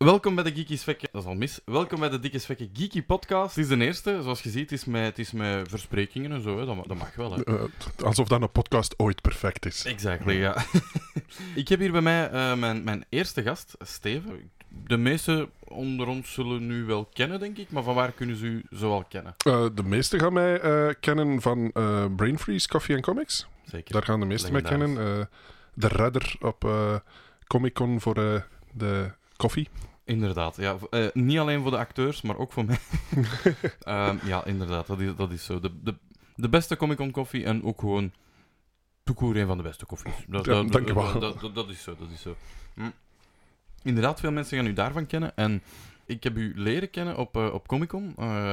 Welkom bij de Geeky Svekke... Dat is al mis. Welkom bij de Dikke Svekke Geeky Podcast. Het is de eerste. Zoals je ziet, het is met versprekingen en zo. Hè. Dat mag wel, hè. Alsof dat een podcast ooit perfect is. Exactly, ja. Ik heb hier bij mij mijn eerste gast, Steven. De meesten onder ons zullen u wel kennen, denk ik. Maar van waar kunnen ze u zoal kennen? De meesten gaan mij kennen van Brain Freeze, Coffee and Comics. Zeker. Daar gaan de meesten mij kennen. De redder op Comic-Con voor de koffie. Inderdaad, ja. Niet alleen voor de acteurs, maar ook voor mij. Ja, inderdaad, dat is zo. De beste Comic-Con koffie en ook gewoon toekoer een van de beste koffies. Dank je wel. Dat is zo. Inderdaad, veel mensen gaan u daarvan kennen. En ik heb u leren kennen op Comic-Con.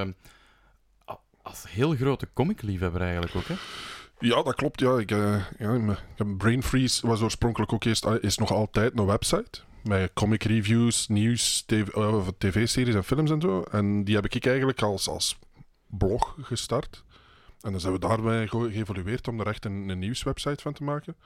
Als heel grote comic-liefhebber eigenlijk ook, hè? Ja, dat klopt. Ja. Ik heb Brain Freeze was oorspronkelijk ook is nog altijd een website. Met comic reviews, nieuws, tv-series en films en zo. En die heb ik eigenlijk als blog gestart. En dan zijn we daarbij geëvolueerd om er echt een nieuwswebsite van te maken.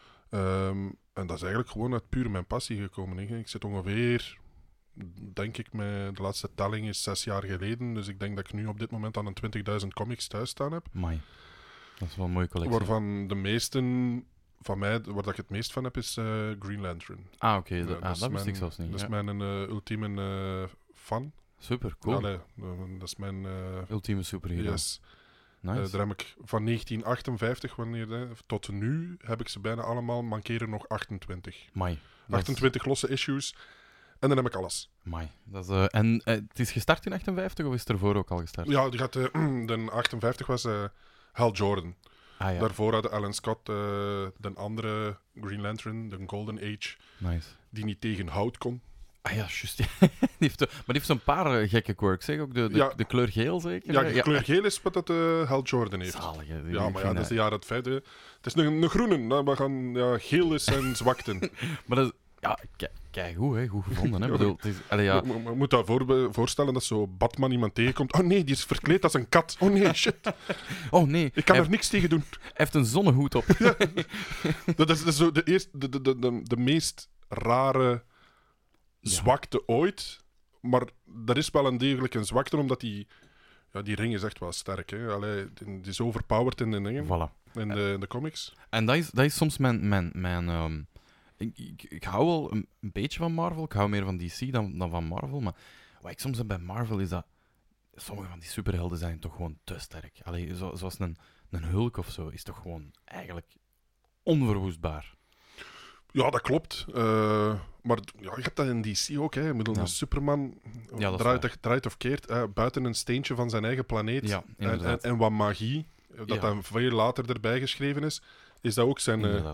En dat is eigenlijk gewoon uit puur mijn passie gekomen. Hè. Ik zit ongeveer, denk ik, de laatste telling is 6 jaar geleden. Dus ik denk dat ik nu op dit moment aan een 20.000 comics thuis staan heb. Amai. Dat is wel een mooie collectie. Waarvan de meesten van mij, waar ik het meest van heb, is Green Lantern. Oké. Dat wist ik zelfs niet. Dat is mijn ultieme fan. Super, cool. Allee, dat is mijn... Ultieme superhero. Yes. Nice. Daar heb ik van 1958 tot nu heb ik ze bijna allemaal, mankeren nog 28. Amai. 28 losse issues. En dan heb ik alles. Amai. En het is gestart in 58 of is het ervoor ook al gestart? Ja, de 58 was Hal Jordan. Ah, ja. Daarvoor had Alan Scott de andere Green Lantern, de Golden Age, Nice. die niet tegen hout kon. Ah ja, juist. Ja. Maar die heeft zo'n paar gekke quirks, zeg. Ook de kleur geel, zeker? Ja, de kleur geel is wat dat Hal Jordan heeft. Zalig, hè. Ja, maar ja, dat is de jaren 50. Het is een groene. Nou, we gaan, geel is zijn zwakte. Maar dat is... Ja, kijk hoe, hè. Goed gevonden, hè. Ja, Bedoel, het is, ja. Je moet dat voorstellen dat zo Batman iemand tegenkomt. Oh nee, die is verkleed als een kat. Oh nee, shit. Oh nee. Ik kan er niks tegen doen. Hij heeft een zonnehoed op. Ja. Dat is zo de meest rare zwakte ooit. Maar er is wel een degelijk een zwakte, omdat die ring is echt wel sterk. Hè. Allee, die is overpowered in de dingen. Voilà. In de comics. En dat is soms mijn ik hou wel een beetje van Marvel. Ik hou meer van DC dan van Marvel. Maar wat ik soms heb bij Marvel is dat sommige van die superhelden zijn toch gewoon te sterk. Allee, zoals een Hulk of zo is toch gewoon eigenlijk onverwoestbaar. Ja, dat klopt. Maar je hebt dat in DC ook. Hè. Ik bedoel, een Superman draait of keert buiten een steentje van zijn eigen planeet. Ja, en wat magie, dat dan veel later erbij geschreven is dat ook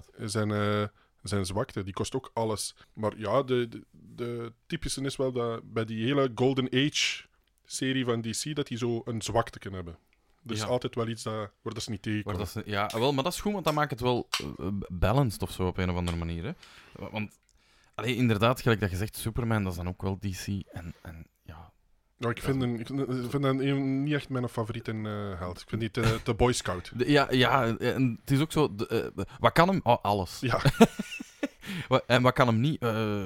zijn zwakte. Die kost ook alles. Maar ja, de typische is wel dat bij die hele Golden Age-serie van DC, dat die zo een zwakte kunnen hebben. Dus altijd wel iets waar dat ze niet tegenkomen. Maar dat is goed, want dat maakt het wel balanced of zo op een of andere manier. Hè? Want, inderdaad, gelijk dat je zegt, Superman, dat is dan ook wel DC. En ja... Ja, ik vind dat niet echt mijn favoriete held. Ik vind die te Boy Scout. En het is ook zo... wat kan hem? Oh, alles. Ja. En wat kan hem niet?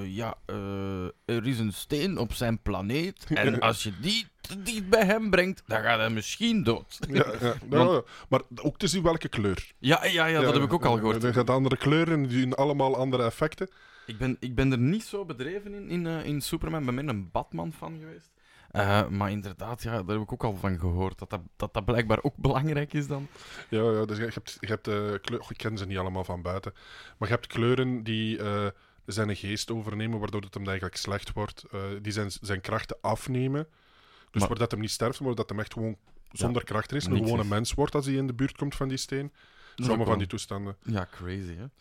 Er is een steen op zijn planeet. En als je die te dicht bij hem brengt, dan gaat hij misschien dood. Maar ook te zien welke kleur. Ja, dat heb ik ook al gehoord. Er gaat andere kleuren, die doen allemaal andere effecten. Ik ben er niet zo bedreven in Superman. Ik ben meer een Batman-fan geweest. Maar inderdaad, daar heb ik ook al van gehoord. Dat blijkbaar ook belangrijk is dan. Ja, dus je hebt kleuren... Ik ken ze niet allemaal van buiten. Maar je hebt kleuren die zijn geest overnemen, waardoor het hem eigenlijk slecht wordt. Die zijn krachten afnemen. Dus waar dat hem niet sterft, maar dat hem echt gewoon zonder krachten is. Een gewone mens wordt als hij in de buurt komt van die steen. Sommige van die toestanden. Ja, crazy, hè.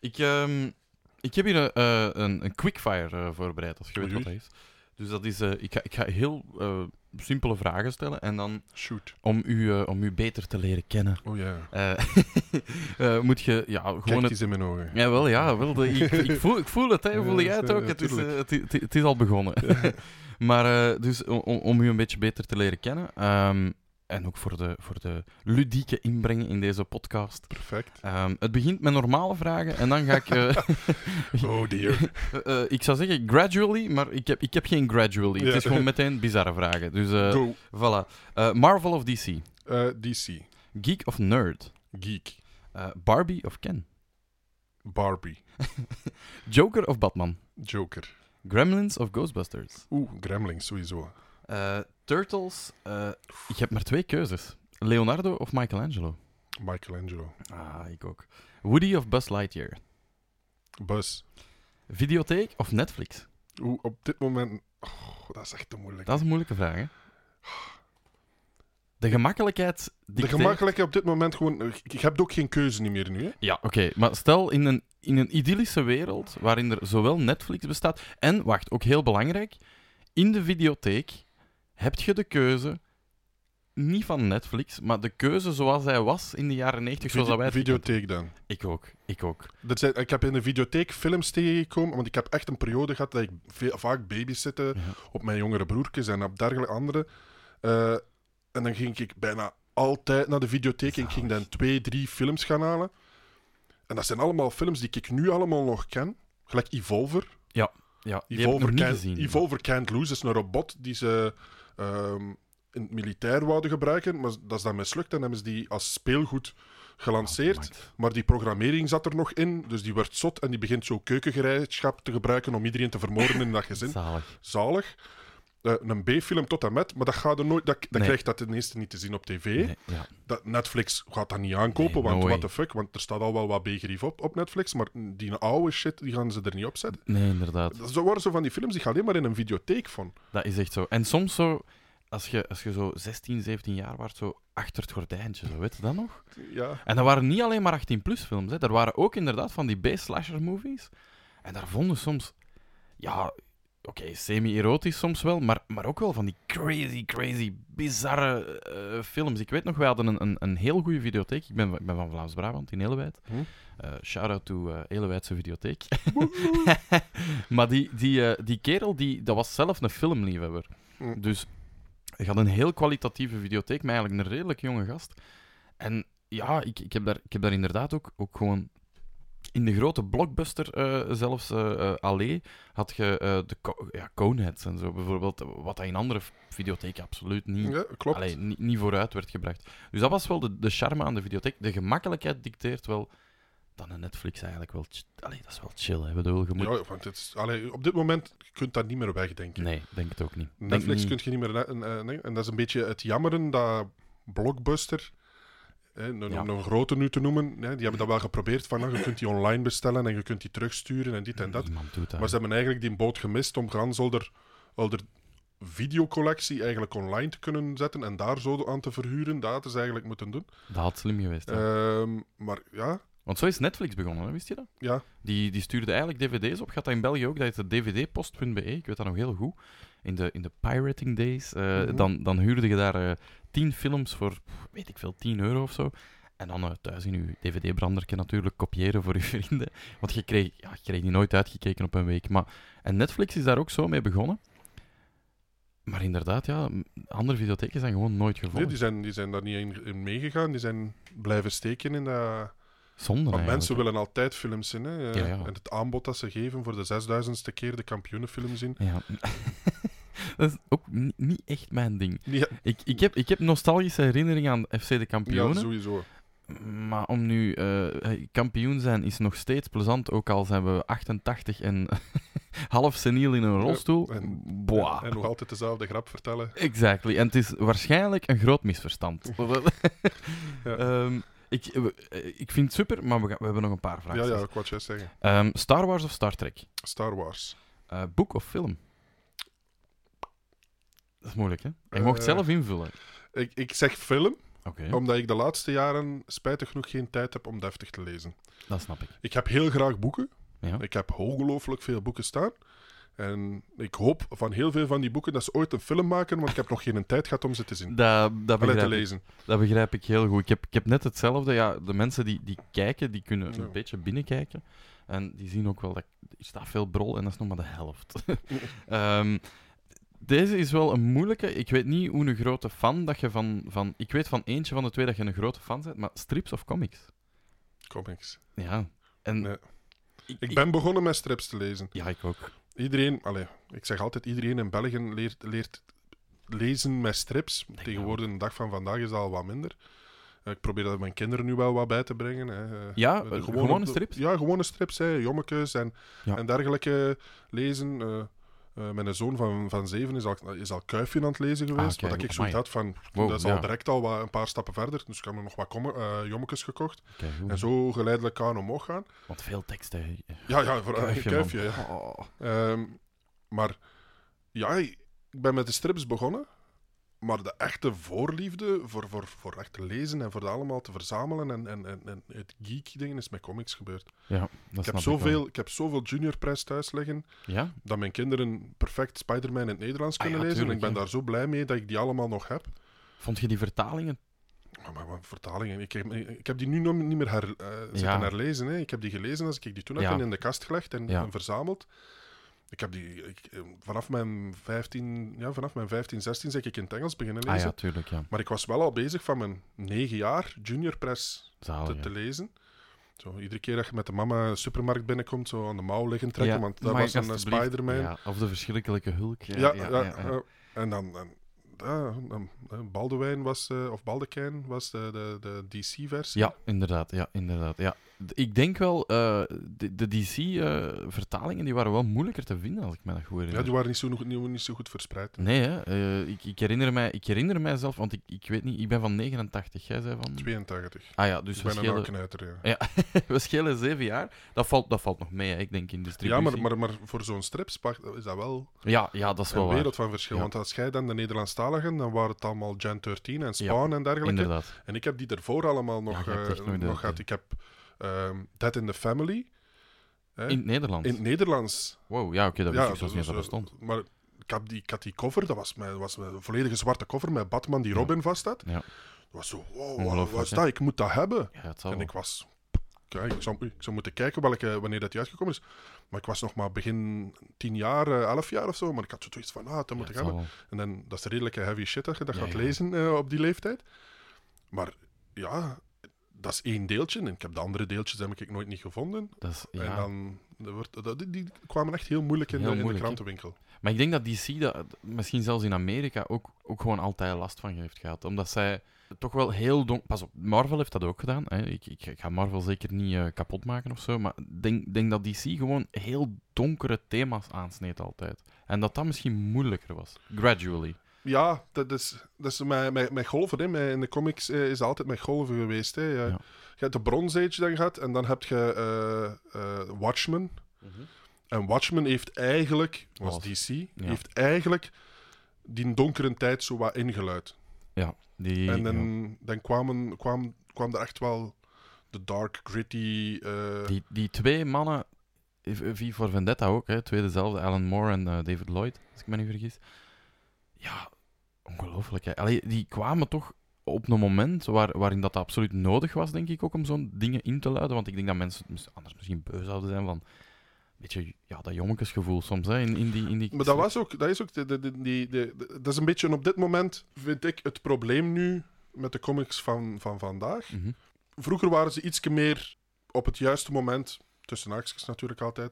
Ik heb hier een quickfire voorbereid, als je weet wat dat is. Dus dat is... Ik ga heel simpele vragen stellen en dan... Shoot. Om u beter te leren kennen. Oh ja. Moet je... Ja, gewoon kijk eens in mijn ogen. Jawel. Ik voel het, hè. Voel jij het ook? Het is al begonnen. Maar dus om u een beetje beter te leren kennen... En ook voor de ludieke inbreng in deze podcast. Perfect. Het begint met normale vragen en dan ga ik... Oh dear. ik zou zeggen gradually, maar ik heb geen gradually. Ja. Het is gewoon meteen bizarre vragen. Dus Go. voilà. Marvel of DC? DC. Geek of nerd? Geek. Barbie of Ken? Barbie. Joker of Batman? Joker. Gremlins of Ghostbusters? Gremlins sowieso. Turtles. Ik heb maar 2 keuzes. Leonardo of Michelangelo? Michelangelo. Ik ook. Woody of Buzz Lightyear? Buzz. Videotheek of Netflix? Op dit moment... dat is echt te moeilijk. Dat is een moeilijke vraag, hè? De gemakkelijkheid... De gemakkelijkheid op dit moment gewoon... Je hebt ook geen keuze niet meer nu, hè? Ja, oké. Maar stel, in een idyllische wereld, waarin er zowel Netflix bestaat... En, wacht, ook heel belangrijk... In de videotheek heb je de keuze... Niet van Netflix, maar de keuze zoals hij was in de jaren 90, zoals dat wij het Videotheek dan. Ik ook. Ik heb in de videotheek films tegengekomen, want ik heb echt een periode gehad dat ik vaak babysitten op mijn jongere broertjes en op dergelijke andere. En dan ging ik bijna altijd naar de videotheek en ik ging dan 2, 3 films gaan halen. En dat zijn allemaal films die ik nu allemaal nog ken. Gelijk Evolver. Ja, die heb ik nog niet gezien. Evolver Can't Lose is een robot die ze in het militair wouden gebruiken, maar dat is dan mislukt en hebben ze die als speelgoed gelanceerd. Maar die programmering zat er nog in, dus die werd zot en die begint zo keukengereedschap te gebruiken om iedereen te vermoorden in dat gezin. Zalig. Een B-film tot en met, maar dat gaat er nooit. Dat krijgt dat ten eerste niet te zien op tv. Nee, ja. Netflix gaat dat niet aankopen, want what the fuck, want er staat al wel wat B-grief op Netflix, maar die oude shit die gaan ze er niet op zetten. Nee, inderdaad. Zo waren zo van die films die je alleen maar in een videotheek vond. Dat is echt zo. En soms zo, als je zo 16, 17 jaar was, zo achter het gordijntje, zo, weet je dat nog? Ja. En dat waren niet alleen maar 18-plus films, hè. Er waren ook inderdaad van die B-slasher-movies. En daar vonden soms, ja, oké, semi-erotisch soms wel, maar ook wel van die crazy, bizarre films. Ik weet nog, wij hadden een heel goede videotheek. Ik ben van Vlaams-Brabant, in Elewijt. Shout-out to Elewijtse videotheek. Maar die kerel, dat was zelf een filmliefhebber. Dus hij had een heel kwalitatieve videotheek, maar eigenlijk een redelijk jonge gast. En ja, ik heb daar inderdaad ook gewoon... In de grote blockbuster, zelfs Allee, had je de Coneheads en zo bijvoorbeeld, wat dat in andere videotheken absoluut niet, Ja, klopt. Allee, niet vooruit werd gebracht. Dus dat was wel de charme aan de videotheek. De gemakkelijkheid dicteert wel dat een Netflix eigenlijk wel... Allee, dat is wel chill, hè. Bedoel, je moet... Ja, want op dit moment kun je dat niet meer wegdenken. Nee, denk het ook niet. Netflix kun je niet meer... en dat is een beetje het jammeren dat Blockbuster... Een grote nu te noemen. Die hebben dat wel geprobeerd. Van, je kunt die online bestellen en je kunt die terugsturen en dit en dat. Maar ze hebben eigenlijk die boot gemist om gans al de videocollectie eigenlijk online te kunnen zetten en daar zo aan te verhuren. Dat hadden ze eigenlijk moeten doen. Dat had slim geweest. Maar ja... Want zo is Netflix begonnen, hè? Wist je dat? Ja. Die stuurde eigenlijk dvd's op. Gaat dat in België ook? Dat heet de dvdpost.be. Ik weet dat nog heel goed. In de pirating days. Dan huurde je daar 10 films voor, weet ik veel, €10 of zo. En dan thuis in je dvd-brandertje natuurlijk kopiëren voor je vrienden. Want je kreeg die nooit uitgekeken op een week. En Netflix is daar ook zo mee begonnen. Maar inderdaad, ja, andere videotheken zijn gewoon nooit gevolgd. Nee, die zijn daar niet in meegegaan. Die zijn blijven steken in dat... Zonde. Want mensen willen altijd films zien. Hè. Ja. En het aanbod dat ze geven voor de 6000ste keer de kampioenenfilm zien. Ja. Dat is ook niet echt mijn ding. Ja. Ik heb nostalgische herinneringen aan FC de Kampioenen. Ja, sowieso. Maar om nu kampioen zijn is nog steeds plezant, ook al zijn we 88 en half seniel in een rolstoel. En nog altijd dezelfde grap vertellen. Exactly. En het is waarschijnlijk een groot misverstand. Ja. Ik vind het super, maar we hebben nog een paar vragen. Ja, ik wou het zeggen. Star Wars of Star Trek? Star Wars. Boek of film? Dat is moeilijk, hè? Je mocht zelf invullen. Ik zeg film, Okay. omdat ik de laatste jaren spijtig genoeg geen tijd heb om deftig te lezen. Dat snap ik. Ik heb heel graag boeken. Ja. Ik heb ongelooflijk veel boeken staan. En ik hoop van heel veel van die boeken dat ze ooit een film maken, want ik heb nog geen tijd gehad om ze te zien. Dat lezen. Dat begrijp ik heel goed. Ik heb net hetzelfde. Ja, de mensen die kijken, die kunnen een beetje binnenkijken. En die zien ook wel dat er staat veel brol en dat is nog maar de helft. Deze is wel een moeilijke. Ik weet niet hoe een grote fan dat je van... Ik weet van eentje van de twee dat je een grote fan bent, maar strips of comics? Comics. Ja. En Nee. Ik ben begonnen met strips te lezen. Ja, ik ook. Iedereen, ik zeg altijd, iedereen in België leert lezen met strips. Tegenwoordig, de dag van vandaag, is dat al wat minder. Ik probeer dat mijn kinderen nu wel wat bij te brengen. Ja, gewone strips? Ja, gewone strips, jommekes en dergelijke lezen. Mijn zoon van 7 is al Kuifje aan het lezen geweest. Wat ik zoiets had van, dat is al direct al een paar stappen verder. Dus ik heb er nog wat jommekes gekocht. En zo geleidelijk aan omhoog gaan. Want veel teksten. Ja, voor Kuifje. Ja. Oh. Maar ja, ik ben met de strips begonnen. Maar de echte voorliefde voor echt te lezen en voor dat allemaal te verzamelen en het geek-ding is met comics gebeurd. Ja, ik heb zoveel Junior Press thuis liggen, dat mijn kinderen perfect Spider-Man in het Nederlands kunnen lezen. Tuurlijk, en ik ben daar zo blij mee dat ik die allemaal nog heb. Vond je die vertalingen? Maar vertalingen? Ik heb die nu nog niet meer zitten herlezen. Hè. Ik heb die gelezen als ik die toen heb in de kast gelegd en verzameld. Ik heb vanaf mijn 15, 16 zeg ik in het Engels beginnen lezen. Ja, tuurlijk, ja. Maar ik was wel al bezig van mijn 9 jaar Junior Press te lezen. Zo, iedere keer dat je met de mama de supermarkt binnenkomt, zo aan de mouw liggen trekken, want dat was een Spider-Man. Ja, of de verschrikkelijke Hulk. En dan Baldewijn was, of Baldekijn was de DC-versie. Ja, inderdaad. Ja. Ik denk wel, de DC-vertalingen die waren wel moeilijker te vinden, als ik me dat goed herinner. Ja, die waren niet zo goed verspreid. Nee, hè. Ik herinner mij zelf, want ik weet niet, ik ben van 89, jij zei van... 82. Ah ja, dus ik ben een knuiter, ja. We schelen 7 jaar. Dat valt nog mee, hè, ik denk, in distributie. Ja, maar voor zo'n strips is dat wel... Ja, dat is wel een wereld van verschil. Ja. Want als jij dan de Nederlandstaligen, dan waren het allemaal Gen 13 en Spawn en dergelijke. Inderdaad. En ik heb die ervoor allemaal nog gehad. Ik heb Dead in the Family. In het Nederlands? In het Nederlands. Wow, ja, oké, dat wist ik zelfs niet dat bestond. Maar ik had die cover, dat was een volledige zwarte cover met Batman die Robin vast had. Ja. Dat was zo, wow, wat is dat? Ik moet dat hebben. Ja, het zal en wel. Ik was... Kijk, ik zou moeten kijken wanneer dat uitgekomen is. Maar ik was nog maar begin 10 jaar, 11 jaar of zo. Maar ik had zoiets van, dat moet ik hebben. Wel. En dan, dat is redelijke heavy shit dat je dat gaat lezen op die leeftijd. Maar ja, dat is 1 deeltje. En ik heb de andere deeltjes heb ik nooit niet gevonden. En dan... Die kwamen echt heel moeilijk in de krantenwinkel. Maar ik denk dat DC dat misschien zelfs in Amerika ook gewoon altijd last van heeft gehad. Omdat zij toch wel heel donker... Pas op, Marvel heeft dat ook gedaan. Hè. Ik ga Marvel zeker niet kapot maken of zo. Maar ik denk dat DC gewoon heel donkere thema's aansneed altijd. En dat misschien moeilijker was. Gradually. Ja, dat is met golven. Hè. In de comics is het altijd met golven geweest. Hè. Je hebt de Bronze Age dan gehad. En dan heb je Watchmen. Mm-hmm. En Watchmen heeft eigenlijk, DC, heeft eigenlijk die donkere tijd zo wat ingeluid. Ja. En dan kwam er echt wel de dark, gritty... Die 2 mannen, V voor Vendetta ook, hè, 2 dezelfde, Alan Moore en David Lloyd, als ik me niet vergis. Ja, ongelooflijk. Hè. Allee, die kwamen toch op een moment waarin dat absoluut nodig was, denk ik ook, om zo'n dingen in te luiden. Want ik denk dat mensen anders misschien beu zouden zijn van... Beetje, dat jongensgevoel soms, hè, in die... Maar dat is ook... Dat is een beetje op dit moment, vind ik, het probleem nu met de comics van vandaag. Mm-hmm. Vroeger waren ze iets meer op het juiste moment, tussen haakjes natuurlijk altijd,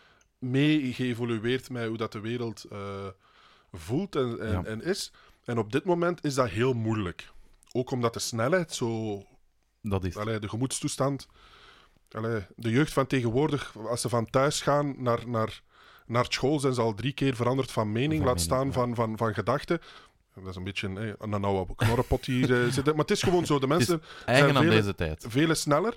mee geëvolueerd met hoe dat de wereld voelt en is. En op dit moment is dat heel moeilijk. Ook omdat de snelheid zo... Dat is de gemoedstoestand... de jeugd van tegenwoordig, als ze van thuis gaan naar school, zijn ze al 3 keer veranderd van mening, laat staan van gedachten. Dat is een beetje een oude knorrenpot hier zitten. Maar het is gewoon zo. De mensen zijn aan deze tijd. Vele sneller.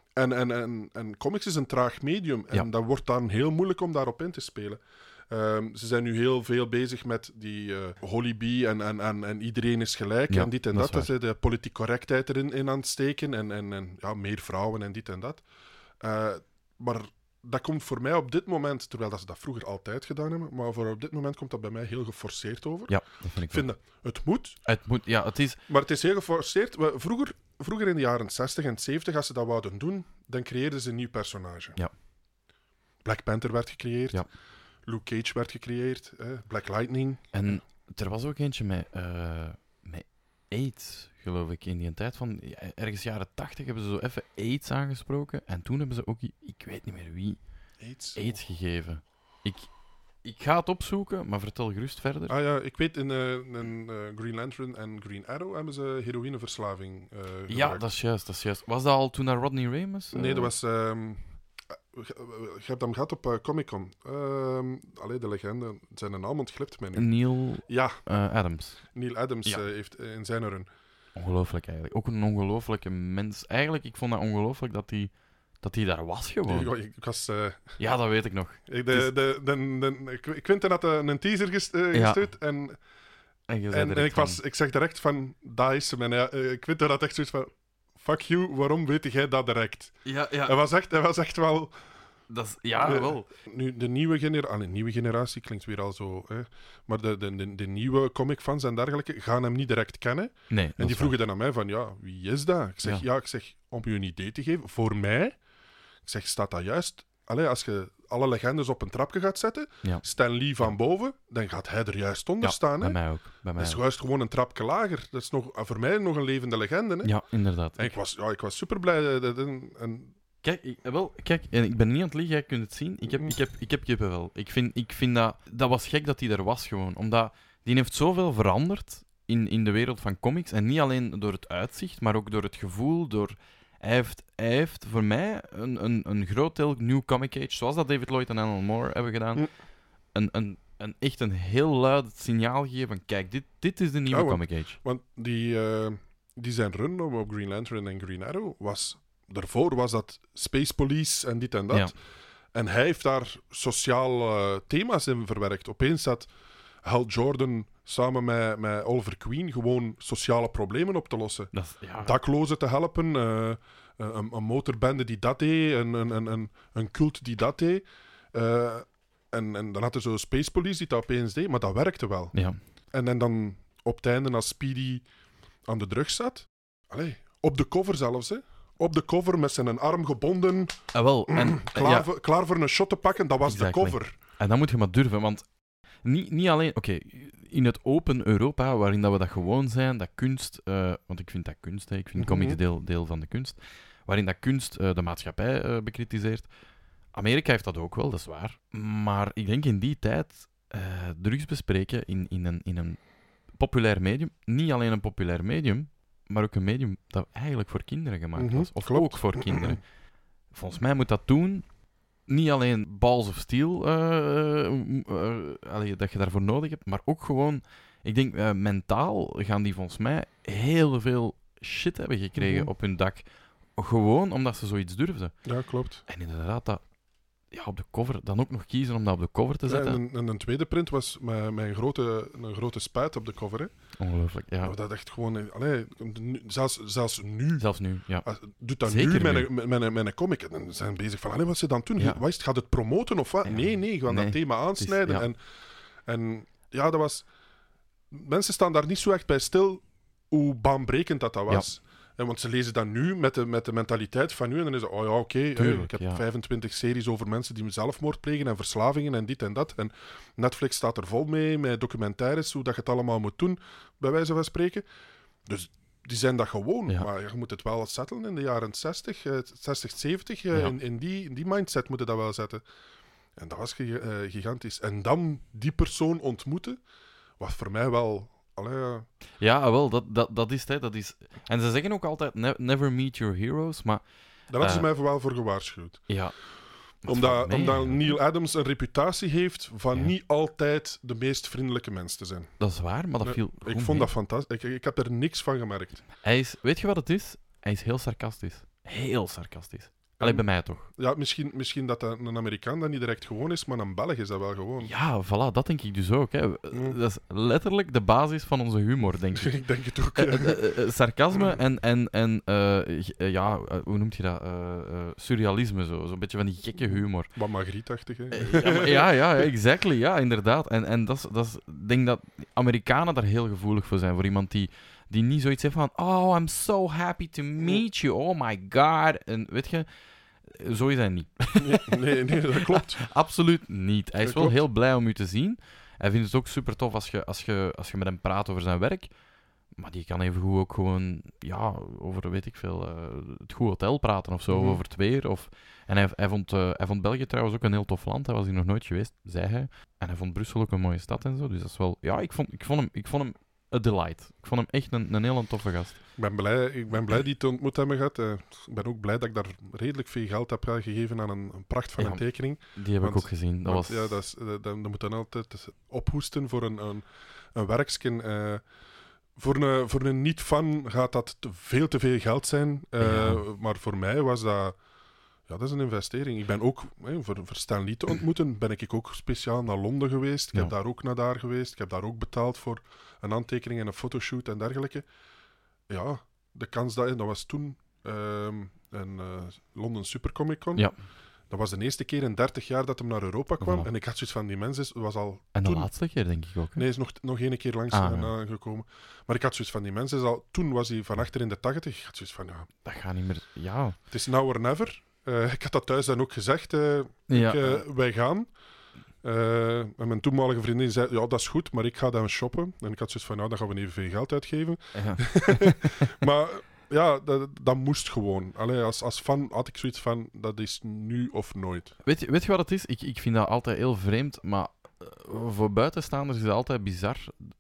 En comics is een traag medium. En dat wordt dan heel moeilijk om daarop in te spelen. Ze zijn nu heel veel bezig met die Holy Bee en iedereen is gelijk en dit en dat. Dat ze de politiek correctheid erin aan het steken en meer vrouwen en dit en dat. Maar dat komt voor mij op dit moment, terwijl dat ze dat vroeger altijd gedaan hebben, maar voor op dit moment komt dat bij mij heel geforceerd over. Ja, dat vind ik vind het moet. Het moet, ja, het is... Maar het is heel geforceerd. Vroeger in de jaren 60 en 70, als ze dat wouden doen, dan creëerden ze een nieuw personage. Ja. Black Panther werd gecreëerd. Ja. Luke Cage werd gecreëerd, Black Lightning. En er was ook eentje met AIDS, geloof ik, in die tijd van... Ergens jaren 80 hebben ze zo even AIDS aangesproken. En toen hebben ze ook... Ik weet niet meer wie... AIDS gegeven. Ik ga het opzoeken, maar vertel gerust verder. Ah ja, ik weet, in Green Lantern en Green Arrow hebben ze heroïneverslaving ja, dat is juist. Was dat al toen naar Rodney Ramis? Nee, dat was... je hebt hem gehad op Comic-Con. De legende. Zijn naam ontglipt mij nu. Neil Adams. Neil Adams heeft in zijn run. Ongelooflijk eigenlijk. Ook een ongelooflijke mens. Eigenlijk, ik vond dat ongelooflijk dat hij daar was gewoon. Ik was... Ja, dat weet ik nog. Quentin had een teaser gestuurd en ik zeg direct van, daar is hem. En Quentin had echt zoiets van, fuck you, waarom weet jij dat direct? Ja. Hij was echt wel... Dat is, wel. Nu, de nieuwe generatie klinkt weer al zo, hè, maar de nieuwe comicfans en dergelijke gaan hem niet direct kennen. Nee, en die vroegen dan aan mij van, wie is dat? Ik zeg, om je een idee te geven, voor mij, ik zeg, staat dat juist... als je alle legendes op een trapje gaat zetten, Stan Lee van boven, dan gaat hij er juist onder staan. Hè? Bij mij ook. Dat is juist gewoon een trapje lager. Dat is voor mij nog een levende legende. Hè? Ja, inderdaad. En ik was super blij. Kijk, en ik ben niet aan het liegen, jij kunt het zien. Ik heb kippenvel. Ik vind dat was gek dat hij er was gewoon. Omdat die heeft zoveel veranderd in de wereld van comics. En niet alleen door het uitzicht, maar ook door het gevoel, Hij heeft voor mij een groot deel New Comic Age, zoals dat David Lloyd en Alan Moore hebben gedaan, echt een heel luid signaal gegeven van kijk, dit is de nieuwe Comic Age. Want die zijn run op Green Lantern en Green Arrow daarvoor was dat Space Police en dit en dat. Ja. En hij heeft daar sociale thema's in verwerkt. Opeens zat Hal Jordan samen met Oliver Queen gewoon sociale problemen op te lossen. Daklozen te helpen, een motorbende die dat deed, een cult die dat deed. En dan had er zo Space Police die dat opeens deed, maar dat werkte wel. Ja. En dan op het einde, als Speedy aan de drugs zat, op de cover zelfs, hè. Op de cover met zijn arm gebonden, klaar voor een shot te pakken, dat was de cover. En dan moet je maar durven, want niet alleen... Oké, in het open Europa, waarin dat we dat gewoon zijn, dat kunst... want ik vind dat kunst, hè, ik vind comics deel van de kunst. Waarin dat kunst de maatschappij bekritiseert. Amerika heeft dat ook wel, dat is waar. Maar ik denk in die tijd drugs bespreken in een populair medium. Niet alleen een populair medium, maar ook een medium dat eigenlijk voor kinderen gemaakt was. Of klopt. Ook voor kinderen. Volgens mij moet dat toen... Niet alleen balls of steel dat je daarvoor nodig hebt, maar ook gewoon... Ik denk, mentaal gaan die volgens mij heel veel shit hebben gekregen op hun dak. Gewoon omdat ze zoiets durfden. Ja, klopt. En inderdaad, dat op de cover... Dan ook nog kiezen om dat op de cover te zetten. En een tweede print was met een grote spuit op de cover. Hè. Ongelooflijk, ja. Dat echt gewoon... zelfs nu... Zelfs nu, ja. Doet dat zeker nu met een comic. En dan zijn ze bezig van, wat ze dan doen? Ja. Gaat het promoten of wat? Ja. Nee, gaan dat thema aansnijden. En dat was... Mensen staan daar niet zo echt bij stil hoe baanbrekend dat was. Ja. Want ze lezen dat nu met de mentaliteit van nu. En dan is het, ik heb 25 series over mensen die zelfmoord plegen en verslavingen en dit en dat. En Netflix staat er vol mee, met documentaires, hoe dat je het allemaal moet doen, bij wijze van spreken. Dus die zijn dat gewoon. Ja. Maar je moet het wel settelen in de jaren 60, 70. In die mindset moet je dat wel zetten. En dat was gigantisch. En dan die persoon ontmoeten, was voor mij wel... Ja, wel, dat is het. Dat is... En ze zeggen ook altijd, never meet your heroes, maar... Daar hadden ze mij wel voor gewaarschuwd. Ja. Omdat Neil Adams een reputatie heeft van niet altijd de meest vriendelijke mens te zijn. Dat is waar, maar dat viel... Ik vond dat fantastisch. Ik heb er niks van gemerkt. Weet je wat het is? Hij is heel sarcastisch. Heel sarcastisch. Alleen bij mij toch. Ja, misschien dat een Amerikaan dat niet direct gewoon is, maar een Belg is dat wel gewoon. Ja, voilà, dat denk ik dus ook. Hè. Dat is letterlijk de basis van onze humor, denk ik. Ik denk het ook, ja. Sarcasme en hoe noemt je dat? Surrealisme, zo'n beetje van die gekke humor. Wat Magritte-achtig, hè? Ja, exactly, ja, inderdaad. En dat is, ik denk dat Amerikanen daar heel gevoelig voor zijn. Voor iemand die niet zoiets heeft van, oh, I'm so happy to meet you, oh my god. En weet je, Zo is hij niet. Nee, dat klopt. Absoluut niet. Hij is Dat wel klopt. heel blij om u te zien. Hij vindt het ook super tof als je met hem praat over zijn werk. Maar die kan evengoed ook gewoon, ja, over, weet ik veel, het goede hotel praten of zo, Mhm. over het weer. En hij vond België trouwens ook een heel tof land. Hij was hier nog nooit geweest, zei hij. En hij vond Brussel ook een mooie stad en zo. Dus dat is wel, ja, ik vond hem a delight. Ik vond hem echt een heel toffe gast. Ik ben blij die te ontmoet hebben gehad. Ik ben ook blij dat ik daar redelijk veel geld heb gegeven aan een pracht van Ja, een tekening. Die heb ik Want- ook gezien. Dat Want, was... ja, dat moet dan altijd ophoesten voor een werksken. Voor een niet-fan gaat dat veel te veel geld zijn. Ja. Maar voor mij was dat... Ja, dat is een investering. Ik ben ook, voor Stan Lee te ontmoeten, ben ik ook speciaal naar Londen geweest. Ik Ja. heb daar ook naar daar geweest. Ik heb daar ook betaald voor een handtekening en een fotoshoot en dergelijke. Ja, de kans dat was toen een London Supercomic Con. Ja. Dat was de eerste keer in 30 jaar dat hem naar Europa kwam. Voilà. En ik had zoiets van, die mens was al En de toen... laatste keer, denk ik ook. Hè? Nee, is nog één keer langs Ah, ja. aangekomen. Maar ik had zoiets van, die mens is al... Toen was hij van achter in de 80. Ik had zoiets van, ja, Dat gaat niet meer... Ja. het is now or never. Ik had dat thuis dan ook gezegd. Ja. Wij gaan. En mijn toenmalige vriendin zei, ja, dat is goed, maar ik ga dan shoppen. En ik had zoiets van, nou, dan gaan we even veel geld uitgeven. Ja. Maar ja, dat moest gewoon. Allee, als fan had ik zoiets van, dat is nu of nooit. Weet je wat het is? Ik vind dat altijd heel vreemd, maar voor buitenstaanders is het altijd bizar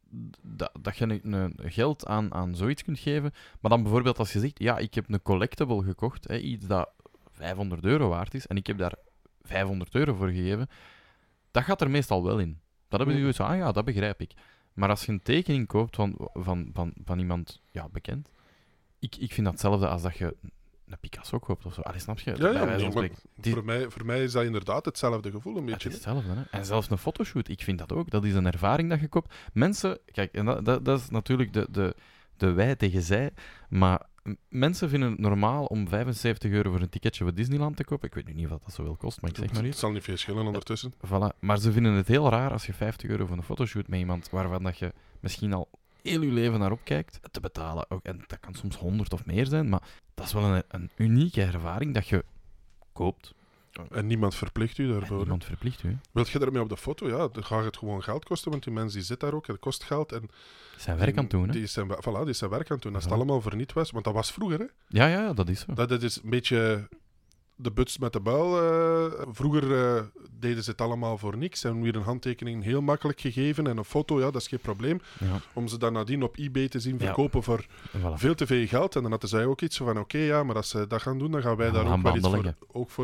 dat je een geld aan zoiets kunt geven. Maar dan bijvoorbeeld als je zegt, ja, ik heb een collectible gekocht, hè, iets dat €500 waard is, en ik heb daar €500 voor gegeven, dat gaat er meestal wel in. Dat hebben ze zoiets van, ja, dat begrijp ik. Maar als je een tekening koopt van iemand bekend, ik vind dat hetzelfde als dat je een Picasso koopt of zo. Allee, snap je? Ja, Bij ja, wijze van maar spreken. voor mij is dat inderdaad hetzelfde gevoel, een Het beetje. is hetzelfde, hè? En zelfs een fotoshoot, ik vind dat ook. Dat is een ervaring dat je koopt. Mensen, kijk, en dat is natuurlijk de wij tegen zij, maar mensen vinden het normaal om €75 voor een ticketje voor Disneyland te kopen. Ik weet nu niet wat dat zoveel kost, maar ik zeg maar Het iets. zal niet veel schillen ondertussen. Voilà. Maar ze vinden het heel raar als je €50 voor een fotoshoot met iemand waarvan dat je misschien al heel je leven naar opkijkt, te betalen. Ook, en dat kan soms 100 of meer zijn, maar dat is wel een unieke ervaring dat je koopt. En niemand verplicht u En daarvoor. niemand verplicht u. Hè. Wilt je ermee op de foto? Ja, dan gaat het gewoon geld kosten, want die mens die zit daar ook, het kost geld. En Zijn werk aan het doen, hè? Die is zijn werk aan het doen. Als het Voilà. allemaal voor niet was, want dat was vroeger, hè. Ja, dat is zo. Dat is een beetje de buts met de buil. Vroeger deden ze het allemaal voor niks. En weer een handtekening heel makkelijk gegeven en een foto, ja, dat is geen probleem. Ja, Om ze dan nadien op eBay te zien Ja. verkopen voor voilà. veel te veel geld. En dan hadden zij ook iets van, oké, ja, maar als ze dat gaan doen, dan gaan wij Ja, daar we ook gaan wel iets banden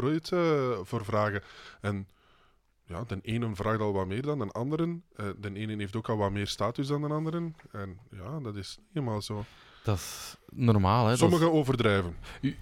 voor vragen. En ja, de ene vraagt al wat meer dan de andere. De ene heeft ook al wat meer status dan de andere. En ja, dat is niet helemaal zo. Dat is normaal, hè? Sommigen overdrijven.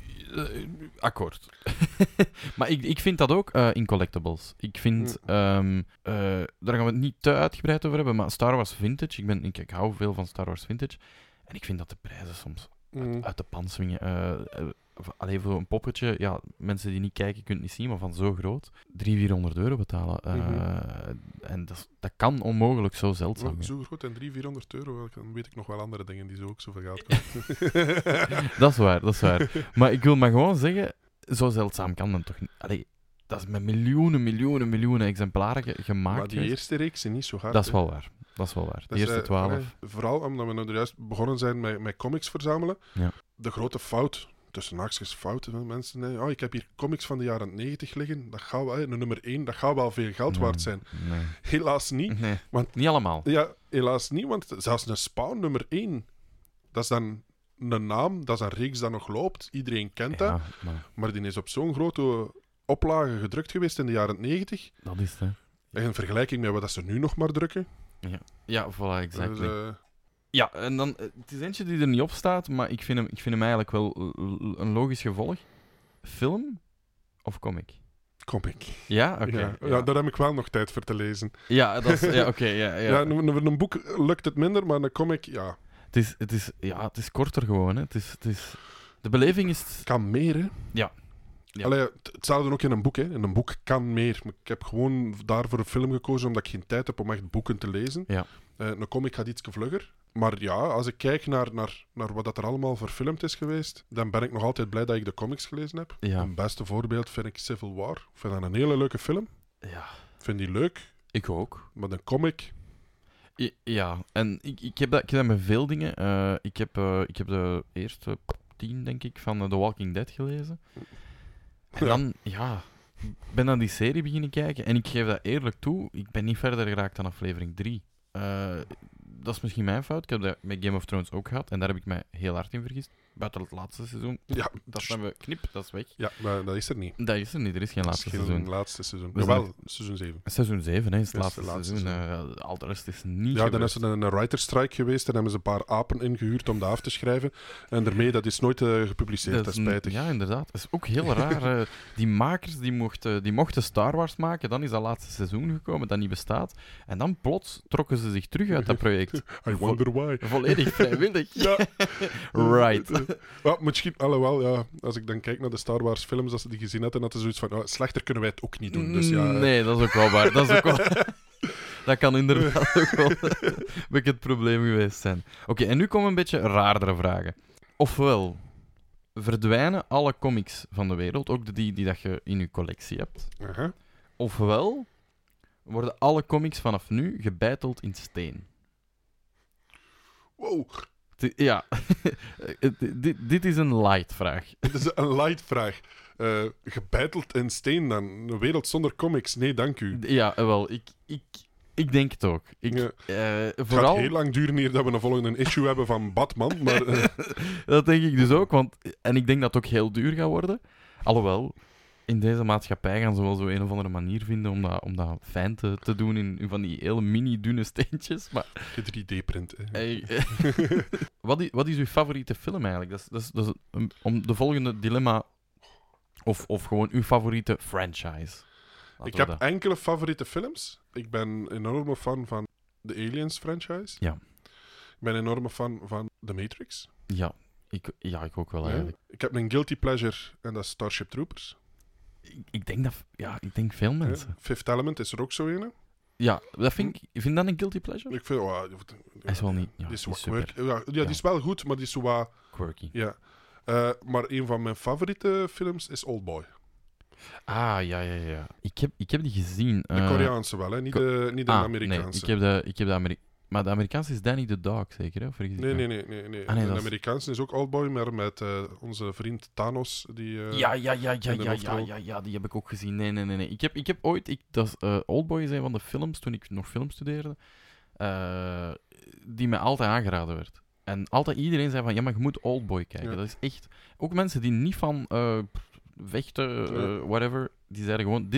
Akkoord. Maar ik vind dat ook in collectibles. Ik vind, daar gaan we het niet te uitgebreid over hebben, maar Star Wars Vintage, ik hou veel van Star Wars Vintage, en ik vind dat de prijzen soms uit de pan swingen. Alleen voor een poppetje, ja, mensen die niet kijken, kunnen het niet zien, maar van zo groot, €300-400 betalen. En dat kan onmogelijk zo zeldzaam zijn. Zo goed en €300-400, dan weet ik nog wel andere dingen die zo ook zoveel geld kosten. Dat is waar. Maar ik wil maar gewoon zeggen, zo zeldzaam kan dat toch niet. Allee, dat is met miljoenen exemplaren gemaakt. Maar die geweest. eerste reeks is niet zo hard. Dat is hè. wel waar. De Dus, eerste 12. allee, vooral omdat we nou juist begonnen zijn met comics verzamelen. Ja. De grote fout, tussen haakjes fout, hè, mensen. Hè. Oh, ik heb hier comics van de jaren 90 liggen. Dat gaat wel, hè, de nummer 1, dat gaat wel veel geld waard zijn. Nee. Helaas niet. Nee. Want- Niet allemaal. Ja, helaas niet, want zelfs een Spawn nummer 1, dat is dan een naam, dat is een reeks dat nog loopt. Iedereen kent dat. Ja, maar Maar die is op zo'n grote oplage gedrukt geweest in de jaren 90. dat is het, hè. In vergelijking met wat dat ze nu nog maar drukken. Ja, voilà, exactly. Dus, Ja, en dan, het is eentje die er niet op staat, maar ik vind hem eigenlijk wel een logisch gevolg. Film of comic? comic. Ja, oké. Ja, daar heb ik wel nog tijd voor te lezen. Ja, dat is... Ja, oké, ja. Ja, een boek lukt het minder, maar een comic, ja, Het is korter gewoon, hè. De beleving is... kan meer, hè. Ja. Allee, hetzelfde ook in een boek, hè. In een boek kan meer. Maar ik heb gewoon daarvoor een film gekozen, omdat ik geen tijd heb om echt boeken te lezen. Ja. Een comic gaat iets vlugger. Maar ja, als ik kijk naar wat dat er allemaal verfilmd is geweest, dan ben ik nog altijd blij dat ik de comics gelezen heb. Ja. Een beste voorbeeld vind ik Civil War. Ik vind dat een hele leuke film. Ja. Ik vind die leuk, Ik ook. maar een comic... Ja, en ik heb dat met veel dingen. Ik heb de eerste 10, denk ik, van The Walking Dead gelezen. En dan, ik ben naar die serie beginnen kijken. En ik geef dat eerlijk toe, ik ben niet verder geraakt dan aflevering 3. Dat is misschien mijn fout. Ik heb dat met Game of Thrones ook gehad. En daar heb ik mij heel hard in vergist. Buiten het laatste seizoen. Ja, Dat hebben we knip, dat is weg. Ja, maar dat is er niet. Dat is er niet, er is geen Dat is laatste geen seizoen. laatste seizoen. We zijn Jawel, seizoen 7. Seizoen 7 hè, is het Is laatste het laatste seizoen. Al de rest is niet Ja, dan gebeurd. is er een writerstrike geweest en hebben ze een paar apen ingehuurd om dat af te schrijven. En daarmee, dat is nooit gepubliceerd, dat is spijtig. Ja, inderdaad. Dat is ook heel raar. Die makers die mochten Star Wars maken, dan is dat laatste seizoen gekomen dat niet bestaat. En dan plots trokken ze zich terug uit dat project. I wonder why. Volledig vrijwillig. Ja. Right. Ja, misschien, alhoewel, ja, als ik dan kijk naar de Star Wars films, als ze die gezien hadden, hadden ze zoiets van, slechter kunnen wij het ook niet doen. Dus ja, Nee, dat is ook wel waar. Dat is ook wel... Dat kan inderdaad ook wel een beetje het probleem geweest zijn. Oké, en nu komen een beetje raardere vragen. Ofwel, verdwijnen alle comics van de wereld, ook die dat je in je collectie hebt. uh-huh. Ofwel, worden alle comics vanaf nu gebeiteld in steen. Wow, Ja, dit is een light vraag. dit is een light vraag. Gebeiteld in steen dan? Een wereld zonder comics? Nee, dank u. Ja, wel, ik denk het ook. Ja. Het Vooral... gaat heel lang duren eer dat we een volgende issue hebben van Batman, maar... Dat denk ik dus ook, en ik denk dat het ook heel duur gaat worden. Alhoewel, in deze maatschappij gaan ze wel zo een of andere manier vinden om dat fijn te doen in van die hele mini-dunne steentjes. Maar, 3D-print. wat is uw favoriete film eigenlijk? Dat is om de volgende dilemma... Of gewoon uw favoriete franchise. Ik heb enkele favoriete films. Ik ben een enorme fan van de Aliens franchise. Ja. Ik ben een enorme fan van The Matrix. Ja, ik ook wel eigenlijk. Ik heb een guilty pleasure en dat is Starship Troopers. Ik denk veel mensen. Fifth Element is er ook zo een. Ja, dat vind dat een guilty pleasure? Ik vind... Hij is wel niet... Ja, die is die wat is super quirky. Ja, die is wel goed, maar die is zo wat... quirky. Ja. Maar een van mijn favoriete films is Oldboy. Ah, ja. Ik heb die gezien. De Koreaanse wel, hè? Niet de Amerikaanse. Nee, ik heb de Amerikaanse. Maar de Amerikaanse is Danny the Dog, zeker? Hè? Of vergis ik me? Nee. Ah, nee, de dat is- Amerikaanse is ook Oldboy, maar met onze vriend Thanos. Die, Ja, de hoofdrol. die heb ik ook gezien. Nee. Ik heb ooit... Oldboy is een van de films, toen ik nog film studeerde, die mij altijd aangeraden werd. En altijd iedereen zei van, ja, maar je moet Oldboy kijken. Ja. Dat is echt... Ook mensen die niet van vechten, whatever, die zeiden gewoon,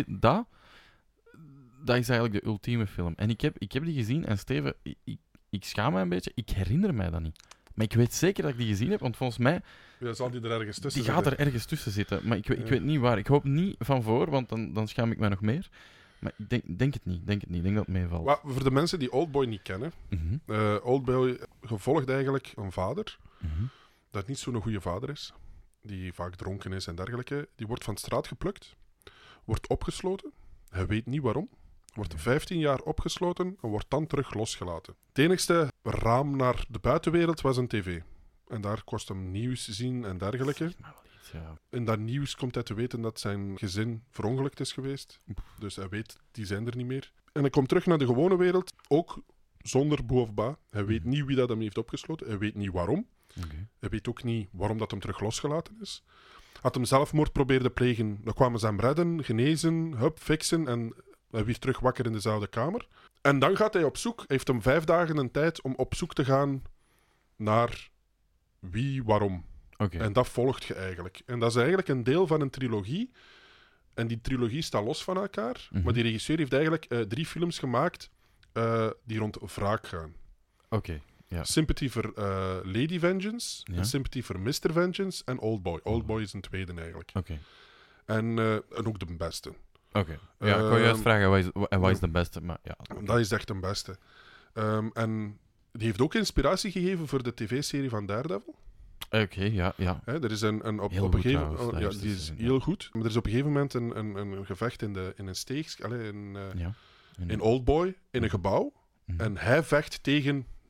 dat is eigenlijk de ultieme film. En ik heb die gezien en Steven, ik schaam me een beetje, ik herinner mij dat niet. Maar ik weet zeker dat ik die gezien heb, want volgens mij... Ja, zal die er ergens tussen Die gaat er ergens tussen zitten, maar ik weet niet waar. Ik hoop niet van voor, want dan schaam ik mij nog meer. Maar ik denk het niet. Ik denk dat het meevalt. Maar voor de mensen die Oldboy niet kennen, Mhm. Oldboy gevolgd eigenlijk een vader, Mhm. dat niet zo'n goede vader is, die vaak dronken is en dergelijke. Die wordt van straat geplukt, wordt opgesloten, hij weet niet waarom, wordt 15 jaar opgesloten en wordt dan terug losgelaten. Het enigste raam naar de buitenwereld was een tv. En daar kost hem nieuws zien en dergelijke. Zeg maar wel iets, ja. In dat nieuws komt hij te weten dat zijn gezin verongelukt is geweest. Dus hij weet, die zijn er niet meer. En hij komt terug naar de gewone wereld, ook zonder boe of ba. Hij weet niet wie dat hem heeft opgesloten. Hij weet niet waarom. Oké. Hij weet ook niet waarom dat hem terug losgelaten is. Had hem zelfmoord probeerde plegen, dan kwamen ze hem redden, genezen, fixen en hij werd terug wakker in dezelfde kamer. En dan gaat hij op zoek. Hij heeft hem 5 dagen een tijd om op zoek te gaan naar wie, waarom. Oké. En dat volgt je eigenlijk. En dat is eigenlijk een deel van een trilogie. En die trilogie staat los van elkaar. Mhm. Maar die regisseur heeft eigenlijk 3 films gemaakt die rond wraak gaan. Oké. Ja. Sympathy for Lady Vengeance, Ja. en Sympathy for Mr. Vengeance en Oldboy. Oldboy is een tweede eigenlijk. Oké. En ook de beste. Oké. Ja, ik wou juist vragen, wat is de beste? Maar ja. Dat is echt de beste. En die heeft ook inspiratie gegeven voor de tv-serie van Daredevil. Oké, ja. Hè, er is een op Heel een goed gegeven trouwens, dat ja, eerste die is seizoen, heel goed. Maar er is op een gegeven moment een gevecht in een steeg, Ja. in Oldboy, in een gebouw. Mhm. En hij vecht tegen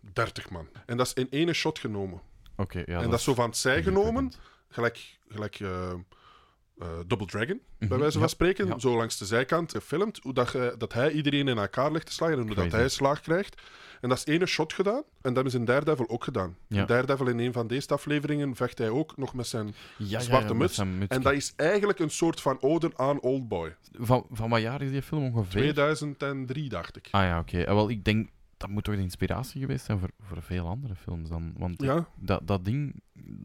30 man. En dat is in ene shot genomen. Oké, ja, En dat is zo van het zij genomen, indrukwekkend. gelijk Double Dragon, bij Mhm, wijze van ja, spreken. ja. Zo langs de zijkant gefilmd, hoe dat hij iedereen in elkaar ligt te slagen en hoe dat Crazy. hij slaag krijgt. En dat is ene shot gedaan. En dat hebben ze in Daredevil ook gedaan. Ja. In Daredevil, in een van deze afleveringen, vecht hij ook nog met zijn zwarte met muts. zijn mutsje. En dat is eigenlijk een soort van ode aan Oldboy. Van wat jaar is die film ongeveer? 2003, dacht ik. Ah ja, oké. Wel, ik denk, dat moet toch de inspiratie geweest zijn voor veel andere films dan. Want Ja, dat ding,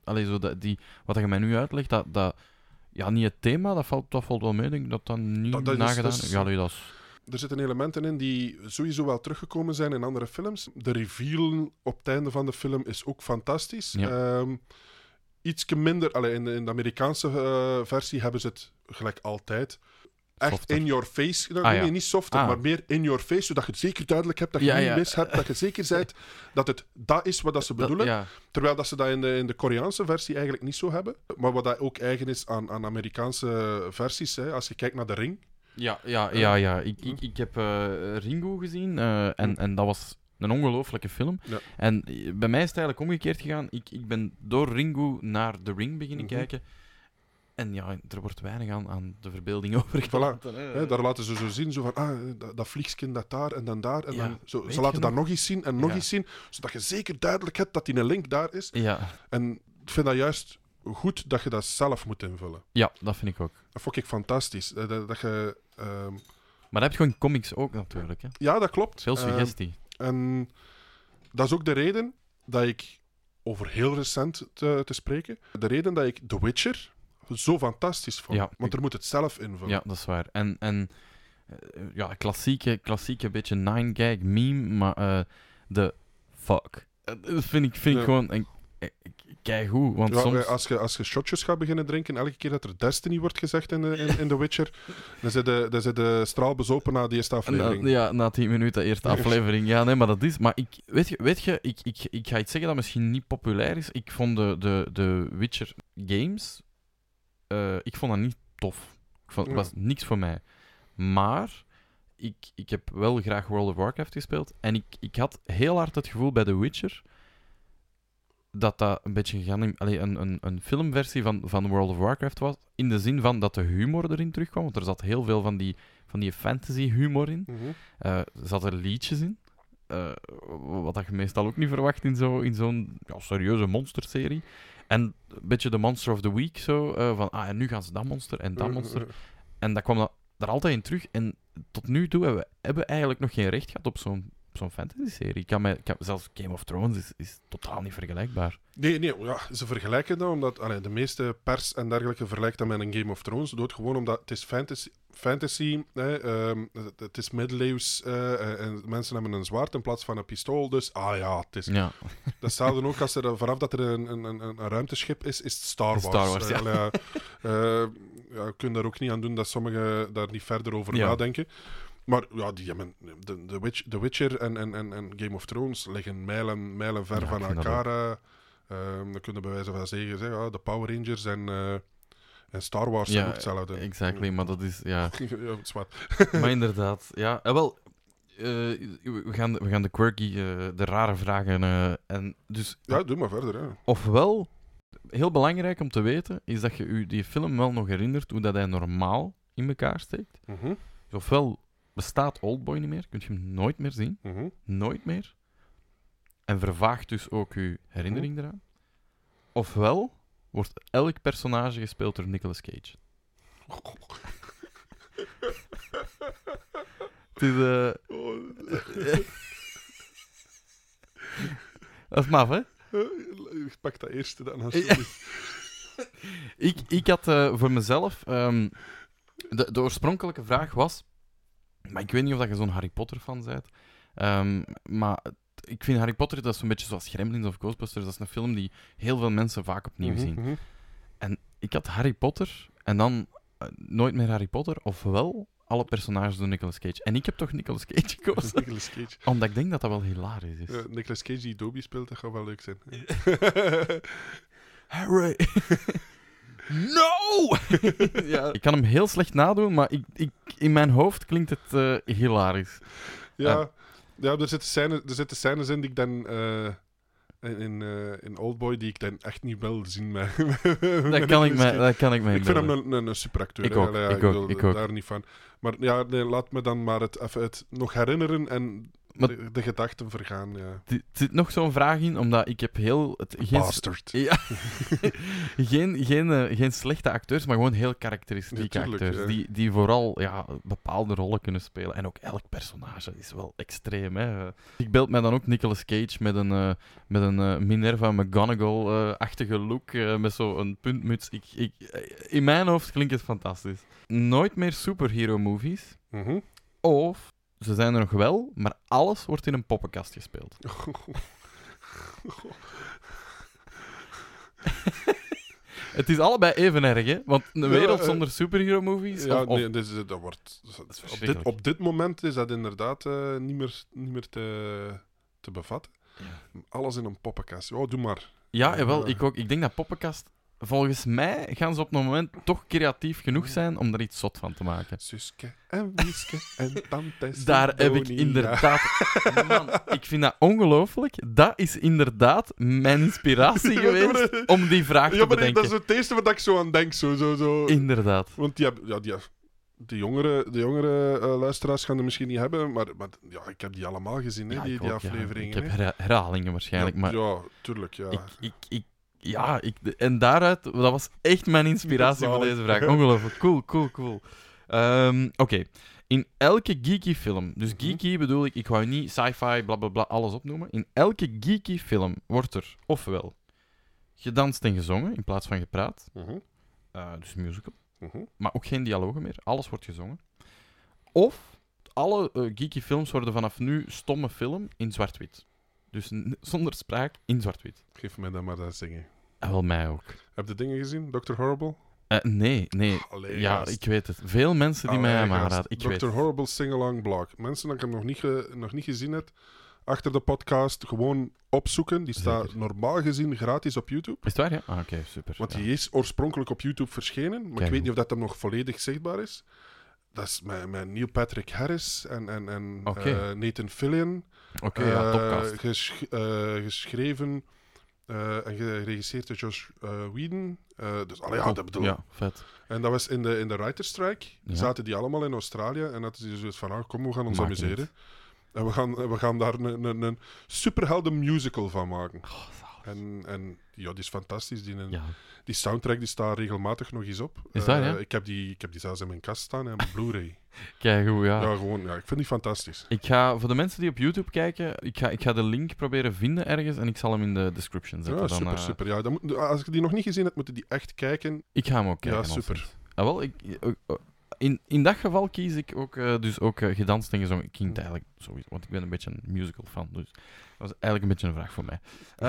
wat je mij nu uitlegt, ja, niet het thema, dat valt wel mee. Ik denk dat niet Dat is- nagedaan dat is- Ja, nee, dat is... er zitten elementen in die sowieso wel teruggekomen zijn in andere films. De reveal op het einde van de film is ook fantastisch. Ja. Ietske minder... in de Amerikaanse versie hebben ze het gelijk altijd echt Softer. in your face gedaan. Ah, Nee, ja. niet softer, Ah. maar meer in your face, zodat je het zeker duidelijk hebt, dat je Ja, niet ja. mis hebt, dat je zeker bent dat het dat is wat dat ze bedoelen. Ja, Terwijl dat ze dat in de Koreaanse versie eigenlijk niet zo hebben. Maar wat dat ook eigen is aan Amerikaanse versies. Hè. Als je kijkt naar de Ring. ja. Ik heb Ringo gezien en dat was een ongelooflijke film. Ja. En bij mij is het eigenlijk omgekeerd gegaan. Ik ben door Ringo naar The Ring beginnen Mhm. kijken. En ja, er wordt weinig aan de verbeelding overgelaten. Hè, daar laten ze zo zien, zo van, dat vliegskin dat daar en dan daar. En Ja, dan, zo, weet ze laten je dat nog? nog eens zien en nog Ja. eens zien, zodat je zeker duidelijk hebt dat die een link daar is. Ja. En ik vind dat juist goed dat je dat zelf moet invullen. Ja, dat vind ik ook. Dat vond ik fantastisch. Dat je, Maar dat heb je gewoon in comics ook natuurlijk. Hè. ja, dat klopt. Veel suggestie. En dat is ook de reden dat ik, over heel recent te spreken, de reden dat ik The Witcher zo fantastisch vond. Ja, Want er moet het zelf invullen. Ja, dat is waar. En ja, klassieke beetje 9-gag meme, maar de fuck. Dat vind ik Ja. gewoon keigoed, want Ja, soms... als je shotjes gaat beginnen drinken, elke keer dat er Destiny wordt gezegd in The Witcher, dan zit de straal bezopen na de eerste aflevering. Na 10 minuten, eerste aflevering. Ja, nee, maar dat is... Maar weet je ik ga iets zeggen dat misschien niet populair is. Ik vond de Witcher games... ik vond dat niet tof. Het was niks voor mij. Maar... Ik heb wel graag World of Warcraft gespeeld. En ik had heel hard het gevoel bij The Witcher... dat een beetje een filmversie van World of Warcraft was. In de zin van dat de humor erin terugkwam. Want er zat heel veel van die fantasy-humor in. Mhm. Er zaten liedjes in. Wat dat je meestal ook niet verwacht in zo'n serieuze monsterserie. En een beetje de Monster of the Week. Zo, en nu gaan ze dat monster en dat monster. En dat kwam daar altijd in terug. En tot nu toe hebben we eigenlijk nog geen recht gehad op zo'n fantasy-serie. Zelfs Game of Thrones is totaal niet vergelijkbaar. Nee, ja, ze vergelijken dat omdat de meeste pers en dergelijke vergelijkt dat met een Game of Thrones. Gewoon omdat het is fantasy het is middeleeuws en mensen hebben een zwaard in plaats van een pistool. Dus, het is... Ja. Dat is hetzelfde ook als vanaf dat er een ruimteschip is het Star Wars. Star Wars, ja. Je kunt daar ook niet aan doen dat sommigen daar niet verder over Ja. nadenken. Maar ja, The Witcher en Game of Thrones liggen mijlen ver Ja, van ik vind dat elkaar. Dan kunnen we bij wijze van zeggen, de Power Rangers en Star Wars zijn ook hetzelfde. Exactly, maar dat is... Ja. Ja, het is wat. Maar inderdaad, ja. We gaan de quirky, de rare vragen... en dus, Ja, doe maar verder. Ja. ofwel, heel belangrijk om te weten, is dat je die film wel nog herinnert hoe dat hij normaal in elkaar steekt. Mhm, Dus ofwel bestaat Oldboy niet meer, kun je hem nooit meer zien. mhm. Nooit meer. En vervaagt dus ook uw herinnering eraan. Ofwel wordt elk personage gespeeld door Nicolas Cage. Het is... Dat is maf, hè? Ik pak dat eerste dan. Alsjeblieft. Ik had voor mezelf... de oorspronkelijke vraag was... Maar ik weet niet of dat je zo'n Harry Potter-fan bent. Maar ik vind Harry Potter, dat is een beetje zoals Gremlins of Ghostbusters. Dat is een film die heel veel mensen vaak opnieuw zien. Mhm. En ik had Harry Potter en dan nooit meer Harry Potter, ofwel alle personages door Nicolas Cage. En ik heb toch Nicolas Cage gekozen, Nicolas Cage. omdat ik denk dat dat wel hilarisch is. Ja, Nicolas Cage die Dobby speelt, dat gaat wel leuk zijn. Harry! No! Ja. Ik kan hem heel slecht nadoen, maar in mijn hoofd klinkt het hilarisch. Ja, Ja, er zitten scènes in die ik dan... in Oldboy die ik dan echt niet wil zien. Dat kan ik me Ik vind hem een superacteur. Ik ook, Allee, ik ook. Daar niet van. Maar ja, nee, laat me dan maar het nog herinneren en de gedachten vergaan. Ja. Er zit nog zo'n vraag in, omdat ik heb Bastard. Ja, geen slechte acteurs, maar gewoon heel karakteristieke acteurs. Ja. Die vooral bepaalde rollen kunnen spelen. En ook elk personage is wel extreem. Hè. Ik beeld mij dan ook Nicolas Cage met een Minerva McGonagall-achtige look. Met zo'n puntmuts. In mijn hoofd klinkt het fantastisch. Nooit meer superhero-movies. Mhm. Of... Ze zijn er nog wel, maar alles wordt in een poppenkast gespeeld. Het is allebei even erg, hè? Want een wereld zonder superhero-movies... Ja, of... nee, dat wordt... verschrikkelijk. Op dit moment is dat inderdaad niet meer te bevatten. Ja. Alles in een poppenkast. Oh, doe maar. Ja, jawel, ik ook. Ik denk dat poppenkast... Volgens mij gaan ze op het moment toch creatief genoeg zijn om er iets zot van te maken. Suske en Wieske en tante Daar heb ik inderdaad... Man, ik vind dat ongelooflijk. Dat is inderdaad mijn inspiratie geweest om die vraag te bedenken. Dat is het eerste wat ik zo aan denk. Zo. Inderdaad. Want de jongere luisteraars gaan er misschien niet hebben, maar ja, ik heb die allemaal gezien, hè, die afleveringen. Ik heb herhalingen waarschijnlijk, maar... Ja, tuurlijk, ja. En daaruit, dat was echt mijn inspiratie voor deze vraag. Ongelooflijk. Cool. Oké. In elke geeky film, dus geeky bedoel ik ga je niet sci-fi, blablabla, alles opnoemen. In elke geeky film wordt er ofwel gedanst en gezongen in plaats van gepraat, dus musical, maar ook geen dialogen meer, alles wordt gezongen. Of alle geeky films worden vanaf nu stomme film in zwart-wit. Dus zonder spraak in zwart-wit. Geef mij dan maar dat zingen. En wel mij ook. Heb je dingen gezien? Dr. Horrible? Nee. Allee, ja, gast. ik weet het. Veel mensen die mij hebben aangeraden. Ik weet Dr. het. Horrible Sing-Along Blog. Mensen dat ik hem nog niet gezien heb, achter de podcast gewoon opzoeken. Die staat Zeker. normaal gezien gratis op YouTube. Is het waar, ja? Ah, oké, super. Want ja. die is oorspronkelijk op YouTube verschenen, maar Kijk, ik weet niet of dat hem nog volledig zichtbaar is. Dat is met Neil Patrick Harris en Nathan Fillion. Oké, ja, topcast. Geschreven en geregisseerd door Josh Whedon. Dus allee, ja, Cool. dat bedoel. Ja, vet. En dat was in de writer's strike. Ja. Zaten die allemaal in Australië. En dat is dus van, kom, we gaan ons Maakt amuseren. niet. En we gaan daar een superhelden musical van maken. Oh, zalig. En ja, die is fantastisch. Ja. Die soundtrack die staat regelmatig nog eens op. Is dat, ja? Ik heb die zelfs in mijn kast staan en op Blu-ray. Kijk hoe, ja. Ik vind die fantastisch. Ik ga, voor de mensen die op YouTube kijken, ik ga de link proberen vinden ergens en ik zal hem in de description zetten. Ja, super. Ja, als ik die nog niet gezien heb, moeten die echt kijken. Ik ga hem ook kijken. Ja, super. Wel, in dat geval kies ik ook, gedanst en gezongen. Ik ging het eigenlijk sowieso, want ik ben een beetje een musical fan. Dus dat was eigenlijk een beetje een vraag voor mij.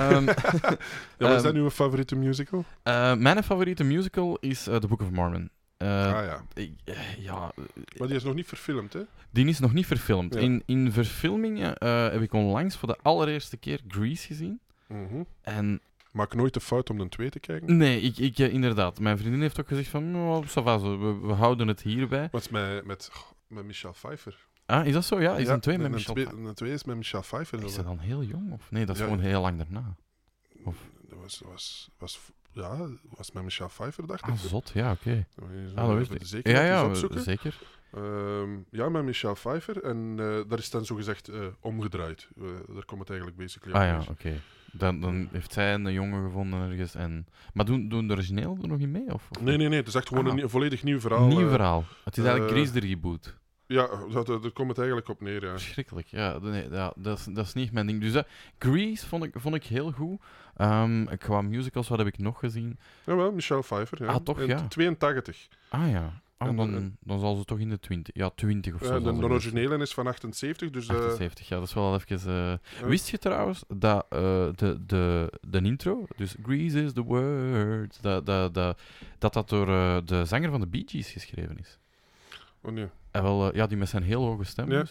Wat is dat nu een favoriete musical? Mijn favoriete musical is The Book of Mormon. Ja. Ja, Maar die is nog niet verfilmd, hè? die is nog niet verfilmd. Ja. In verfilmingen heb ik onlangs voor de allereerste keer Grease gezien. En Maak nooit de fout om een 2 te kijken. nee, ik inderdaad. Mijn vriendin heeft ook gezegd van, ça va zo, we houden het hierbij. Wat is met Michelle Pfeiffer? Ah, is dat zo? Ja, is een 2 met Michelle Pfeiffer. Een 2 is met Michelle Pfeiffer. Is dat dan heel jong? Of nee, dat is Ja. gewoon heel lang daarna. Of... Dat was met Michelle Pfeiffer, dacht ik. Ah, zot, ja, oké. Ah, dat wist ik. Ja, zeker. Ja, met Michelle Pfeiffer. En daar is dan zogezegd omgedraaid. Daar komt het eigenlijk basically op Ah ja, neer. oké. Dan heeft zij een jongen gevonden ergens. Maar doen de origineel er nog in mee? Of Nee, het is echt gewoon een volledig nieuw verhaal. Nieuw verhaal. Het is eigenlijk Grease de reboot. Ja, daar komt het eigenlijk op neer, ja. Verschrikkelijk. Ja, nee, dat is niet mijn ding. Dus Grease vond ik heel goed. Qua musicals, wat heb ik nog gezien? Jawel, Michelle Pfeiffer. Ja. Ah, toch, ja. 82. Ah ja. En Dan zal ze toch in de 20. Ja, 20 of zo. De originele is van 78, dus... 78, ja, dat is wel even... Wist je trouwens dat de intro, dus Grease is the word, dat door de zanger van de Bee Gees geschreven is? Oh nee. En wel, ja, die met zijn heel hoge stem. Ja, Dus.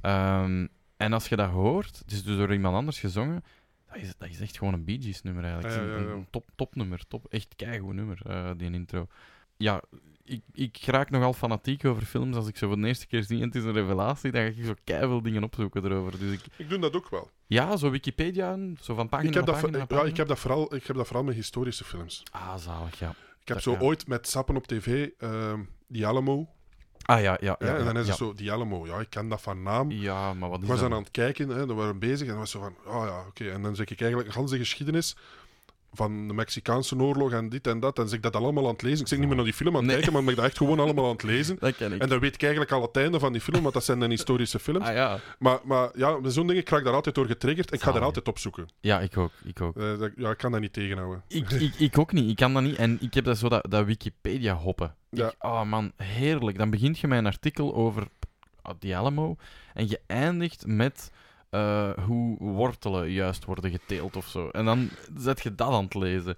En als je dat hoort, het is dus door iemand anders gezongen, dat is echt gewoon een Bee Gees nummer eigenlijk. Ja. Een topnummer, echt keigoed nummer, die intro. Ja, ik raak nogal fanatiek over films. Als ik zo voor de eerste keer zie en het is een revelatie, dan ga ik zo keiveel dingen opzoeken erover. Dus Ik doe dat ook wel. ja, zo Wikipedia, zo van pagina Ik heb, naar dat, pagina. ja, pagina. ik heb dat vooral met historische films. Ah, zalig, ja. Ik heb Dat- zo ja. ooit met Sappen op tv Die Alamo. Ah, ja. En dan is het zo, Die Alamo. Ja, ik ken dat van naam. Ja, maar wat Ik is was dat? dan aan het kijken, hè, dan waren we bezig en dan was zo van, oh ja, oké. En dan zeg ik eigenlijk de hele geschiedenis van de Mexicaanse oorlog en dit en dat. En zeg ik dat allemaal aan het lezen. Ik zeg niet meer naar die film aan het Nee. kijken, maar ik ben dat echt gewoon allemaal aan het lezen. Dat ken ik. En dan weet ik eigenlijk al het einde van die film, want dat zijn dan historische films. Ah, ja. Maar ja, met zo'n dingen ik raak daar altijd door getriggerd en ik ga Zalig. er altijd opzoeken. Ja, ik ook. Ja, ik kan dat niet tegenhouden. Ik ook niet. Ik kan dat niet. En ik heb dat zo dat Wikipedia hoppen. Ja. Oh man, heerlijk. Dan begint je met een artikel over die Alamo en je eindigt met hoe wortelen juist worden geteeld of zo. En dan zet je dat aan het lezen.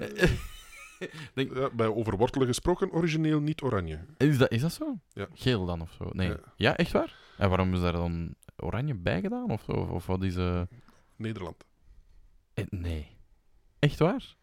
Ja, bij over wortelen gesproken, origineel niet oranje. Is dat zo? Ja. Geel dan of zo? Nee. Ja. Ja, echt waar? En waarom is daar dan oranje bij gedaan? Of wat is... Nederland. Nee. Echt waar?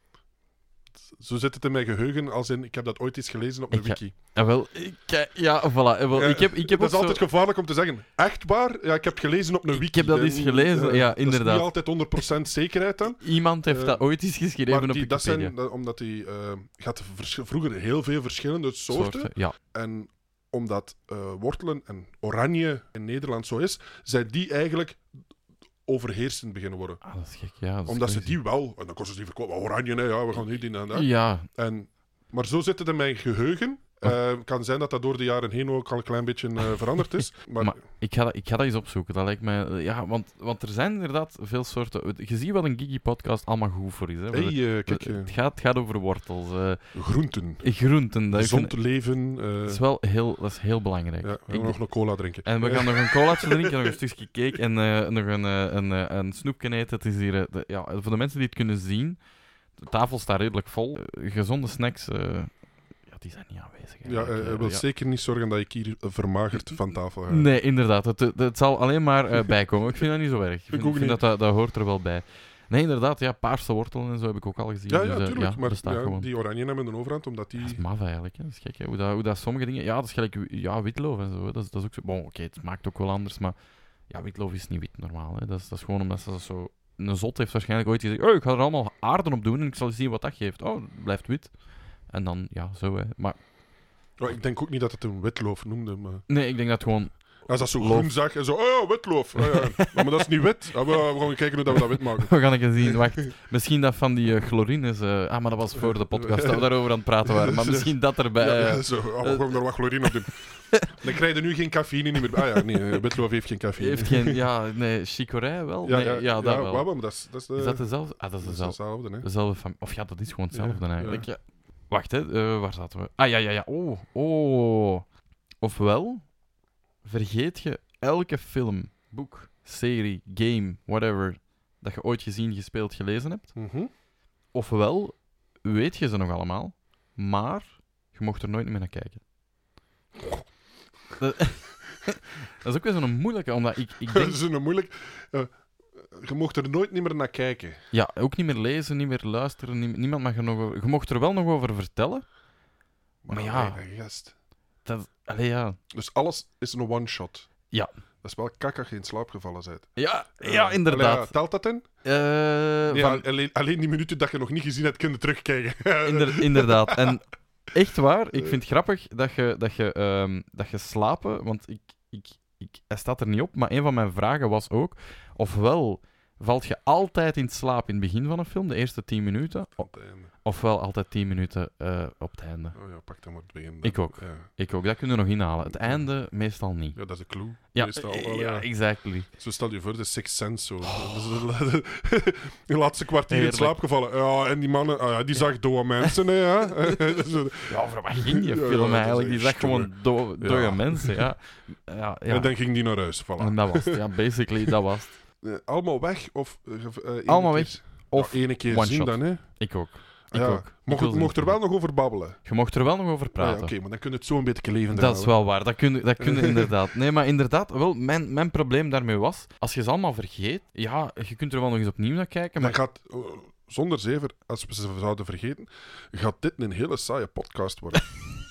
Zo zit het in mijn geheugen, als in, ik heb dat ooit eens gelezen op een Ik ga- wiki. Wel, ja, voilà. Wel, Ja, ik heb dat ook is altijd zo... gevaarlijk om te zeggen. Echt waar? Ja, ik heb het gelezen op een wiki. Ik heb dat eens gelezen, ja, Dat inderdaad. is niet altijd 100% zekerheid dan. Iemand heeft Eh, dat ooit eens geschreven Maar op die, dat Wikipedia. zijn, omdat die had vroeger heel veel verschillende soorten. Ja. En omdat wortelen en oranje in Nederland zo is, zijn die eigenlijk overheersend beginnen worden. Ah, dat is gek, ja. Dat is Omdat ze crazy. die wel, en dan kosten ze die verkopen, oranje, hè, ja, we gaan niet die en dat. Ja, Maar zo zit het in mijn geheugen. Kan zijn dat dat door de jaren heen ook al een klein beetje veranderd is. Maar, ik ga dat eens opzoeken. Dat lijkt mij... Ja, want er zijn inderdaad veel soorten... Je ziet wat een Gigi-podcast allemaal goed voor is. Hè. hey, kijk, Het gaat over wortels. groenten. Groenten. Dat, Gezond leven. dat is heel belangrijk. Ja, we gaan nog een cola drinken. En we gaan nog een colaatje drinken, nog een stukje cake en nog een snoepje eten. Het is hier, voor de mensen die het kunnen zien, de tafel staat redelijk vol. Gezonde snacks, die zijn niet aanwezig. Ja, eigenlijk. hij wil Ja. zeker niet zorgen dat ik hier vermagerd van tafel ga. Nee, inderdaad. Het zal alleen maar bijkomen. Ik vind dat niet zo erg. Ik ook vind niet. dat hoort er wel bij. Nee, inderdaad. Ja, paarse wortelen en zo heb ik ook al gezien. Ja, dus, tuurlijk. maar bestaat ja, gewoon. die oranje hebben de overhand, omdat die... Dat is maf eigenlijk. Hè. Dat is gek. Hè. Hoe dat sommige dingen... Ja, dat is gelijk witloof en zo. Hè. Dat is ook zo... Bon, oké, het smaakt ook wel anders, maar... Ja, witloof is niet wit normaal. Hè. Dat is gewoon omdat ze dat zo... Een zot heeft waarschijnlijk ooit gezegd... Oh, ik ga er allemaal aarden op doen en ik zal zien wat dat geeft. Oh, het blijft wit. En dan, ja, zo hè. Maar Oh, ik denk ook niet dat het een witloof noemde, maar... nee, ik denk dat gewoon... Als dat zo Loof. groen zag en zo... Oh, witloof. Oh, ja. Maar dat is niet wit. Ah, we gaan kijken hoe dat we dat wit maken. We gaan eens zien. Wacht. Misschien dat van die chlorines... maar dat was voor de podcast dat we daarover aan het praten waren. Maar misschien dat erbij... Ja, zo. Oh, we gaan er wat chlorine op doen. Dan krijg je nu geen cafeïne niet meer. Ah ja, nee, witloof heeft geen cafeïne. heeft geen... Ja, nee, chicorée wel? Ja, Nee, dat wel. maar dat is Is dat dezelfde? Ah, dat is dat is dezelfde. hetzelfde, hè. Dezelfde of ja, dat is gewoon hetzelfde Ja, eigenlijk. Ja. Wacht, hè. Waar zaten we? Ah, ja. Oh. Ofwel, vergeet je elke film, boek, serie, game, whatever, dat je ooit gezien, gespeeld, gelezen hebt. Mhm. Ofwel, weet je ze nog allemaal, maar je mocht er nooit meer naar kijken. Dat, dat is ook weer zo'n moeilijke, omdat ik Dat denk... is een moeilijk... je mocht er nooit meer naar kijken. Ja, ook niet meer lezen, niet meer luisteren, niemand mag er nog over... Je mocht er wel nog over vertellen, maar ja, Gast. allee, ja... Dus alles is een one-shot. Ja. Dat is wel kak als je in slaap gevallen bent. Ja, inderdaad. Allee, telt dat in? Nee, Van- alleen die minuten dat je nog niet gezien hebt, kunnen terugkijken. inderdaad. En echt waar, ik vind het grappig dat je slapen... Want hij staat er niet op, maar een van mijn vragen was ook... Ofwel valt je altijd in slaap in het begin van een film, de eerste 10 minuten... Op het einde. Ofwel altijd 10 minuten op het einde. Oh ja, pak dan maar het begin. Ik ook. Ja. Ik ook, dat kunnen we nog inhalen. Het einde meestal niet. Ja, dat is een clue. Ja, Meestal wel, ja, ja. exactly. Zo stel je voor, de Sixth Sense. Zo. De laatste kwartier in Heerlijk. slaap gevallen. Ja, en die mannen, die zag dode mensen. Hè, ja. Zo. Ja, voor wat ging die Ja, film dat is eigenlijk? Die echt zag gewoon dode Ja. mensen, ja. Ja. En dan ging die naar huis. Voilà. En dat was het, ja, basically, dat was het. Allemaal weg? Of Allemaal ene weg. keer- Of ene keer one zien shot. dan, hè? Ik ook. Ik Ja. ook. Ik wil ze Mocht er niet wel nog over babbelen. Je mocht er wel nog over Ah, praten. ja, Oké, maar dan kun je het zo een beetje levendig Dat is wel waar, dat kun je inderdaad. Nee, maar inderdaad, wel, mijn probleem daarmee was, als je ze allemaal vergeet, ja, je kunt er wel nog eens opnieuw naar kijken, Dan maar gaat, zonder zever, als we ze zouden vergeten, gaat dit een hele saaie podcast worden.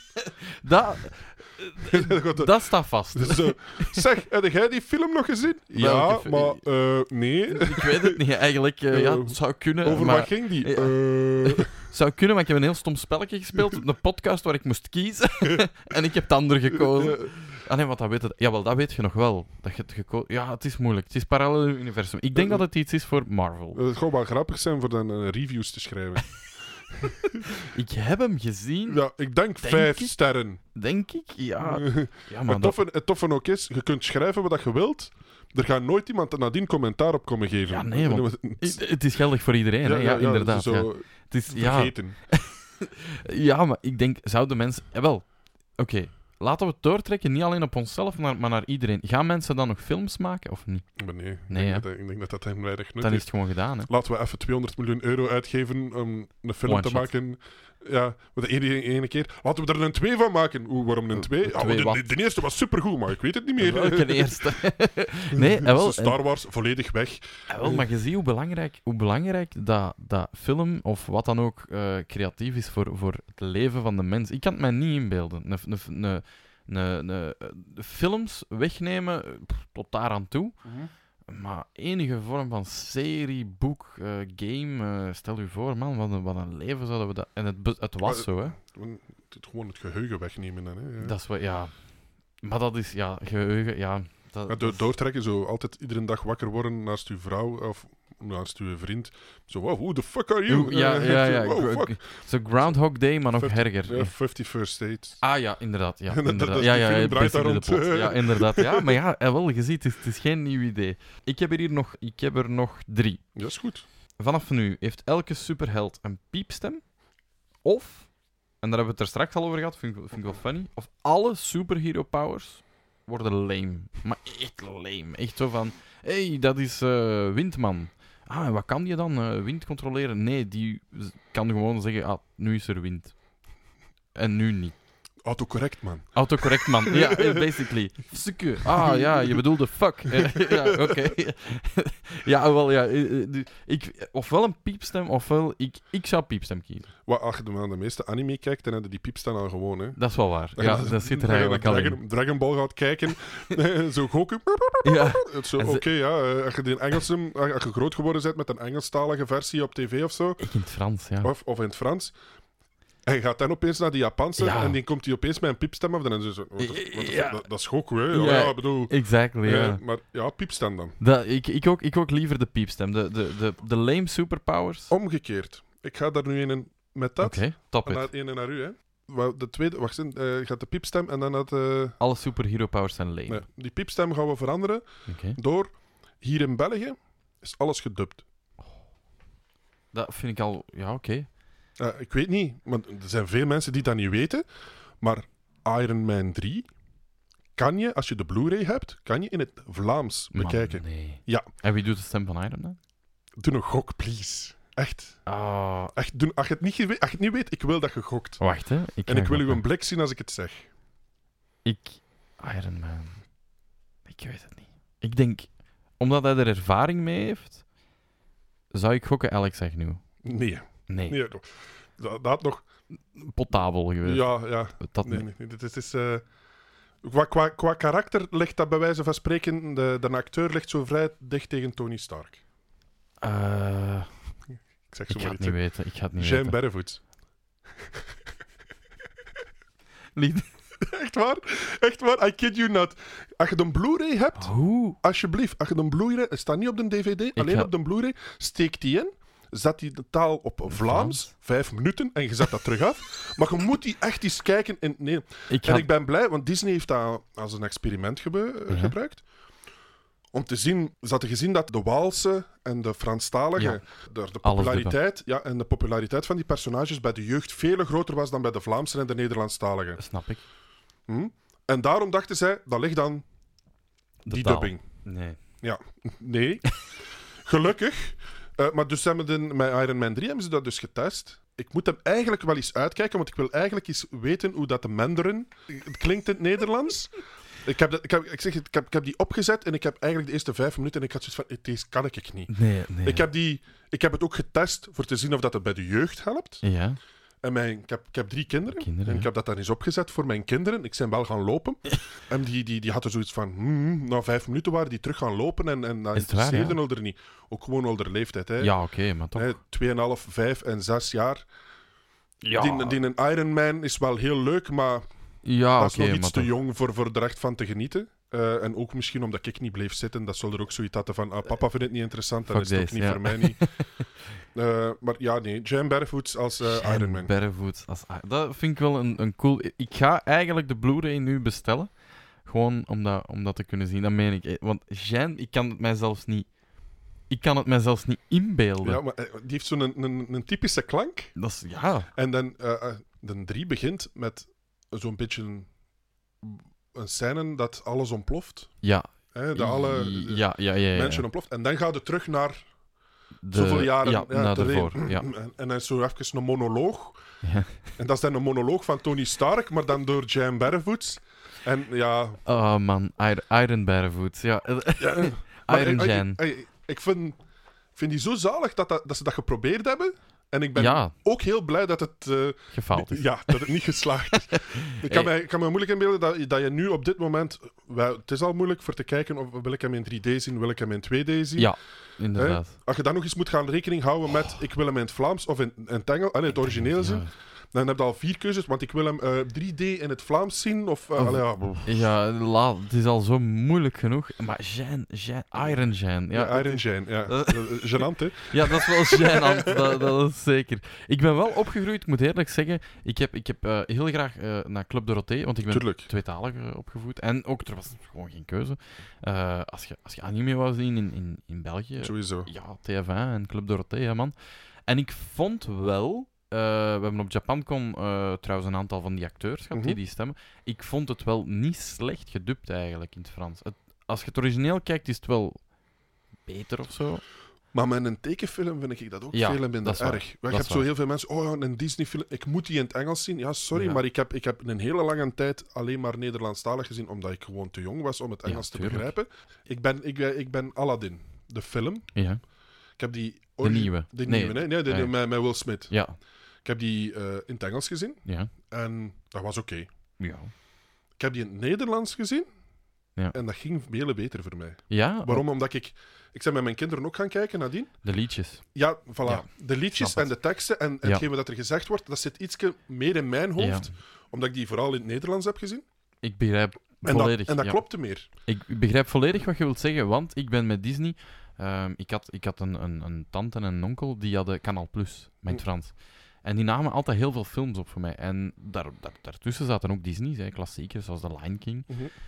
Dat staat vast. Dus zo, zeg, heb jij die film nog gezien? Ja, Welke maar nee. Ik weet het niet, eigenlijk. Het zou kunnen. Over maar, wat ging die? zou kunnen, maar ik heb een heel stom spelletje gespeeld op een podcast waar ik moest kiezen. En ik heb het andere gekozen. Ah nee, wat dat weet het. Jawel, dat weet je nog wel. Dat je het ja, het is moeilijk. Het is parallel universum. Ik denk dat het iets is voor Marvel. Het zou wel grappig zijn voor dan reviews te schrijven. Ik heb hem gezien. Ja, ik denk 5 sterren. Denk ik? Ja. Ja, maar Het toffe ook is, je kunt schrijven wat je wilt. Er gaat nooit iemand nadien commentaar op komen geven. Ja, nee, want het is geldig voor iedereen. Hè? Ja, inderdaad. Zo ja. Het is, vergeten. Ja, maar ik denk, zouden mensen... wel, oké. Laten we het doortrekken, niet alleen op onszelf, maar naar iedereen. Gaan mensen dan nog films maken, of niet? Maar nee, Nee, ik denk dat hen weinig nut Dan is heeft. het gewoon gedaan, hè. Laten we even 200 miljoen euro uitgeven om een film One te shot. maken. Ja, de ene keer. Laten we er een 2 van maken. Waarom een 2? Ja, de eerste was supergoed, maar ik weet het niet meer. Welke eerste? Nee, wel. Star Wars volledig weg. Wel, maar je ziet hoe belangrijk dat film of wat dan ook creatief is voor het leven van de mens. Ik kan het mij niet inbeelden. Films wegnemen tot daar aan toe. Maar enige vorm van serie, boek, game, stel u voor, man, wat een leven zouden we dat... En het was zo, hè. Gewoon het geheugen wegnemen dan, hè. Ja. Dat is wat, ja... Maar dat is, ja, geheugen, ja... Doortrekken, zo altijd iedere dag wakker worden naast uw vrouw of naast uw vriend. Zo, wow, who the fuck are you? Ja. Wow, fuck. Zo Groundhog Day, maar nog erger. Ja, 50 First Dates. Ah ja, inderdaad. Ja, Dat inderdaad. die Ja, film draait daar rond. Ja, inderdaad. Ja, maar ja, wel, je ziet, het is geen nieuw idee. Ik heb er nog 3. Dat is goed. Vanaf nu heeft elke superheld een piepstem. Of, en daar hebben we het er straks al over gehad, vind ik wel funny, of alle superhero powers worden lame. Maar echt lame. Echt zo van, hey, dat is Windman. Ah, en wat kan die dan? Wind controleren? Nee, die kan gewoon zeggen, ah, nu is er wind. En nu niet. Autocorrect, man. Autocorrect, man. Ja, basically. Fuck. Ah, ja, je bedoelde fuck. Ja, oké. Ja, wel, ja. Ofwel een piepstem, ofwel... Ik zou piepstem kiezen. Als je naar de meeste anime kijkt, dan hebben die piepstem al gewoon, hè. Dat is wel waar. Ja, dat zit er eigenlijk al in. Dragon Ball gaat kijken, zo Goku. Ja. Oké, ja. Als je groot geworden bent met een Engelstalige versie op tv of zo. Ik in het Frans, ja. Of in het Frans. En je gaat dan opeens naar die Japanse en die komt die opeens met een piepstem af. Dan is zo, dat is Goku, hè? Ja, bedoel... Exactly, ja. Maar ja, piepstem dan. Ik ook liever de piepstem. De lame superpowers. Omgekeerd. Ik ga daar nu een met dat. Oké, top en it. een naar u, hè. De tweede... Wacht eens. Je gaat de piepstem en dan dat... Alle superhero powers zijn lame. Nee, die piepstem gaan we veranderen door... Hier in België is alles gedubt. Dat vind ik al... Ja, oké. Ik weet niet, want er zijn veel mensen die dat niet weten, maar Iron Man 3 kan je, als je de Blu-ray hebt, kan je in het Vlaams bekijken. Nee. Ja. En wie doet de stem van Iron Man? Doe een gok, please. Echt. Echt doen. Als je het niet weet, ik wil dat je gokt. Wacht, hè. Ik wil u een blik zien als ik het zeg. Iron Man... Ik weet het niet. Ik denk, omdat hij er ervaring mee heeft, zou ik gokken Alex Agnew. Nee. Dat had nog... Potabel geweest. Ja. Dat nee. Dit is... Qua karakter ligt dat bij wijze van spreken... De acteur ligt zo vrij dicht tegen Tony Stark. Ik zeg zo ik maar ga het iets. niet weten. Ik ga het niet Shane weten. Barrefoot. Echt waar? I kid you not. Als je een Blu-ray hebt... Alsjeblieft, als je een Blu-ray... Het staat niet op de DVD, alleen op de Blu-ray. Steek die in. Zet die de taal op Vlaams, 5 minuten, en je zet dat terug af. Maar je moet die echt eens kijken. Ik ben blij, want Disney heeft dat als een experiment gebruikt. Om te zien, ze hadden gezien dat de Waalse en de Franstalige, de populariteit van die personages bij de jeugd veel groter was dan bij de Vlaamse en de Nederlandstalige. Snap ik. En daarom dachten zij, dat ligt dan die dubbing. Nee. Ja, nee. Gelukkig. Maar dus met Iron Man 3 hebben ze dat dus getest. Ik moet hem eigenlijk wel eens uitkijken, want ik wil eigenlijk eens weten hoe dat de Mandarin klinkt in het Nederlands. Ik heb die opgezet en ik heb eigenlijk de eerste 5 minuten en ik had zoiets van, deze kan ik niet. Nee. Ik heb het ook getest voor te zien of dat het bij de jeugd helpt. Ja. En ik heb 3 kinderen. En ik ja. heb dat dan eens opgezet voor mijn kinderen. Ik ben wel gaan lopen. En die hadden zoiets van... na 5 minuten waren die terug gaan lopen. En dat Is het waar, interesseerde al er niet. Ook gewoon al de leeftijd. Hè. Ja, oké, maar toch. 2,5, 5 en 6 jaar. Ja, Die een Ironman is wel heel leuk, maar ja dat is nog oké, iets maar te toch. jong voor er echt van te genieten. En ook misschien omdat ik niet bleef zitten, dat zal er ook zoiets hadden van papa vindt het niet interessant, dan Fuck is het ook this, niet ja. voor mij niet. Maar ja, nee, Jan Barefoots als Ironman. Barefoots als dat vind ik wel een cool... Ik ga eigenlijk de Blu-ray nu bestellen. Gewoon om dat te kunnen zien. Dat meen ik. Want Jean, ik kan het mij zelfs niet... Ik kan het mij zelfs niet inbeelden. Ja, maar die heeft zo'n een typische klank. Dat is... Ja. En dan de 3 begint met zo'n beetje een scène dat alles ontploft. Ja. Hè, dat alle Ja. mensen ontploft. En dan gaat het terug naar De- zoveel jaren Ja, naar te daarvoor. leven. Ja. En dan is zo even een monoloog. Ja. En dat is dan een monoloog van Tony Stark, maar dan door Jan Barefoots. En ja... Oh man, Iron Barefoots. Ja. ja maar Iron Jan. Ik vind die zo zalig dat ze dat geprobeerd hebben. En ik ben Ja, ook heel blij dat het... gefaald is. Ja, dat het niet geslaagd is. Ik kan me moeilijk inbeelden dat je nu op dit moment... het is al moeilijk voor te kijken of wil ik hem in 3D zien, wil ik hem in 2D zien. Ja, inderdaad. Als je dan nog eens moet gaan rekening houden met ik wil hem in het Vlaams of in het Engels, het origineel zien, dan heb je al 4 keuzes, want ik wil hem 3D in het Vlaams zien of... Ja, het is al zo moeilijk genoeg. Maar Iron Jan. Ja, Iron Jan, ja. Genant, hè? ja, dat is wel gênant. dat is zeker. Ik ben wel opgegroeid, ik moet eerlijk zeggen. Ik heb heel graag naar Club Dorothée, want ik ben Tuurlijk. tweetalig opgevoed. En ook, er was gewoon geen keuze. Als je anime wou zien in België, Sowieso. ja, TF1 en Club Dorothée, hè, man. En ik vond wel... we hebben op JapanCon trouwens een aantal van die acteurs gehad, die stemmen. Ik vond het wel niet slecht gedubt eigenlijk in het Frans. Als je het origineel kijkt, is het wel beter of zo. Maar met een tekenfilm vind ik dat ook Ja, veel minder dat is waar. erg. Je Dat hebt is zo waar. heel veel mensen... Oh ja, een Disney-film. Ik moet die in het Engels zien. Ja, sorry, Ja. maar ik heb een hele lange tijd alleen maar Nederlandstalig gezien, omdat ik gewoon te jong was om het Ja, Engels te tuurlijk. begrijpen. Ik ben Aladdin, de film. Ja. Ik heb die... De nieuwe. De Nee. nieuwe, hè? Nee, de met Will Smith. Ja. Ik heb die in het Engels gezien Ja. en dat was oké. Ja. Ik heb die in het Nederlands gezien Ja. en dat ging veel beter voor mij. Ja? Waarom? Omdat ik ben met mijn kinderen ook gaan kijken nadien. De liedjes. Ja, voilà. Ja, De liedjes snap en het. de teksten en Ja. hetgeen wat er gezegd wordt, dat zit ietsje meer in mijn hoofd, Ja. omdat ik die vooral in het Nederlands heb gezien. Ik begrijp En volledig. dat ja. klopte meer. Ik begrijp volledig wat je wilt zeggen, want ik ben met Disney... ik had een tante en een onkel, die hadden Canal Plus, met het Frans. En die namen altijd heel veel films op voor mij. En daartussen zaten ook Disney's, hè, klassiekers, zoals The Lion King.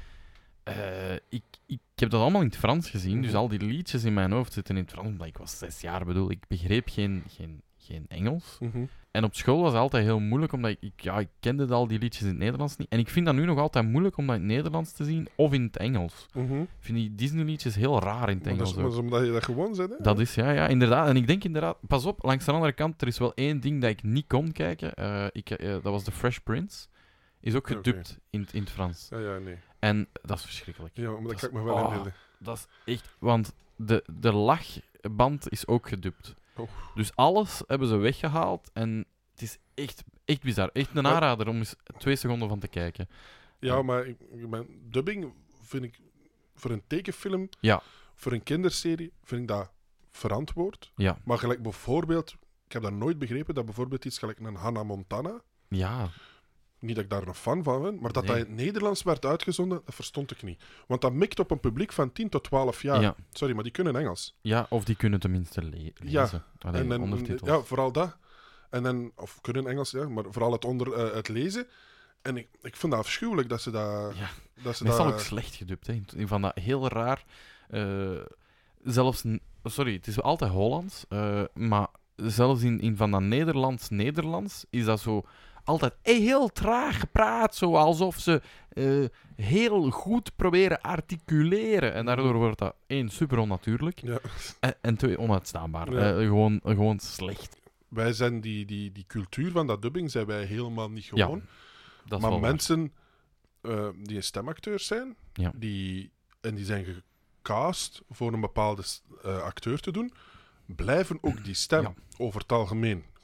Ik heb dat allemaal in het Frans gezien, dus al die liedjes in mijn hoofd zitten in het Frans, omdat ik was 6 jaar, bedoel, ik begreep geen Engels. En op school was het altijd heel moeilijk, omdat ik kende al die liedjes in het Nederlands niet. En ik vind dat nu nog altijd moeilijk om dat in het Nederlands te zien, of in het Engels. Ik vind die Disney-liedjes heel raar in het Maar dat Engels is, ook. maar omdat je dat gewoon zet, hè? Dat is, ja, inderdaad. En ik denk inderdaad, pas op, langs de andere kant, er is wel één ding dat ik niet kon kijken. Dat was The Fresh Prince. Is ook gedubt in het Frans. Ja, nee. En dat is verschrikkelijk. Ja, maar dat is- kan ik me wel oh. inbeelden. Dat is echt... Want de lachband is ook gedubt. Oh. Dus alles hebben ze weggehaald en het is echt bizar. Echt een Maar- aanrader om eens 2 seconden van te kijken. Ja, maar dubbing vind ik voor een tekenfilm, Ja. voor een kinderserie, vind ik dat verantwoord. Ja. Maar gelijk bijvoorbeeld, ik heb dat nooit begrepen, dat bijvoorbeeld iets gelijk een Hannah Montana, Ja. niet dat ik daar een fan van ben, maar dat Nee. dat in het Nederlands werd uitgezonden, dat verstond ik niet. Want dat mikt op een publiek van 10 tot 12 jaar. Ja. Sorry, maar die kunnen Engels. Ja, of die kunnen tenminste lezen. Allee, En ondertitels. ja, vooral dat. En dan, of kunnen Engels, ja, maar vooral het lezen. En ik vind dat afschuwelijk dat ze dat... Ja. Dat ze Meestal dat... ook slecht gedubt. Hè. Van dat heel raar... zelfs... Sorry, het is altijd Hollands. Maar zelfs in van dat Nederlands is dat zo... Altijd heel traag gepraat, zo alsof ze heel goed proberen articuleren. En daardoor wordt dat 1, super onnatuurlijk. Ja. En 2, onuitstaanbaar. Ja. Gewoon slecht. Wij zijn die cultuur van dat dubbing zijn wij helemaal niet Ja, gewoon. dat is Maar wel waar. mensen die een stemacteurs zijn, Ja. die zijn gecast voor een bepaalde acteur te doen, blijven ook die stem Ja. over het algemeen.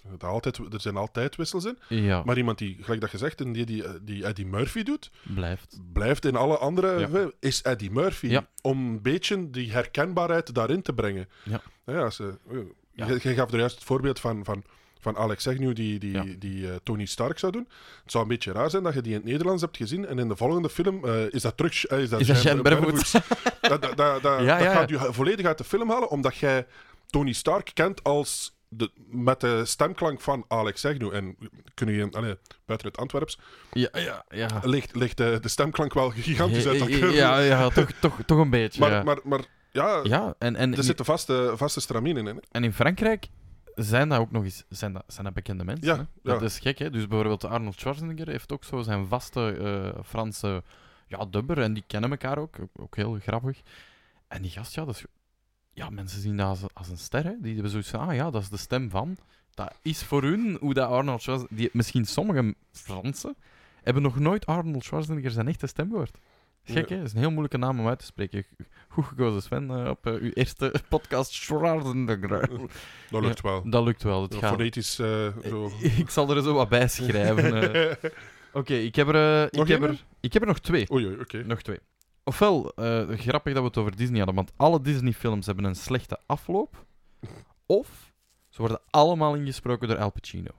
Er zijn altijd wissels in. Ja, Maar iemand die, gelijk dat gezegd, die Eddie Murphy doet, blijft. in alle andere Ja. films, is Eddie Murphy. Ja. Om een beetje die herkenbaarheid daarin te brengen. Ja. Ja, je gaf er juist het voorbeeld van Alex Agnew Ja. die Tony Stark zou doen. Het zou een beetje raar zijn dat je die in het Nederlands hebt gezien en in de volgende film is dat terug... Is dat Shane Barefoots? Dat Ja. gaat je volledig uit de film halen, omdat jij Tony Stark kent als... met de stemklank van Alex Agnew. En buiten het Antwerps Ja. ligt de stemklank wel gigantisch uit elkaar. Ja, toch een beetje. Maar ja, ja, en er zitten vaste straminen in. Hè. En in Frankrijk zijn dat ook nog eens zijn dat bekende mensen. Ja, hè? ja. Dat is gek, hè? Dus bijvoorbeeld Arnold Schwarzenegger heeft ook zo zijn vaste Franse dubber. En die kennen elkaar ook heel grappig. En die gast, mensen zien dat als een ster. Hè? Die hebben zoiets van, dat is de stem van. Dat is voor hun hoe dat Arnold Schwarzenegger... Misschien sommige Fransen hebben nog nooit Arnold Schwarzenegger zijn echte stem gehoord. Gek, hè? Dat is een heel moeilijke naam om uit te spreken. Goed gekozen, Sven, op uw eerste podcast. Schwarzenegger. Dat lukt wel. Dat lukt wel. Het gaat. Fonetisch zo... Ik zal er zo wat bij schrijven. Oké, ik heb er nog 2. Oei, oké. Nog 2. Ofwel, grappig dat we het over Disney hadden, want alle Disney-films hebben een slechte afloop. Of ze worden allemaal ingesproken door Al Pacino.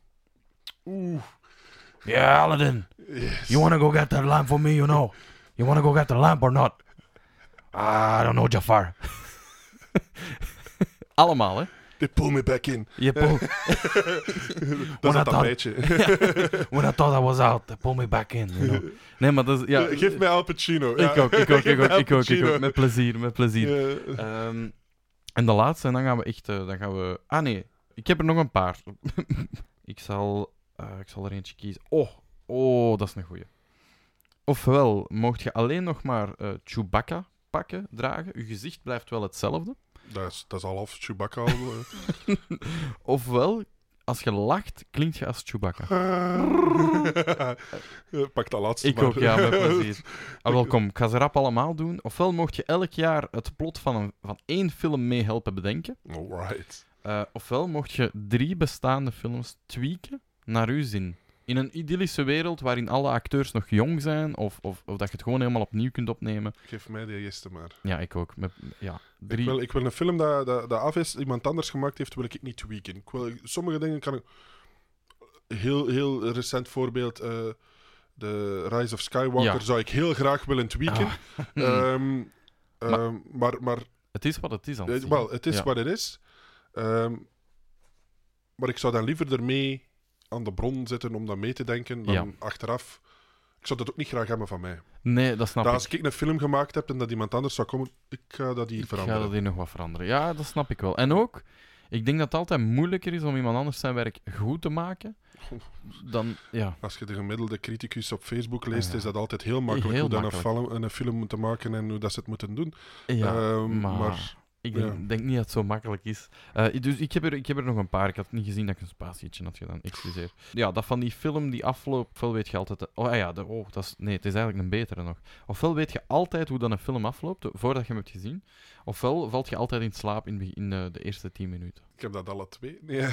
Oeh. Yeah, Aladdin. Yes. You wanna go get that lamp for me, you know? You wanna go get the lamp or not? I don't know, Jafar. Allemaal, hè? They pull me back in. Je pull... Dat is dat beetje. When I thought I was out, they pull me back in, you know? Nee, maar dat is... Ja, Geef mij Al Pacino. Ik ook. Pacino. Met plezier. Ja. En de laatste, en dan gaan we echt... Ah, nee. Ik heb er nog een paar. ik zal er eentje kiezen. Oh, dat is een goeie. Ofwel, mocht je alleen nog maar Chewbacca pakken, dragen. Je gezicht blijft wel hetzelfde. Dat is al half Chewbacca al. Ofwel, als je lacht, klinkt je als Chewbacca. Pak dat laatste Ik maar. ook, ja, met plezier. Welkom, ik ga ze rap allemaal doen. Ofwel mocht je elk jaar het plot van één film mee helpen bedenken. Alright. Ofwel mocht je 3 bestaande films tweaken naar uw zin. In een idyllische wereld waarin alle acteurs nog jong zijn, of dat je het gewoon helemaal opnieuw kunt opnemen. Geef mij de eerste maar. Ja, ik ook. 3... Ik wil een film dat af is, iemand anders gemaakt heeft, wil ik niet tweaken. Sommige dingen kan ik... Heel recent voorbeeld, de Rise of Skywalker zou ik heel graag willen tweaken. Maar het is wat het is. Het is wat het is. Maar ik zou dan liever ermee aan de bron zitten om dat mee te denken dan achteraf. Ik zou dat ook niet graag hebben van mij. Nee, dat snap ik. Als ik een film gemaakt heb en dat iemand anders zou komen, ik ga dat hier veranderen. Ik ga dat hier nog wat veranderen. Ja, dat snap ik wel. En ook, ik denk dat het altijd moeilijker is om iemand anders zijn werk goed te maken. Dan, ja. Als je de gemiddelde criticus op Facebook leest, is dat altijd heel makkelijk heel hoe makkelijk. een film moeten maken en hoe dat ze het moeten doen. Ja, maar ik denk niet dat het zo makkelijk is. Dus ik heb er nog een paar. Ik had niet gezien dat ik een spatietje had gedaan. Excuseer. Ja, dat van die film die afloopt, ofwel weet je altijd... het is eigenlijk een betere nog. Ofwel weet je altijd hoe dan een film afloopt, voordat je hem hebt gezien. Ofwel valt je altijd in slaap in de eerste 10 minuten. Ik heb dat alle twee. Nee.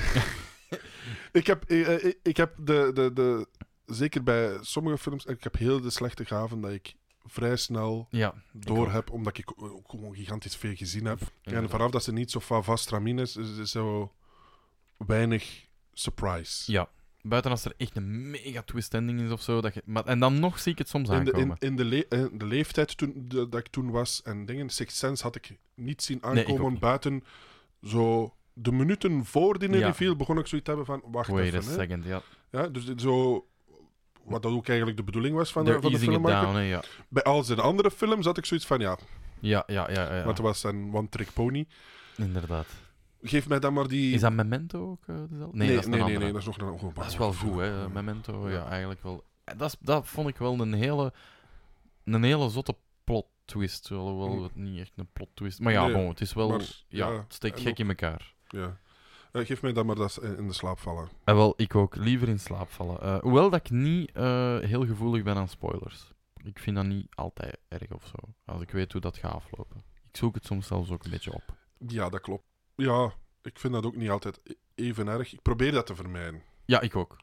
ik heb de zeker bij sommige films, ik heb heel de slechte gaven dat ik vrij snel door heb, omdat ik ook gewoon gigantisch veel gezien heb. En vanaf dat ze niet zo vast ramien is zo weinig surprise. Ja, buiten als er echt een mega twist ending is of zo. En dan nog zie ik het soms aankomen. In de leeftijd dat ik toen was en dingen, Sixth Sense had ik niet zien aankomen. Nee, buiten zo de minuten voor die reveal begon ik zoiets te hebben van, wacht wait even. A second, ja, dus zo... Wat dat ook eigenlijk de bedoeling was van de filmmaker. Down, Bij al zijn andere films had ik zoiets van, ja. Ja. Want het was een one-trick pony. Inderdaad. Geef mij dan maar die... Is dat Memento ook dezelfde? Nee, dat is nee, dat is nog een... Dat is wel goed, hè. Memento, ja, eigenlijk wel. Dat vond ik wel een hele zotte plot twist. Alhoewel het niet echt een plot twist. Maar ja, het is wel... het steekt gek in elkaar. Ja. Geef mij dan maar dat in de slaap vallen. Wel, ik ook. Liever in slaap vallen. Hoewel dat ik niet heel gevoelig ben aan spoilers. Ik vind dat niet altijd erg of zo. Als ik weet hoe dat gaat aflopen. Ik zoek het soms zelfs ook een beetje op. Ja, dat klopt. Ja, ik vind dat ook niet altijd... even erg. Ik probeer dat te vermijden. Ja, ik ook.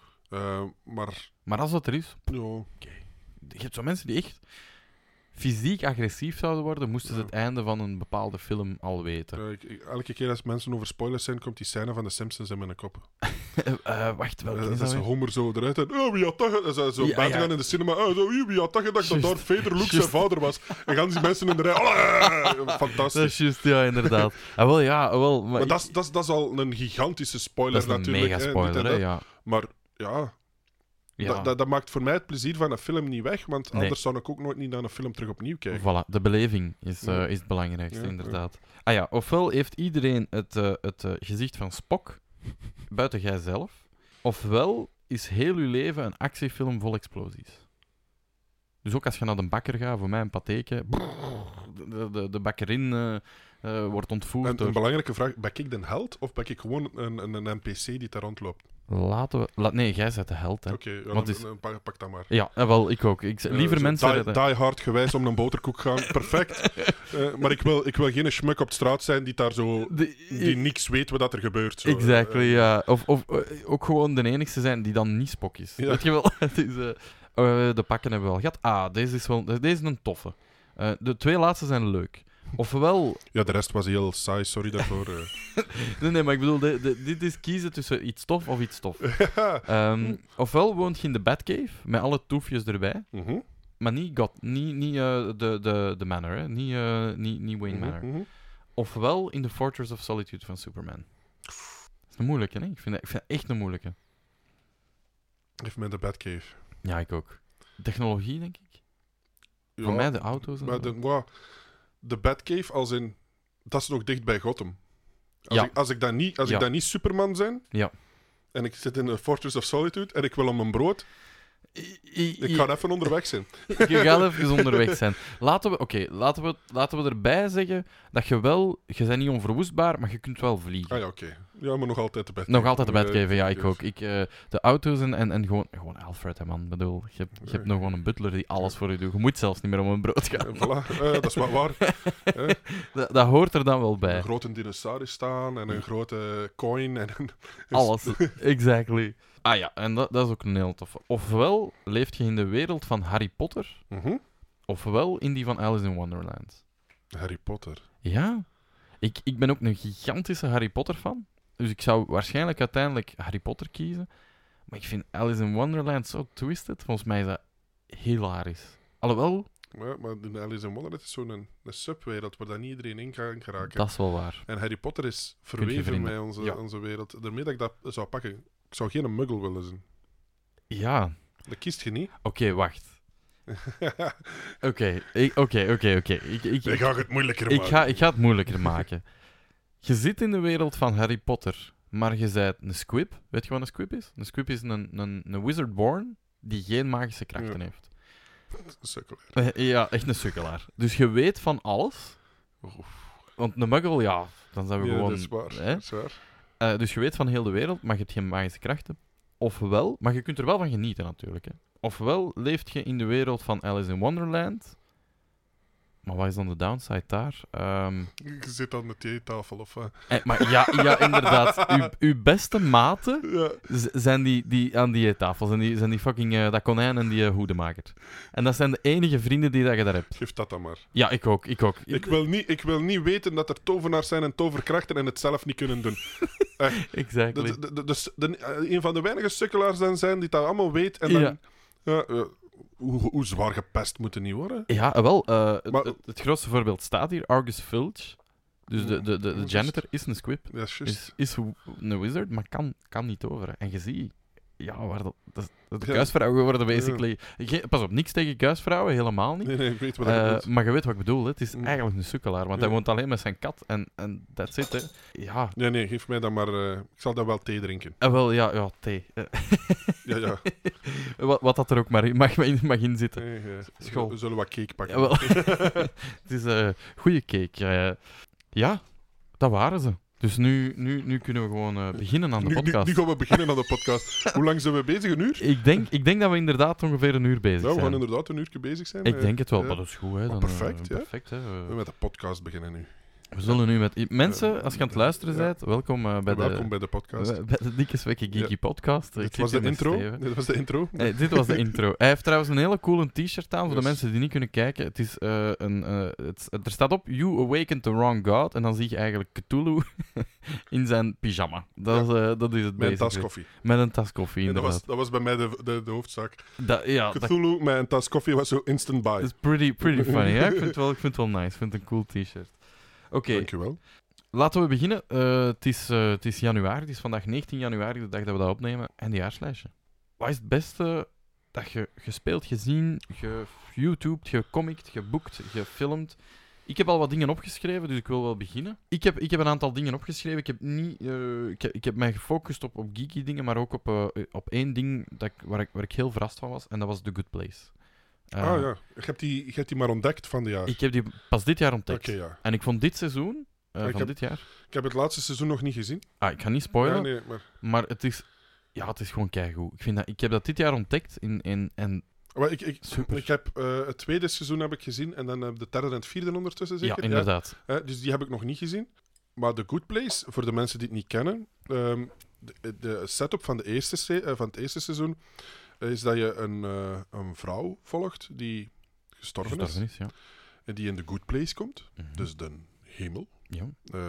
Maar Maar als dat er is... ja, Je hebt zo mensen die echt fysiek agressief zouden worden, moesten ze het einde van een bepaalde film al weten. elke keer als mensen over spoilers zijn, komt die scène van de Simpsons in mijn kop. Wacht, welke is Dat dat is weer? Homer zo eruit en wie had dat gedacht? Zo Ja, buiten ja. gaan in de cinema. Wie had dat gedacht dat Juist. Darth Vader Luke zijn Juist. vader was? En gaan die mensen in de rij... Dat Fantastisch. is juist, ja, inderdaad. Wel. Maar dat is al een gigantische spoiler dat is een natuurlijk. mega hè, spoiler, dit en hè, dat. ja. Maar ja, Ja. dat maakt voor mij het plezier van een film niet weg, want Nee. anders zou ik ook nooit niet naar een film terug opnieuw kijken. Voilà, de beleving is Ja. het belangrijkste, Ja, inderdaad. Ah ja, ofwel heeft iedereen het gezicht van Spock, buiten jijzelf, ofwel is heel uw leven een actiefilm vol explosies. Dus ook als je naar de bakker gaat, voor mij een patheke, de bakkerin wordt ontvoerd En een door... belangrijke vraag, ben ik de held of ben ik gewoon een NPC die daar rondloopt? Laten we... Nee, jij bent de held, hè. Oké, Want dan, is- dan pak dat maar. Ja, wel, ik ook. Liever Zo mensen die, redden. die hard gewijs om een boterkoek gaan, perfect. Maar ik wil geen schmuk op de straat zijn die daar zo... Die niks weet wat er gebeurt. Zo. Exactly, ja. Of ook gewoon de enigste zijn die dan niet Spock is. Ja. Weet je wel? Het is, de pakken hebben we al gehad. Deze is een toffe. De twee laatste zijn leuk. Ofwel... Ja, de rest was heel saai, sorry daarvoor. Nee, maar ik bedoel, dit is kiezen tussen iets tof of iets tof. Ofwel woont je in de Batcave, met alle toefjes erbij. Mhm, Maar niet de Manor, hè. Niet Wayne Manor. mhm. Ofwel in de Fortress of Solitude van Superman. Dat is een moeilijke, hè? Ik vind dat echt een moeilijke. Even met de Batcave. Ja, ik ook. Technologie, denk ik. Ja, Voor mij de auto's. En maar zo. de Batcave, als in... Dat is nog dicht bij Gotham. Ja. Als ik dan niet Superman zijn... Ja. En ik zit in de Fortress of Solitude en ik wil om mijn brood... Ik ga even onderweg zijn. Je gaat even onderweg zijn. Laten we erbij zeggen dat je wel... Je bent niet onverwoestbaar, maar je kunt wel vliegen. Ah ja, oké. Ja, maar nog altijd de Batcave. Nog altijd de Batcave, ja, ik dus- ook. De auto's en gewoon Alfred, hè, man. Ik bedoel, je hebt nog gewoon een butler die alles voor je doet. Je moet zelfs niet meer om een brood gaan. Voilà, dat is wat waar. Dat hoort er dan wel bij. Een grote dinosaurus staan en een grote coin en een... Alles, exactly. Ah ja, en dat is ook een heel tof. Ofwel leef je in de wereld van Harry Potter, Mhm. ofwel in die van Alice in Wonderland. Harry Potter. Ja, ik ben ook een gigantische Harry Potter fan. Dus ik zou waarschijnlijk uiteindelijk Harry Potter kiezen. Maar ik vind Alice in Wonderland zo twisted. Volgens mij is dat hilarisch. Alhoewel, Ja, maar in Alice in Wonderland is zo'n een subwereld waar dan niet iedereen in kan geraken. dat is wel waar. En Harry Potter is je verweven vrienden. met Ja. onze wereld. Daarmee dat ik dat zou pakken. Ik zou geen muggle willen zijn. Ja, Dat kiest je niet. oké, wacht. Oké. Ik ga het moeilijker Ik ga het moeilijker maken. Je zit in de wereld van Harry Potter, maar je bent een squib. Weet je wat een squib is? Een squib is een wizardborn die geen magische krachten Ja. heeft. Sukkelaar. Ja, echt een sukkelaar. Dus je weet van alles. Want een muggle, ja, dan zijn we Ja, gewoon... dat is waar. hè? Dat is waar. Dus je weet van heel de wereld, maar je hebt geen magische krachten. Ofwel, maar je kunt er wel van genieten natuurlijk. Hè. Ofwel leeft je in de wereld van Alice in Wonderland. Maar wat is dan de downside daar? Je zit aan de theetafel of... Maar ja, inderdaad. Uw beste maten Ja. zijn die aan die tafel. Zijn die fucking dat konijn en die hoedemaker. En dat zijn de enige vrienden die dat je daar hebt. Geef dat dan maar. Ja, ik ook. Ik wil niet weten dat er tovenaars zijn en toverkrachten en het zelf niet kunnen doen. Exactly. Een van de weinige sukkelaars dan zijn die dat allemaal weet. En dan, Ja. hoe zwaar gepest moeten niet worden? Ja, wel. Maar- Het grootste voorbeeld staat hier. Argus Filch. Dus de juist. janitor is een squib. Ja, juist. Is een wizard, maar kan niet toveren. En je ziet... Ja, waar de Ja. kuisvrouwen worden basically... Pas op, niks tegen kuisvrouwen, helemaal niet. Nee, ik weet wat je bedoelt. Maar je weet wat ik bedoel, hè. Het is Mm. eigenlijk een sukkelaar, want Ja. hij woont alleen met zijn kat en that's it, hè. Ja, Nee, geef mij dan maar... ik zal dan wel thee drinken. wel, ja, thee. Ja. Wat dat er ook maar mag in zitten. Nee, School. we zullen wat cake pakken. Jawel. Het is goede cake. Ja, dat waren ze. Dus nu kunnen we gewoon beginnen aan de podcast. Nu gaan we beginnen aan de podcast. Hoe lang zijn we bezig? Een uur? Ik denk dat we inderdaad ongeveer een uur bezig Ja, we gaan zijn. inderdaad een uurtje bezig zijn. Ik denk het wel, ja. maar dat is goed, hè. Maar Dan, perfect, ja. perfect, hè. We met de podcast beginnen nu. We zullen nu met... Mensen, als je aan het luisteren bent, welkom Welkom bij de podcast. bij de Dikke Zwekke Geeky podcast. Dit was de intro. Nee, dit was de intro. Hij heeft trouwens een hele coole t-shirt aan, voor de mensen die niet kunnen kijken. Het is, er staat op, You awakened the wrong god. En dan zie je eigenlijk Cthulhu in zijn pyjama. Dat is het met een basically. tas koffie. Met een tas koffie, En inderdaad. dat was bij mij de hoofdzaak. Ja, Cthulhu met een tas koffie was zo instant buy. dat is pretty funny. Ja? Ik vind het wel nice. Ik vind het een cool t-shirt. Oké, Dankjewel. laten we beginnen. Het is januari. Het is vandaag 19 januari, de dag dat we dat opnemen. En de jaarslijstje. Wat is het beste dat je gespeeld, gezien, geYouTubed, gecomict, geboekt, gefilmd? Ik heb al wat dingen opgeschreven, dus ik wil wel beginnen. Ik heb een aantal dingen opgeschreven. Ik heb mij gefocust op geeky dingen, maar ook op één ding waar ik heel verrast van was. En dat was The Good Place. Ja. Je hebt die maar ontdekt van de jaar. Ik heb die pas dit jaar ontdekt. Oké, ja. En ik vond dit seizoen, dit jaar... Ik heb het laatste seizoen nog niet gezien. Ik ga niet spoilen, Ja, nee, maar het is gewoon keigoed. Ik heb dat dit jaar ontdekt en Maar super. ik heb het tweede seizoen heb ik gezien en dan de derde en het vierde ondertussen zeker. Ja, inderdaad. Dus die heb ik nog niet gezien. Maar The Good Place, voor de mensen die het niet kennen, de setup van, van het eerste seizoen is dat je een vrouw volgt die gestorven is. Ja. En die in The Good Place komt. Mhm. Dus de hemel. Ja.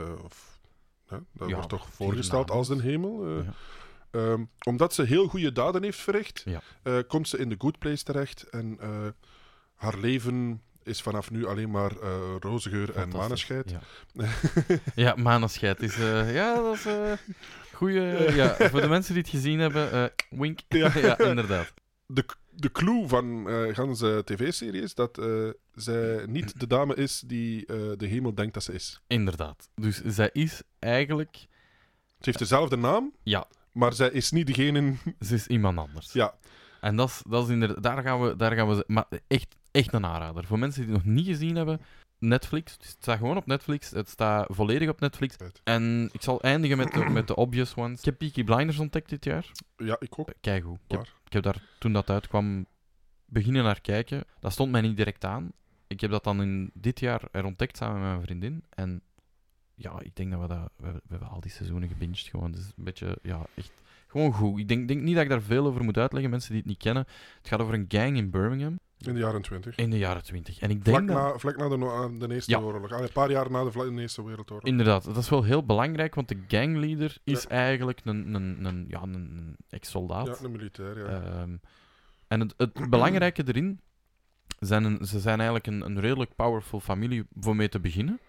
Dat Ja, wordt toch vier voorgesteld namen. als de hemel. Ja. Omdat ze heel goede daden heeft verricht, Ja. komt ze in The Good Place terecht. En haar leven is vanaf nu alleen maar roze geur en maneschheid. Ja, ja maneschheid is... dat is... goeie... Ja, voor de mensen die het gezien hebben, wink. Ja. Ja, inderdaad. De clue van Ganse tv-serie is dat zij niet de dame is die de hemel denkt dat ze is. Inderdaad. Dus zij is eigenlijk... Ze heeft dezelfde naam, Ja, maar zij is niet degene... ze is iemand anders. Ja, En dat is inderdaad... Daar gaan we... Maar echt een aanrader. Voor mensen die het nog niet gezien hebben... Netflix. Het staat gewoon op Netflix. Het staat volledig op Netflix. Right. En ik zal eindigen met de obvious ones. Ik heb Peaky Blinders ontdekt dit jaar. ja, ik ook. Keigoed. Waar? Ik heb daar, toen dat uitkwam, beginnen naar kijken. Dat stond mij niet direct aan. Ik heb dat dan in dit jaar ontdekt samen met mijn vriendin. En ja, ik denk dat we hebben al die seizoenen gebinged gewoon. Dus een beetje, ja, echt gewoon goed. Ik denk niet dat ik daar veel over moet uitleggen, mensen die het niet kennen. Het gaat over een gang in Birmingham. In de jaren 20. In de jaren 20. En ik denk Vlak na de Eerste Ja. Wereldoorlog. Een paar jaar na de Eerste Wereldoorlog. Inderdaad, dat is wel heel belangrijk, want de gangleader is eigenlijk een ex-soldaat. Ja, een militair, ja. En het belangrijke erin, ze zijn eigenlijk een redelijk powerful familie voor mee te beginnen.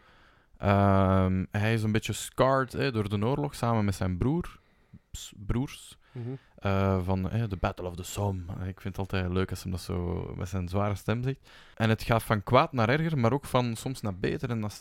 Hij is een beetje scarred door de oorlog, samen met zijn broers. Mhm. Van de Battle of the Somme. Ik vind het altijd leuk als hij dat zo met zijn zware stem zegt. En het gaat van kwaad naar erger, maar ook van soms naar beter. En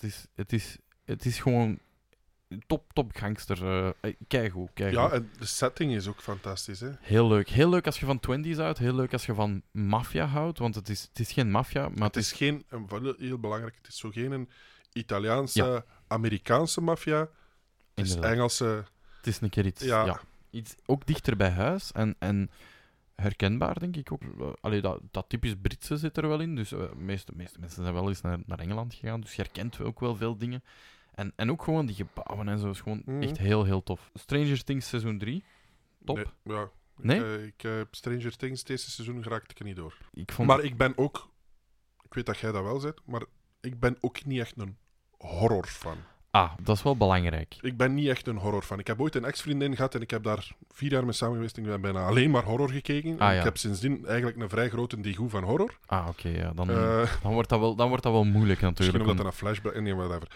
het is gewoon top gangster. Keigoed. Ja, en de setting is ook fantastisch, hè. Heel leuk. Heel leuk als je van 20's houdt. Heel leuk als je van maffia houdt. Want het is geen maffia, maar Het is geen, heel belangrijk, het is zo geen Italiaanse, Amerikaanse maffia. Het is inderdaad. Engelse... Het is een keer iets ook dichter bij huis en herkenbaar, denk ik ook. Dat typisch Britse zit er wel in. Dus de meeste mensen zijn wel eens naar Engeland gegaan. Dus je herkent ook wel veel dingen. En ook gewoon die gebouwen en zo is gewoon echt heel tof. Stranger Things seizoen 3. Top. Nee? Ja. Nee? Ik heb Stranger Things deze seizoen geraakte ik er niet door. Ik vond... Maar ik ben ook... Ik weet dat jij dat wel zegt, maar ik ben ook niet echt een horrorfan. dat is wel belangrijk. Ik ben niet echt een horrorfan. Ik heb ooit een ex-vriendin gehad en ik heb daar 4 jaar mee samen geweest en ik ben bijna alleen maar horror gekeken. Ja. Ik heb sindsdien eigenlijk een vrij grote degoe van horror. Oké, ja. Dan wordt dat wel moeilijk natuurlijk. Misschien omdat dat een flashback... Nee, whatever.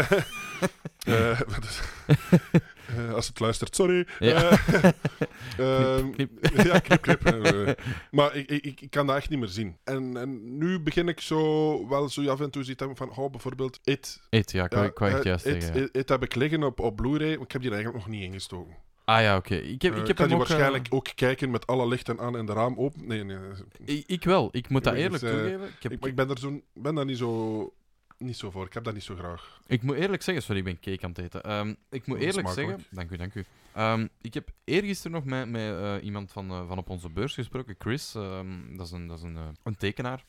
Als het luistert, sorry. Ja. Knip. Ja, knip. Maar ik kan dat echt niet meer zien. En nu begin ik zo af en toe te hebben van, bijvoorbeeld It. It, ja, ik wou echt juist zeggen. Ja. It heb ik liggen op Blu-ray, maar ik heb die er eigenlijk nog niet ingestoken. Oké. Ik heb kan hem die ook, waarschijnlijk ook kijken met alle lichten aan en de raam open. Nee. Ik wel. Ik moet dat eerlijk Dus, toegeven. Ik ben daar niet zo voor. Ik heb dat niet zo graag. Ik moet eerlijk zeggen... Sorry, ik ben cake aan het eten. Ik moet eerlijk Smakelijk. zeggen... Dank u. Ik heb eergisteren nog met iemand van op onze beurs gesproken, Chris. Dat is een tekenaar.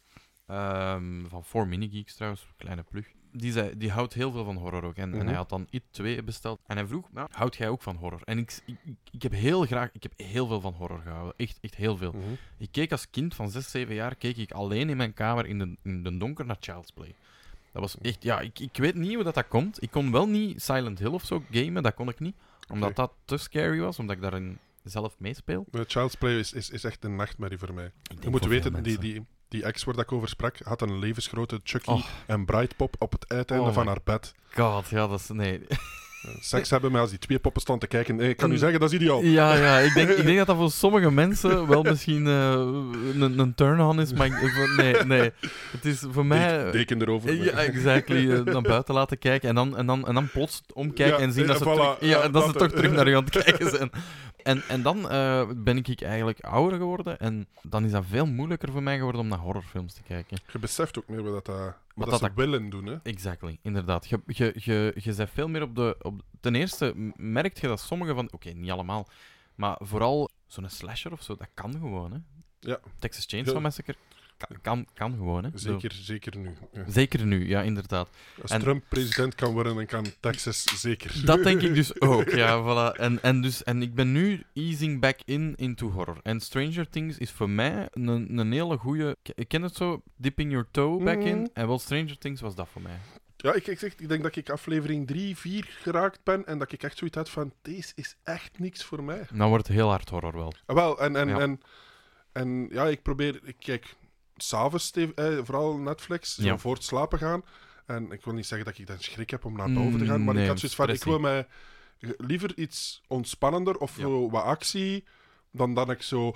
Van 4 Minigeeks trouwens, kleine plug. Die houdt heel veel van horror ook. En hij had dan It 2 besteld. En hij vroeg, houd jij ook van horror? En ik heb heel veel van horror gehouden. Echt, echt heel veel. Ik keek als kind van 6, 7 jaar, keek ik alleen in mijn kamer in de donker naar Child's Play. Dat was echt, ik weet niet hoe dat komt. Ik kon wel niet Silent Hill of zo gamen, dat kon ik niet. Omdat dat te scary was, omdat ik daarin zelf meespeel. Child's Play is echt een nachtmerrie voor mij. Je moet weten, die ex waar ik over sprak, had een levensgrote Chucky en Brightpop op het uiteinde van haar bed. God, ja, dat is... Nee. Seks hebben met als die 2 poppen staan te kijken. Ik kan u zeggen, dat is ideaal. Ja, ik denk dat voor sommige mensen wel misschien een turn-on is, maar nee. Het is voor mij... Deken erover. Ja, exactly. Naar buiten laten kijken en dan plots omkijken en zien dat ze toch terug naar je aan het kijken zijn. En dan ben ik eigenlijk ouder geworden en dan is dat veel moeilijker voor mij geworden om naar horrorfilms te kijken. Je beseft ook meer wat ze willen doen, hè? Exactly, inderdaad. Je bent veel meer ten eerste merk je dat sommige van... Oké, niet allemaal. Maar vooral zo'n slasher of zo, dat kan gewoon, hè. Ja. Texas Chainsaw Massacre kan gewoon, hè. Zeker nu. Ja. Zeker nu, ja, inderdaad. Als Trump president kan worden, dan kan Texas zeker. Dat denk ik dus ook, ja, voilà. En ik ben nu easing back into horror. En Stranger Things is voor mij een hele goede... Ik ken het zo, dipping your toe back in. En wel, Stranger Things was dat voor mij. Ja, ik denk dat ik aflevering 3, 4 geraakt ben en dat ik echt zoiets had van, deze is echt niks voor mij. Nou wordt het heel hard horror wel. Wel, en ik kijk s'avonds vooral Netflix, zo voor het slapen gaan. En ik wil niet zeggen dat ik dan schrik heb om naar boven te gaan, maar ik had zoiets van, ik wil mij liever iets ontspannender of wat actie, dan dat ik zo...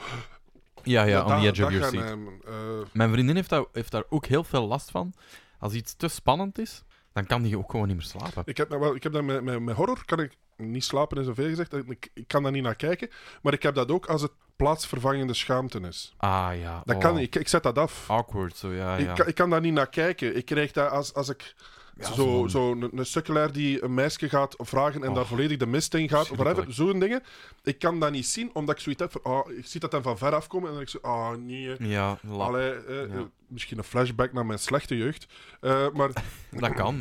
Ja, on the edge of your seat. Mijn vriendin heeft daar ook heel veel last van. Als iets te spannend is, dan kan die ook gewoon niet meer slapen. Ik heb dat met horror, kan ik niet slapen, is zoveel gezegd. Ik kan daar niet naar kijken. Maar ik heb dat ook als het plaatsvervangende schaamte is. Ah ja. Dat kan ik zet dat af. Awkward, zo ja. Ik kan daar niet naar kijken. Ik krijg dat als ik... Ja, een sukkelaar die een meisje gaat vragen en daar volledig de mist in gaat, of whatever, zo'n dingen. Ik kan dat niet zien, omdat ik zoiets heb van, ik zie dat dan van ver afkomen en dan denk ik zo, nee. Ja, misschien een flashback naar mijn slechte jeugd. Maar, dat kan,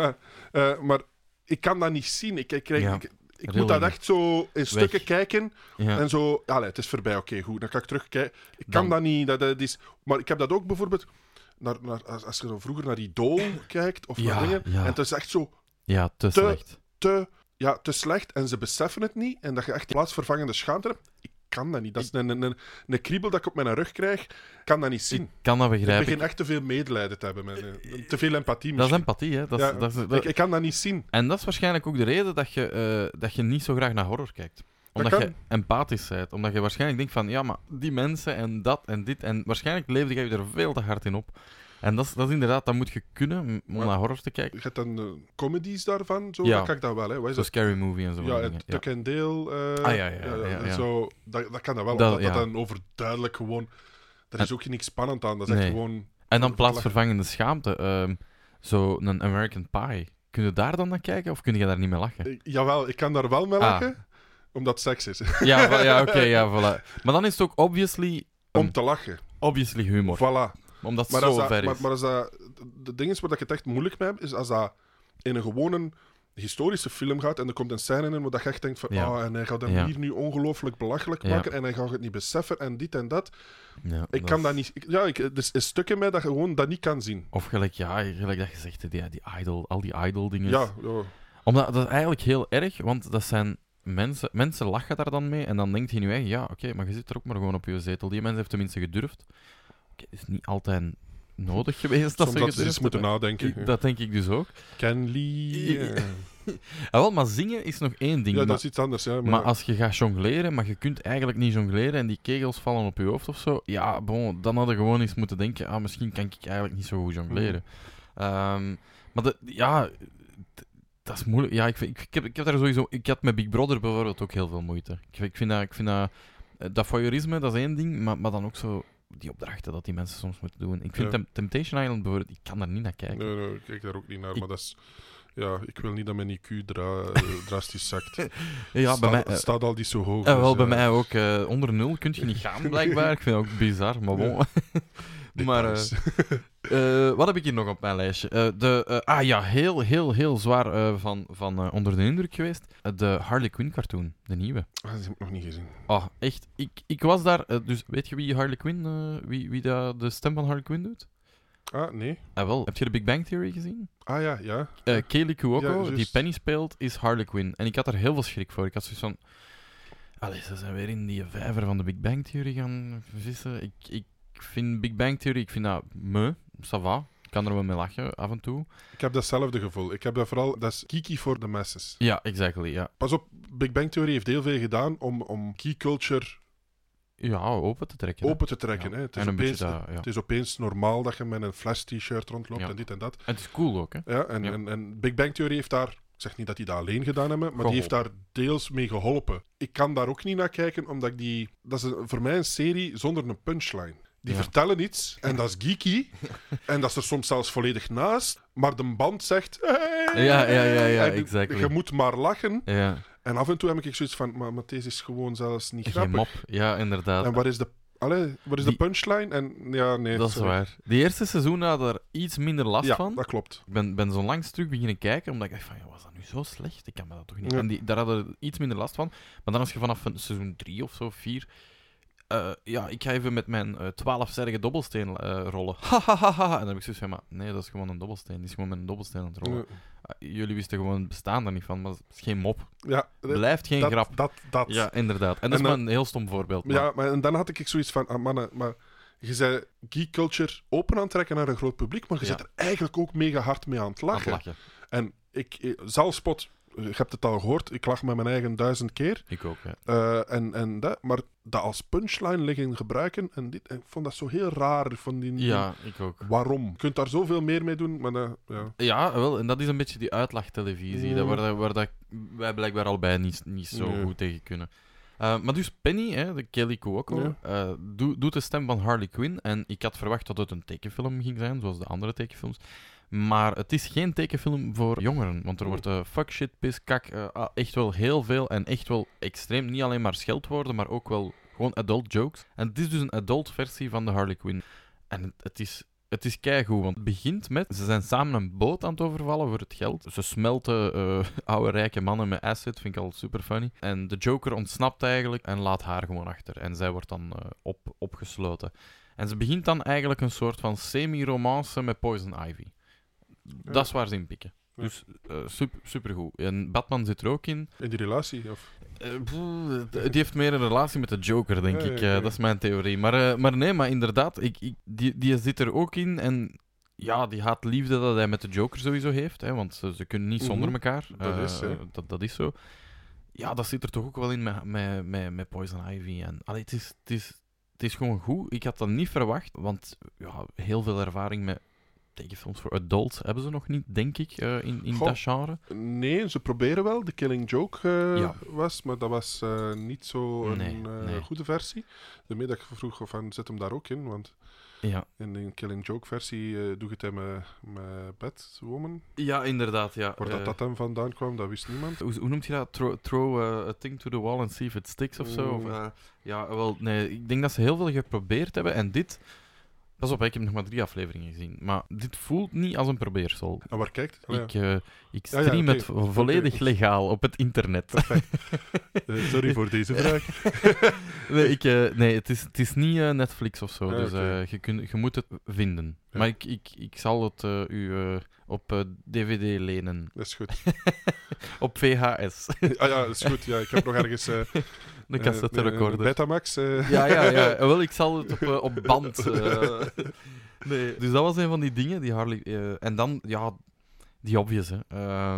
maar ik kan dat niet zien. Ik moet dat echt zo in stukken kijken en zo, het is voorbij, oké, goed, dan kan ik terugkijken. Ik kan dat niet, dat is... Maar ik heb dat ook bijvoorbeeld... als je dan vroeger naar Idol kijkt of naar dingen, en het is echt zo slecht. Te slecht en ze beseffen het niet en dat je echt plaatsvervangende schaamte hebt. Ik kan dat niet. Dat is een kriebel dat ik op mijn rug krijg. Ik kan dat niet zien. Ik kan dat begrijpen. Ik begin echt te veel medelijden te hebben. Te veel empathie misschien. Dat is empathie, hè. Ik kan dat niet zien. En dat is waarschijnlijk ook de reden dat je niet zo graag naar horror kijkt. Omdat je empathisch bent. Omdat je waarschijnlijk denkt van, ja, maar die mensen en dat en dit. En waarschijnlijk leefde je er veel te hard in op. En dat is inderdaad, dat moet je kunnen om naar horror te kijken. Je hebt dan comedies daarvan, zo, dat kan ik dat wel. Hè. Zo'n Scary Movie en zo. Ja, Tuck and Dale. Zo, dat kan dat wel. Dat dan overduidelijk gewoon... Er is ook niks spannend aan, dat is echt gewoon... En dan plaatsvervangende schaamte. Zo'n American Pie. Kun je daar dan naar kijken of kun je daar niet mee lachen? Jawel, ik kan daar wel mee lachen. Omdat het seks is. Oké, voilà. Maar dan is het ook obviously... Om te lachen. Obviously humor. Voilà. Omdat het zo ver is. Maar als dat... De ding is waar ik het echt moeilijk mee heb, is als dat in een gewone historische film gaat en er komt een scène in waar je echt denkt van en hij gaat hem hier nu ongelooflijk belachelijk maken en hij gaat het niet beseffen en dit en dat. Ja, ik kan dat niet... er is een stuk in mij dat je gewoon dat niet kan zien. Of gelijk dat je zegt, die idol, al die idol-dingen. Ja. Omdat dat is eigenlijk heel erg, want dat zijn... Mensen lachen daar dan mee en dan denkt je nu echt, oké, maar je zit er ook maar gewoon op je zetel. Die mensen heeft tenminste gedurfd. Het is niet altijd nodig geweest dat ze gedurfd eens moeten nadenken. Dat denk ik dus ook. Ken Lee... Wel, maar zingen is nog één ding. Ja, dat is iets anders. Ja, maar als je gaat jongleren, maar je kunt eigenlijk niet jongleren en die kegels vallen op je hoofd of zo, dan hadden gewoon eens moeten denken, misschien kan ik eigenlijk niet zo goed jongleren. Maar dat is moeilijk. Ja, ik heb daar sowieso... Ik had met Big Brother bijvoorbeeld ook heel veel moeite. Ik vind dat voyeurisme, dat is één ding, maar dan ook zo die opdrachten dat die mensen soms moeten doen. Ik vind Temptation Island bijvoorbeeld, ik kan daar niet naar kijken. Nee, ik kijk daar ook niet naar, maar dat is... Ja, ik wil niet dat mijn IQ drastisch zakt. Het staat al niet zo hoog. Wel, bij mij ook. Onder 0 kun je niet gaan, blijkbaar. Ik vind het ook bizar, maar bon. Details. Wat heb ik hier nog op mijn lijstje? Heel zwaar van onder de indruk geweest. De Harley Quinn cartoon, de nieuwe. Die heb ik nog niet gezien. Oh, echt. Ik was daar... dus weet je wie Harley Quinn... wie de stem van Harley Quinn doet? Ah, nee. Wel. Heb je de Big Bang Theory gezien? Ah, ja. Kaylee Cuoco, Ja, juist. die Penny speelt, is Harley Quinn. En ik had er heel veel schrik voor. Ik had zoiets van... Allee, ze zijn weer in die vijver van de Big Bang Theory gaan vissen. Ik vind Big Bang Theory, ik vind dat ça va. Ik kan er wel mee lachen, af en toe. Ik heb datzelfde gevoel. Ik heb dat vooral... Dat is geeky voor de masses. Ja, exactly, ja. Pas op, Big Bang Theory heeft heel veel gedaan om key culture Ja, open te trekken. open te trekken. Ja. Hè. Het, En is een opeens, beetje dat, ja. het is opeens normaal dat je met een Flash-t-shirt rondloopt Ja. en dit en dat. En het is cool ook, hè. Ja, Ja. en Big Bang Theory heeft daar... Ik zeg niet dat die dat alleen gedaan hebben, maar die heeft daar Geholpen. deels mee geholpen. Ik kan daar ook niet naar kijken, omdat ik die... Dat is voor mij een serie zonder een punchline. Die Ja. vertellen iets, en dat is geeky. En dat is er soms zelfs volledig naast. Maar de band zegt... Hey! Ja, En exactly. Je moet maar lachen. Ja, En af en toe heb ik zoiets van... Maar deze is gewoon zelfs niet geen grappig. mop. Ja, inderdaad. En waar is de... Waar is de Die- punchline? En ja, nee. Dat is sorry. waar. Die eerste seizoen had er iets minder last Ja, van. dat klopt. Ik ben zo langs terug beginnen kijken, omdat ik dacht van, ja, was dat nu zo slecht? Ik kan me dat toch niet... Ja. En daar hadden we iets minder last van. Maar dan als je vanaf seizoen 3 of zo, 4... ik ga even met mijn 12-sterige dobbelsteen rollen. Hahaha. En dan heb ik zoiets van, maar nee, dat is gewoon een dobbelsteen. Die is gewoon met een dobbelsteen aan het rollen. Jullie wisten gewoon het bestaan daar niet van, maar dat is geen mop. Ja, Blijft geen grap. Dat. Ja, inderdaad. En dat is En maar een heel stom voorbeeld. Maar... Ja, maar en dan had ik zoiets van... mannen, maar je zei geek culture open aan het trekken naar een groot publiek, maar je Ja. zit er eigenlijk ook mega hard mee aan het aan het lachen. lachen. En zelfspot... Je hebt het al gehoord, ik lach met mijn eigen 1000 keer. Ik ook, ja. Maar dat als punchline liggen gebruiken, en dit, ik vond dat zo heel raar. Van Ja, ik ook. Waarom? Je kunt daar zoveel meer mee doen, maar ja. Ja, wel, en dat is een beetje die uitlachtelevisie, Ja. waar dat wij blijkbaar allebei niet zo Nee. goed tegen kunnen. Maar dus Penny, hè, de Kaylee Cuoco, doet de stem van Harley Quinn. En ik had verwacht dat het een tekenfilm ging zijn, zoals de andere tekenfilms. Maar het is geen tekenfilm voor jongeren. Want er wordt fuck, shit, pis, kak, echt wel heel veel en echt wel extreem. Niet alleen maar scheldwoorden, maar ook wel gewoon adult jokes. En het is dus een adult versie van de Harley Quinn. En het is keigoed, want het begint met... Ze zijn samen een boot aan het overvallen voor het geld. Ze smelten oude rijke mannen met acid, vind ik al super funny. En de Joker ontsnapt eigenlijk en laat haar gewoon achter. En zij wordt dan opgesloten. En ze begint dan eigenlijk een soort van semi-romance met Poison Ivy. Ja. Dat is waar ze in pikken. Ja. Dus supergoed. En Batman zit er ook in. In die relatie? Of? Die heeft meer een relatie met de Joker, denk Ja, ik. ja, ja. Dat is mijn theorie. Maar nee, maar inderdaad, die zit er ook in. En ja, die haat-liefde dat hij met de Joker sowieso heeft. Hè, want ze kunnen niet zonder elkaar. Dat is, hè. Dat is zo. Ja, dat zit er toch ook wel in met Poison Ivy. En, allee, het is gewoon goed. Ik had dat niet verwacht. Want ja, heel veel ervaring met tekenfilms voor adults hebben ze nog niet, denk ik, in Goh. dat genre. Nee, ze proberen wel. The Killing Joke Ja. was, maar dat was niet zo een Nee. goede versie. Daarmee dat ik vroeg van, zet hem daar ook in, want Ja, in de Killing Joke versie doe je het hem met Batwoman. ja inderdaad. Ja. Waar dat hem vandaan kwam, dat wist niemand. Hoe noemt je dat? Throw a thing to the wall and see if it sticks of zo? Of, ja, wel, nee, ik denk dat ze heel veel geprobeerd hebben. En dit... Pas op, ik heb nog maar 3 afleveringen gezien. Maar dit voelt niet als een probeersel. En waar kijkt? Oh, ja. Ik Ja, ja, stream oké. het volledig Oké. legaal op het internet. Sorry voor deze vraag. Nee, het is niet Netflix of zo. Ah, Dus oké. je moet het vinden. Ja. Maar ik zal het u op DVD lenen. Dat is goed. Op VHS. Ah ja, dat is goed. Ja, ik heb nog ergens... De cassette recorder. Betamax. Ja. Wel, ik zal het op band. Nee. Dus dat was een van die dingen, die Harley. En dan, ja, die obvious, hè.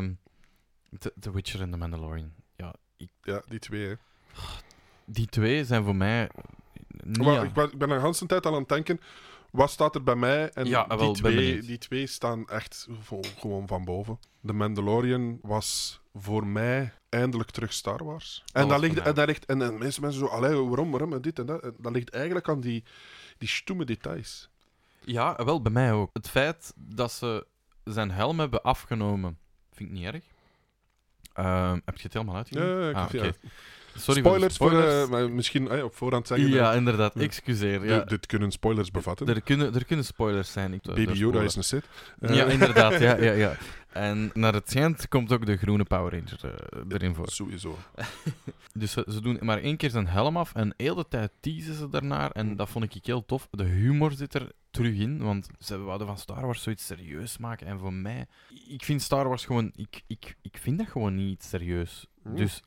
The Witcher en The Mandalorian. Ja, die twee, hè. Die twee zijn voor mij... niet Maar aan- ik ben de hele tijd al aan het denken, wat staat er bij mij? En Ja, wel, ben benieuwd. die twee staan echt gewoon van boven. The Mandalorian was voor mij eindelijk terug Star Wars. En was dat voor mij ligt, en mensen zo, allee, waarom, en dit en dat. En dat ligt eigenlijk aan die stoeme details. Ja, wel, bij mij ook. Het feit dat ze zijn helm hebben afgenomen, vind ik niet erg. Heb je het helemaal uitgezien? Ja, oké. Sorry spoilers voor de spoilers. maar misschien op voorhand zeggen. Ja, inderdaad. Ja. Excuseer. Ja. Dit kunnen spoilers bevatten. Er kunnen spoilers zijn. Baby Yoda is een Sith. Ja, inderdaad. Ja. En naar het schijnt komt ook de groene Power Ranger erin voor. Sowieso. Dus ze doen maar 1 keer zijn helm af en heel de tijd teasen ze daarnaar. En dat vond ik heel tof. De humor zit er terug in, want ze wouden van Star Wars zoiets serieus maken. En voor mij... Ik vind Star Wars gewoon... Ik vind dat gewoon niet serieus. Dus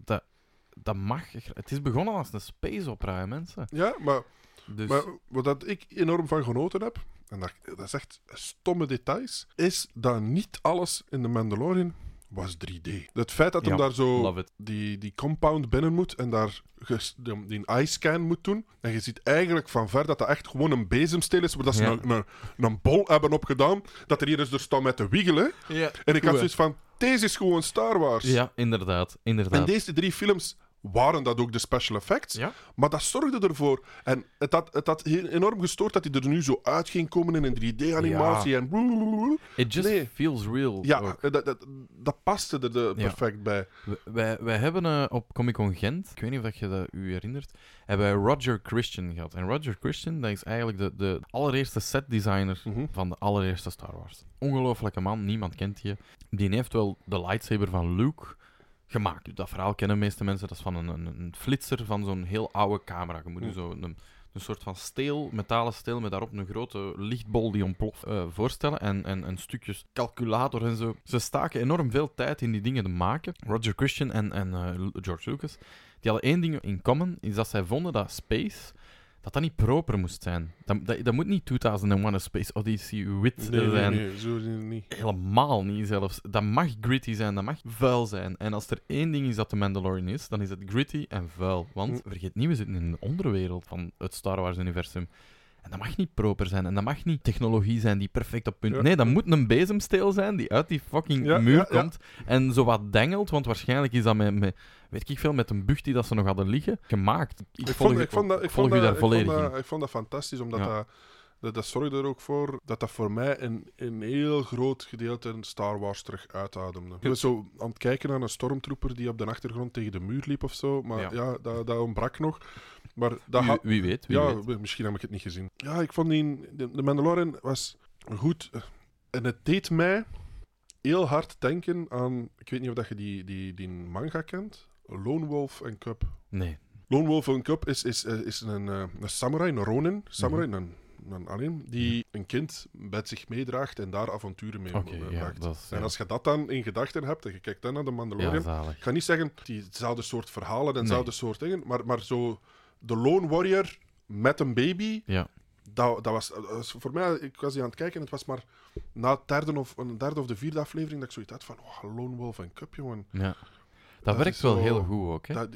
dat mag... Het is begonnen als een space opera, hè, mensen. Ja, maar Dus... Maar wat dat ik enorm van genoten heb, en dat is echt stomme details, is dat niet alles in The Mandalorian was 3D. Het feit dat hem daar zo love it. die compound binnen moet en daar die eye-scan moet doen, en je ziet eigenlijk van ver dat dat echt gewoon een bezemsteel is, waar dat ze een bol hebben opgedaan, dat er hier dus er staan met te wiegelen. Ja, en ik had zoiets van, deze is gewoon Star Wars. Ja, inderdaad. En deze 3 films waren dat ook de special effects. Ja? Maar dat zorgde ervoor. En het had enorm gestoord dat hij er nu zo uit ging komen in een 3D-animatie. Ja. En It just feels real. Ja, dat paste er perfect bij. Wij hebben op Comic-Con Gent, ik weet niet of je dat u herinnert, hebben wij Roger Christian gehad. En Roger Christian, dat is eigenlijk de allereerste setdesigner van de allereerste Star Wars. Ongelooflijke man, niemand kent die. Die heeft wel de lightsaber van Luke gemaakt. Dat verhaal kennen de meeste mensen. Dat is van een flitser van zo'n heel oude camera. Je moet je zo een soort van steel, metalen steel, met daarop een grote lichtbol die ontploft voorstellen. En stukjes calculator en zo. Ze staken enorm veel tijd in die dingen te maken. Roger Christian en George Lucas, die hadden 1 ding in common, is dat zij vonden dat space... dat niet proper moest zijn. Dat moet niet 2001 A Space Odyssey wit zijn. Nee, zo niet. Helemaal niet zelfs. Dat mag gritty zijn, dat mag vuil zijn. En als er 1 ding is dat de Mandalorian is, dan is het gritty en vuil. Want, vergeet niet, we zitten in een onderwereld van het Star Wars-universum. En dat mag niet proper zijn. En dat mag niet technologie zijn die perfect op punt... Ja. Nee, dat moet een bezemsteel zijn die uit die fucking muur komt en zo wat dengelt, want waarschijnlijk is dat met weet ik veel, met een bug die dat ze nog hadden liggen, gemaakt. Ik volg u daar volledig in. Ik vond dat fantastisch, omdat dat zorgde er ook voor dat voor mij een heel groot gedeelte in Star Wars terug uitademde. Ik was zo aan het kijken naar een stormtrooper die op de achtergrond tegen de muur liep of zo, maar dat ontbrak nog. Maar dat wie weet. Misschien heb ik het niet gezien. Ja, ik vond de Mandalorian was goed. En het deed mij heel hard denken aan... Ik weet niet of dat je die manga kent. Lone Wolf en Cub. Nee. Lone Wolf en Cub is een samurai, een ronin. Samurai, een alleen, die een kind met zich meedraagt en daar avonturen mee maakt. En als je dat dan in gedachten hebt en je kijkt dan naar de Mandalorian... Ik ga niet zeggen diezelfde soort verhalen en dezelfde soort dingen, maar zo... De Lone Warrior met een baby, dat was voor mij, ik was die aan het kijken en het was maar na de derde of de 4e aflevering dat ik zoiets had van, Lone Wolf en Cub, jongen. Ja. Dat werkt wel heel goed ook, hè?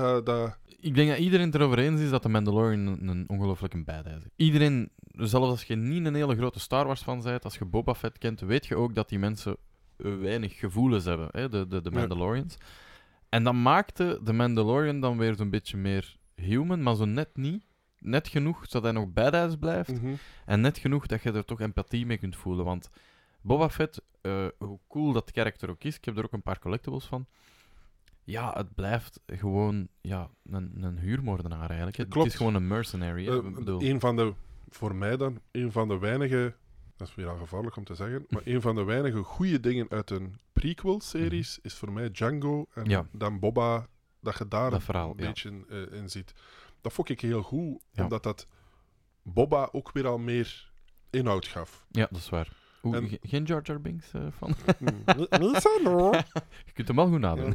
Ik denk dat iedereen het erover eens is dat de Mandalorian een ongelooflijke badass is. Iedereen, zelfs als je niet een hele grote Star Wars fan bent, als je Boba Fett kent, weet je ook dat die mensen weinig gevoelens hebben, hè? De Mandalorians. En dat maakte de Mandalorian dan weer zo'n beetje meer... human, maar zo net niet. Net genoeg zodat hij nog badass blijft. En net genoeg dat je er toch empathie mee kunt voelen. Want Boba Fett, hoe cool dat karakter ook is, ik heb er ook een paar collectibles van. Ja, het blijft gewoon een huurmoordenaar eigenlijk. Het is gewoon een mercenary. Voor mij dan, een van de weinige... Dat is weer al gevaarlijk om te zeggen. Maar een van de weinige goede dingen uit een prequel-series is voor mij Django en dan Boba... Dat je daar een beetje in ziet. Dat vond ik heel goed, omdat dat Boba ook weer al meer inhoud gaf. Ja, dat is waar. Geen Jar Jar Binks van? Niet zo, no. Je kunt hem wel goed nadoen.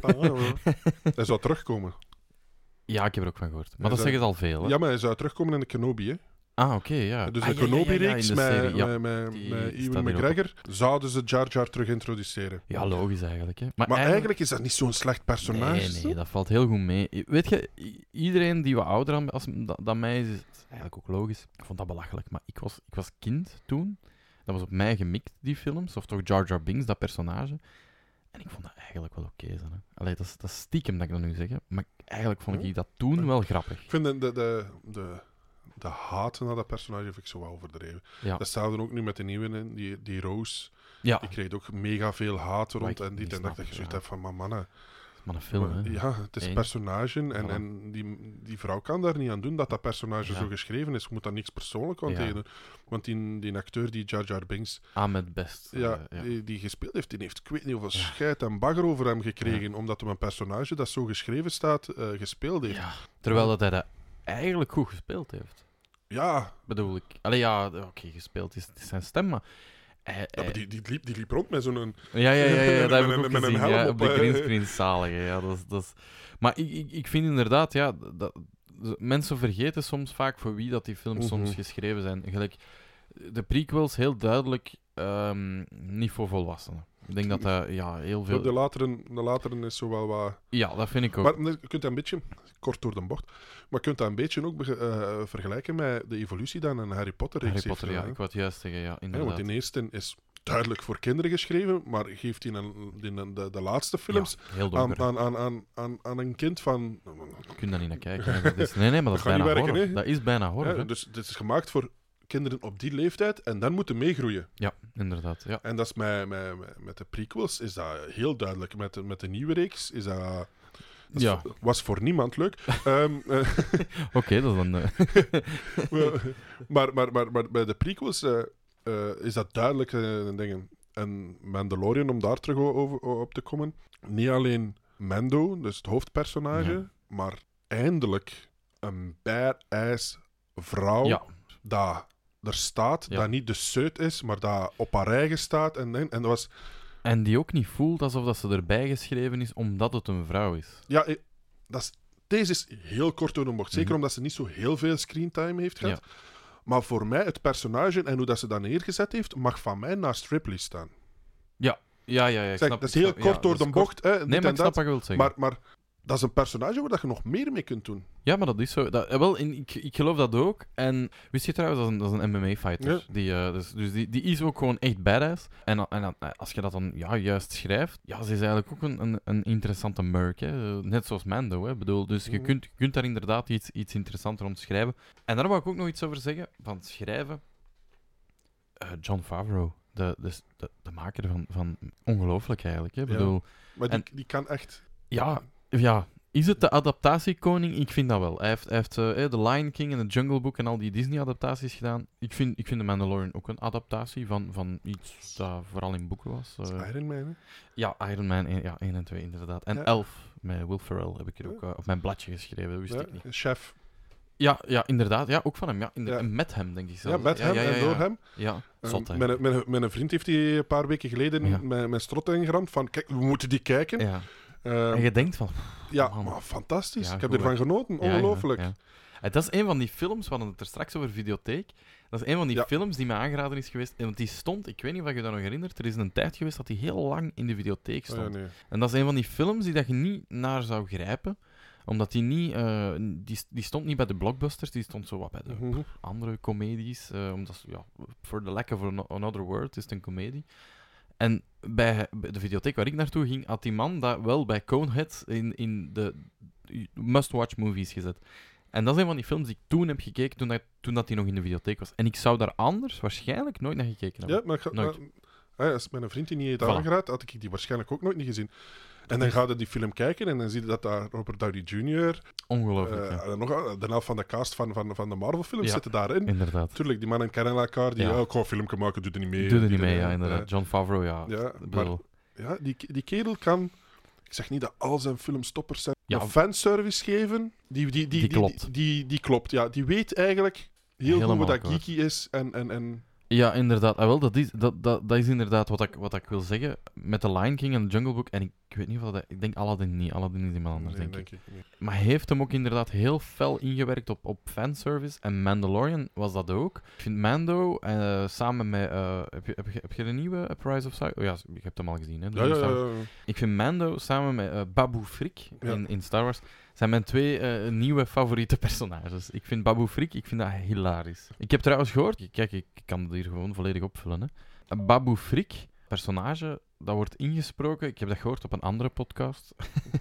Hij zou terugkomen. Ja, ik heb er ook van gehoord. Maar dat zeggen ze al veel. Hè? Ja, maar hij zou terugkomen in de Kenobi, hè. Ah, oké, ja. Dus de Kenobi-reeks met Ewan McGregor zouden ze Jar Jar terug introduceren. Ja, logisch eigenlijk. Hè. Maar eigenlijk is dat niet zo'n slecht personage. Nee, dat valt heel goed mee. Weet je, iedereen die wat ouder dan mij is eigenlijk ook logisch. Ik vond dat belachelijk, maar ik was kind toen. Dat was op mij gemikt, die films. Of toch Jar Jar Binks, dat personage. En ik vond dat eigenlijk wel oké. Allee, dat is stiekem dat ik dat nu zeg. Hè. Maar eigenlijk vond ik dat toen wel grappig. Ik vind de haat naar dat personage vind ik zo wel overdreven. Ja. Dat staat er ook nu met de nieuwe, die Rose. Ja. Die kreeg ook mega veel haat rond en dit en dat. Dat je zoiets hebt van, maar mannen... Maar een film, hè. Ja, het is een Eén. personage en, Voilà. en die vrouw kan daar niet aan doen dat dat personage Ja. zo geschreven is. Je moet daar niks persoonlijk aan Ja. tegen doen. Want die acteur, die Jar Jar Binks, Ahmed Best. ja, die gespeeld heeft, die heeft ik weet niet hoeveel scheid en bagger over hem gekregen, omdat hem een personage dat zo geschreven staat, gespeeld heeft. Ja. Terwijl dat hij dat eigenlijk goed gespeeld heeft. Ja, Bedoel ik. Allee, ja, oké, gespeeld is zijn stem, maar... maar die liep rond met zo'n... Ja, dat heb ik ook met een gezien. helm Ja, op, op de greenscreen zalige. Ja, dat is... Maar ik vind inderdaad, ja, mensen vergeten soms vaak voor wie dat die films soms geschreven zijn. Gelijk, de prequels heel duidelijk niet voor volwassenen. Ik denk dat dat heel veel... De lateren is zo wel wat... Ja, dat vind ik ook. Maar je kunt dat een beetje, kort door de bocht, maar je kunt dat een beetje ook vergelijken met de evolutie dan een Harry Potter Harry Potter, ja, ik wou het juist zeggen, ja, inderdaad. want die eerste is duidelijk voor kinderen geschreven, maar geeft de laatste films Ja, heel donker. aan een kind van... Je kunt daar niet naar kijken. Hè. Dat is, nee, maar dat is gaat bijna niet werken, horror. hè. Dat is bijna horror. Ja, Hè. dus dit is gemaakt voor kinderen op die leeftijd en dan moeten meegroeien. Ja, inderdaad. Ja. En dat is met de prequels is dat heel duidelijk. Met de nieuwe reeks is dat... Ja. Was voor niemand leuk. Oké, dat is dan... maar bij de prequels is dat duidelijk dingen. En Mandalorian, om daar terug op te komen. Niet alleen Mando, dus het hoofdpersonage, Ja. maar eindelijk een badass vrouw Ja. dat er staat, Ja. dat niet de seut is, maar dat op haar eigen staat. En dat was... En die ook niet voelt alsof dat ze erbij geschreven is omdat het een vrouw is. Ja, deze is heel kort door de bocht. Zeker Mhm. omdat ze niet zo heel veel screentime heeft gehad. Ja. Maar voor mij, het personage en hoe dat ze dat neergezet heeft, mag van mij naast Ripley staan. Ja, ik Zeg, snap, dat is heel kort door de bocht. Hè, Nee, dit maar en ik snap dat. wat je wilt zeggen. Maar dat is een personage waar dat je nog meer mee kunt doen. Ja, maar dat is zo. Ik geloof dat ook. En wist je trouwens, dat is een MMA-fighter. Ja. Dus die is ook gewoon echt badass. En als je dat dan juist schrijft, ja, ze is eigenlijk ook een interessante merc. Hè. Net zoals Mando. Hè. Ik bedoel, dus je kunt daar inderdaad iets interessanter om schrijven. En daar wou ik ook nog iets over zeggen, van het schrijven. Jon Favreau, de maker van ongelooflijk eigenlijk. Hè. Ik Ja. bedoel, Maar die kan echt... ja, is het de adaptatiekoning? Ik vind dat wel. Hij heeft The Lion King en The Jungle Book en al die Disney-adaptaties gedaan. Ik vind The Mandalorian ook een adaptatie van iets dat vooral in boeken was. Iron Man, hè? Ja, Iron Man 1 en 2 inderdaad. En Ja. Elf met Will Ferrell heb ik er ook op mijn bladje geschreven, dat wist ik niet. Chef. Ja, inderdaad. Ja, ook van hem. Ja, Ja. Met hem, denk ik zelf. Ja, met hem en door hem. Ja, zot, hè. Mijn vriend heeft die een paar weken geleden Ja. met strot ingeramd van, kijk, we moeten die kijken. Ja. Ehm, En je denkt van... ja, man. maar fantastisch. Ja, Ik heb goed, ervan genoten. Ongelooflijk. Ja. Dat is een van die films, we hadden het er straks over Videotheek. Dat is een van die films die mij aangeraden is geweest. Want die stond, ik weet niet of je dat nog herinnert, er is een tijd geweest dat die heel lang in de videotheek stond. Oh, ja, nee. En dat is een van die films die dat je niet naar zou grijpen, omdat die niet... die stond niet bij de blockbusters, die stond zo wat bij de Mhm. andere comedies. Omdat, for the lack of another word, is het een comedie. En bij de videotheek waar ik naartoe ging, had die man dat wel bij Conehead in de must-watch movies gezet. En dat is een van die films die ik toen heb gekeken, toen dat die nog in de videotheek was. En ik zou daar anders waarscheinlijk nooit naar gekeken hebben. Ja, maar Nooit. als mijn vriend die niet heeft Voilà. aangeraad, had ik die waarschijnlijk ook nooit niet gezien. En dan ga je die film kijken en dan zie je dat daar Robert Downey Jr. Ongelooflijk, ja. en nog de helft van de cast van de Marvel-films Ja. zitten daarin. Inderdaad. Tuurlijk, die mannen kennen elkaar. Die, Ja. ik ga een filmpje maken, doe er niet mee. Doe er Die niet mee, er- ja, inderdaad. Jon Favreau, ja. Ja, Ik bedoel, Ja, die kerel kan... Ik zeg niet dat al zijn films toppers zijn. Ja. Maar fanservice geven, Die klopt. Die klopt, ja. Die weet eigenlijk heel Helemaal goed wat dat akkoord. geeky is. En Ja, inderdaad. Wel, dat is inderdaad wat ik wil zeggen met The Lion King en The Jungle Book. En ik weet niet of dat... Ik denk Aladdin niet. Aladdin is iemand anders, nee, denk ik. ik niet. Maar hij heeft hem ook inderdaad heel fel ingewerkt op fanservice. En Mandalorian was dat ook. Ik vind Mando samen met... heb je de nieuwe Rise of Skywalker? Oh ja, je hebt hem al gezien, hè? de Ja, nieuwe ja, Star Wars. ja. Ik vind Mando samen met Babu Frick Ja. in Star Wars... zijn mijn twee nieuwe favoriete personages. Ik vind Babu Frick, ik vind dat hilarisch. Ik heb trouwens gehoord... Kijk, ik kan het hier gewoon volledig opvullen. Hè. Babu Frick, personage... Dat wordt ingesproken. Ik heb dat gehoord op een andere podcast.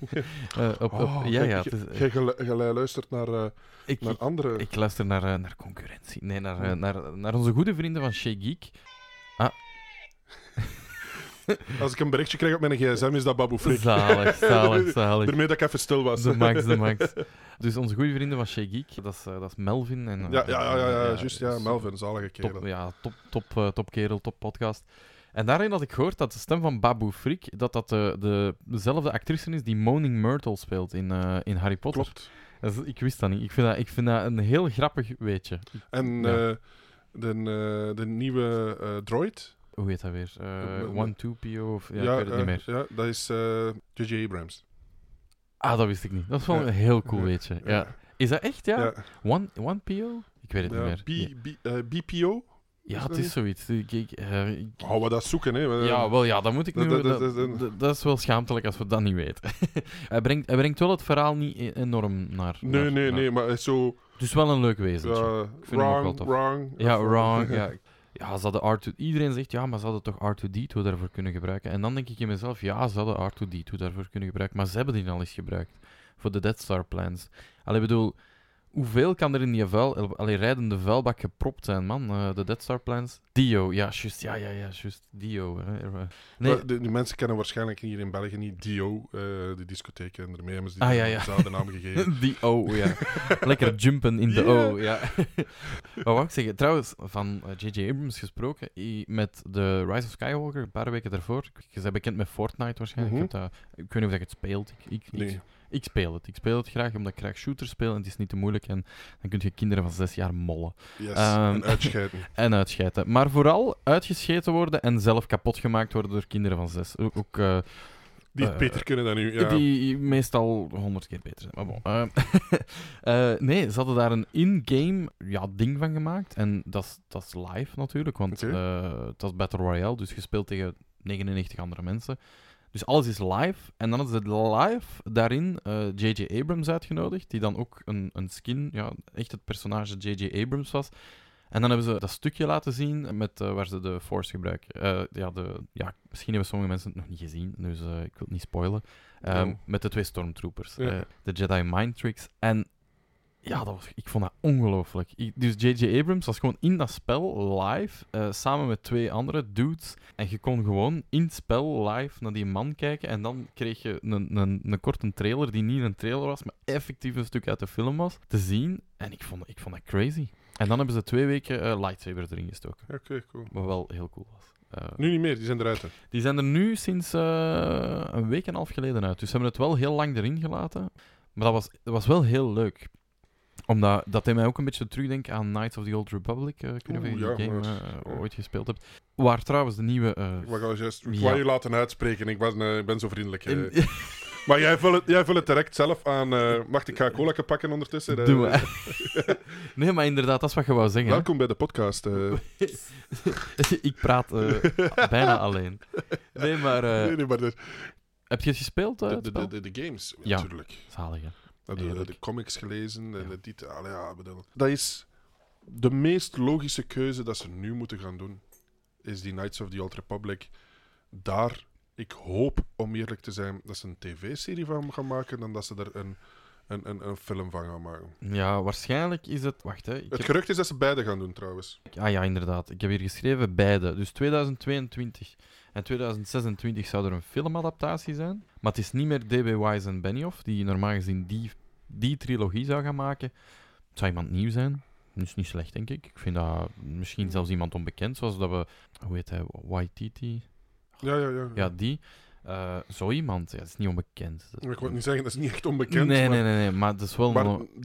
Kijk, het is, je luistert naar andere... ik luister naar concurrentie. Nee, naar onze goede vrienden van Shea Geek. Als ik een berichtje krijg op mijn gsm, is dat Babu Frik. Zalig. Daarmee dat ik even stil was. De max. Dus onze goede vrienden van Shea Geek, dat is Melvin. En, Ja, juist. Ja, Melvin, zalige kerel. Top kerel, top podcast. En daarin had ik gehoord dat de stem van Babu Frik, dat dezelfde actrice is die Moaning Myrtle speelt in Harry Potter. Klopt. Dus ik wist dat niet. Ik vind dat een heel grappig weetje. En de nieuwe droid... Hoe heet dat weer? 1-2PO? Of, ik weet het niet meer. Ja, dat is J.J. Abrams. Ah, dat wist ik niet. Dat is wel een heel cool weetje. Ja. Is dat echt, ja? Ja. 1PO? Ik weet het niet meer. BPO? Ja, het is zoiets. Gaan we dat zoeken, hè? Ja, dat moet ik nu... Dat is wel schaamtelijk als we dat niet weten. Hij brengt wel het verhaal niet enorm naar... Nee, maar het is zo... Dus wel een leuk wezentje. Ik vind hem ook wel tof. Wrong. Ja, wrong, ja. Ja, ze hadden iedereen zegt, ja, maar ze hadden toch R2-D2 daarvoor kunnen gebruiken. En dan denk ik in mezelf, ja, ze hadden R2-D2 daarvoor kunnen gebruiken. Maar ze hebben die al eens gebruikt. Voor de Death Star plans. Allee, bedoel... Hoeveel kan er in die rijdende vuilbak gepropt zijn, man? De Death Star plans. Dio, ja, juist. Ja, juist. Dio. Nee. Die mensen kennen waarschijnlijk hier in België niet Dio, de discotheek. En daarmee hebben ze dezelfde naam gegeven. Dio, ja. Lekker jumpen in de O, ja. Maar wat ik zeggen, trouwens, van J.J. Abrams gesproken, met de Rise of Skywalker, een paar weken daarvoor. Je bent bekend met Fortnite waarschijnlijk. Ik weet niet of je het speelt. Nee. Ik speel het. Ik speel het graag, omdat ik graag shooters speel en het is niet te moeilijk. En dan kun je kinderen van 6 jaar mollen. Yes, en uitscheiden. Maar vooral uitgescheten worden en zelf kapot gemaakt worden door kinderen van 6. Ook die het beter kunnen dan u. Ja. Die meestal 100 keer beter zijn. Maar bon. Nee, ze hadden daar een in-game ding van gemaakt. En dat is live natuurlijk, want dat is Battle Royale. Dus je speelt tegen 99 andere mensen. Dus alles is live. En dan hadden ze live daarin J.J. Abrams uitgenodigd, die dan ook een skin, echt het personage J.J. Abrams was. En dan hebben ze dat stukje laten zien met waar ze de Force gebruiken. Misschien hebben sommige mensen het nog niet gezien, dus ik wil het niet spoilen. Met de 2 stormtroopers. De Jedi Mind Tricks. En ja, ik vond dat ongelooflijk. Dus J.J. Abrams was gewoon in dat spel live, samen met 2 andere dudes. En je kon gewoon in het spel live naar die man kijken. En dan kreeg je een korte trailer, die niet een trailer was, maar effectief een stuk uit de film was, te zien. En ik vond dat crazy. En dan hebben ze 2 weken lightsabers erin gestoken. Oké, cool. Wat wel heel cool was. Nu niet meer, die zijn eruit. Hè. Die zijn er nu sinds een week en een half geleden uit. Dus ze hebben het wel heel lang erin gelaten. Maar dat was wel heel leuk. Omdat dat deed mij ook een beetje terugdenken aan Knights of the Old Republic. Ik weet niet of je die game ooit gespeeld hebt. Waar trouwens de nieuwe... Ik wou je laten uitspreken. Ik ben zo vriendelijk. Maar jij vult het direct zelf aan. Wacht, ik ga cola pakken ondertussen. Doe maar. Nee, maar inderdaad, dat is wat je wou zeggen. Welkom bij de podcast. Ik praat bijna alleen. Nee, maar... nee, heb je het gespeeld? De games, natuurlijk. Zalig, hè. De comics gelezen. Dat is de meest logische keuze dat ze nu moeten gaan doen. Is die Knights of the Old Republic. Daar, ik hoop, om eerlijk te zijn, dat ze een tv-serie van gaan maken dan dat ze er een film van gaan maken. Ja, waarschijnlijk is het... Wacht, hè. Het gerucht is dat ze beide gaan doen, trouwens. Ah ja, inderdaad. Ik heb hier geschreven beide. Dus 2022 en 2026 zou er een filmadaptatie zijn. Maar het is niet meer D.B. Wise en Benioff, die normaal gezien die trilogie zou gaan maken. Het zou iemand nieuw zijn. Dat is niet slecht, denk ik. Ik vind dat misschien zelfs iemand onbekend, zoals dat we... Hoe heet hij? Waititi? Ja. Ja, die. Zo iemand. Ja, dat is niet onbekend. Ik wil niet zeggen, dat is niet echt onbekend. Nee, maar dat is wel...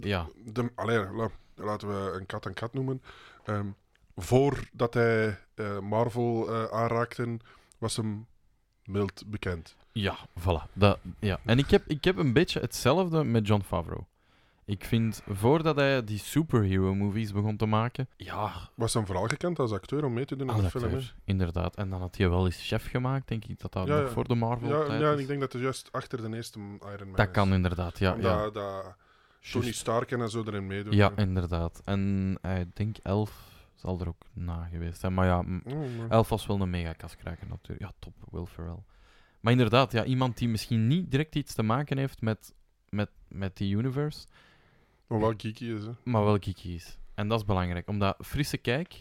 laten we een kat een kat noemen. Voordat hij Marvel aanraakte, was hem mild bekend. Ja, voilà. En ik heb een beetje hetzelfde met Jon Favreau. Ik vind, voordat hij die superhero-movies begon te maken... Ja... Was hem vooral gekend als acteur om mee te doen in de film? Inderdaad. En dan had hij wel eens chef gemaakt, denk ik, dat nog voor de Marvel-tijd Ja, ik denk dat het juist achter de eerste Iron Man dat kan inderdaad, ja. Dat Tony Stark en zo erin meedoen. Ja, inderdaad. En ik denk 11 zal er ook na geweest zijn. Maar ja, 11 was wel een mega-kaskraker natuurlijk. Ja, top, Will Ferrell. Maar inderdaad, ja, iemand die misschien niet direct iets te maken heeft met die universe... Maar wel geeky is, hè? Maar wel geeky is. En dat is belangrijk. Omdat frisse kijk,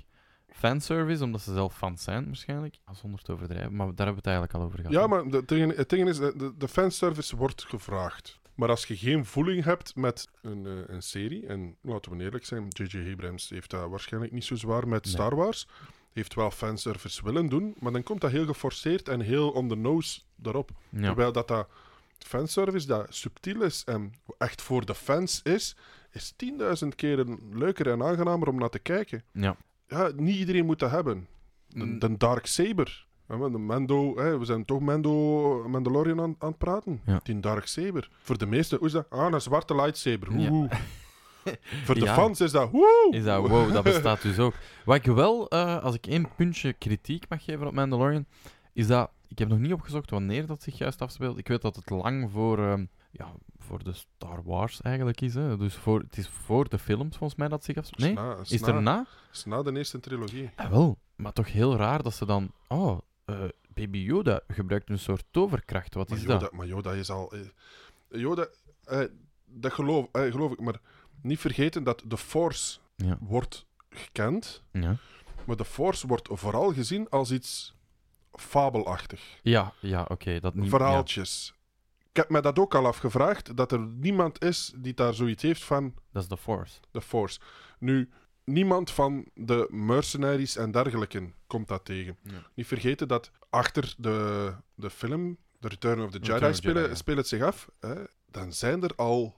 fanservice, omdat ze zelf fans zijn waarschijnlijk. Zonder te overdrijven, maar daar hebben we het eigenlijk al over gehad. Ja, maar het ding is, de fanservice wordt gevraagd. Maar als je geen voeling hebt met een serie, en laten we eerlijk zijn, J.J. Abrams heeft dat waarschijnlijk niet zo zwaar met Star Wars, heeft wel fanservice willen doen, maar dan komt dat heel geforceerd en heel on the nose daarop. Ja. Terwijl dat fanservice dat subtiel is en echt voor de fans is 10.000 keren leuker en aangenamer om naar te kijken. Ja. Ja, niet iedereen moet dat hebben. De Dark Saber. De Mando, we zijn toch Mandalorian aan het praten. Ja. Die Dark Saber. Voor de meesten, hoe is dat? Een zwarte lightsaber. Ja. Woe. Voor de Ja. fans is dat woe. Is dat, wow, dat bestaat dus ook. Wat ik wel, als ik één puntje kritiek mag geven op Mandalorian, is dat, ik heb nog niet opgezocht wanneer dat zich juist afspeelt. Ik weet dat het lang voor de Star Wars eigenlijk is. Hè. Dus het is voor de films volgens mij dat zich afspeelt. Nee? Is het erna? Het is na de eerste trilogie. Wel, maar toch heel raar dat ze dan... Baby Yoda gebruikt een soort toverkracht. Wat is dat? Maar Yoda is al... Yoda, dat geloof ik. Maar niet vergeten dat de Force wordt gekend. Ja. Maar de Force wordt vooral gezien als iets fabelachtig. Ja, oké. Dat niet... Verhaaltjes. Ik heb me dat ook al afgevraagd, dat er niemand is die daar zoiets heeft van... Dat is de Force. De Force. Nu, niemand van de mercenaries en dergelijke komt dat tegen. Ja. Niet vergeten dat achter de film, The Return of the Jedi, speelt het zich af. Dan zijn er al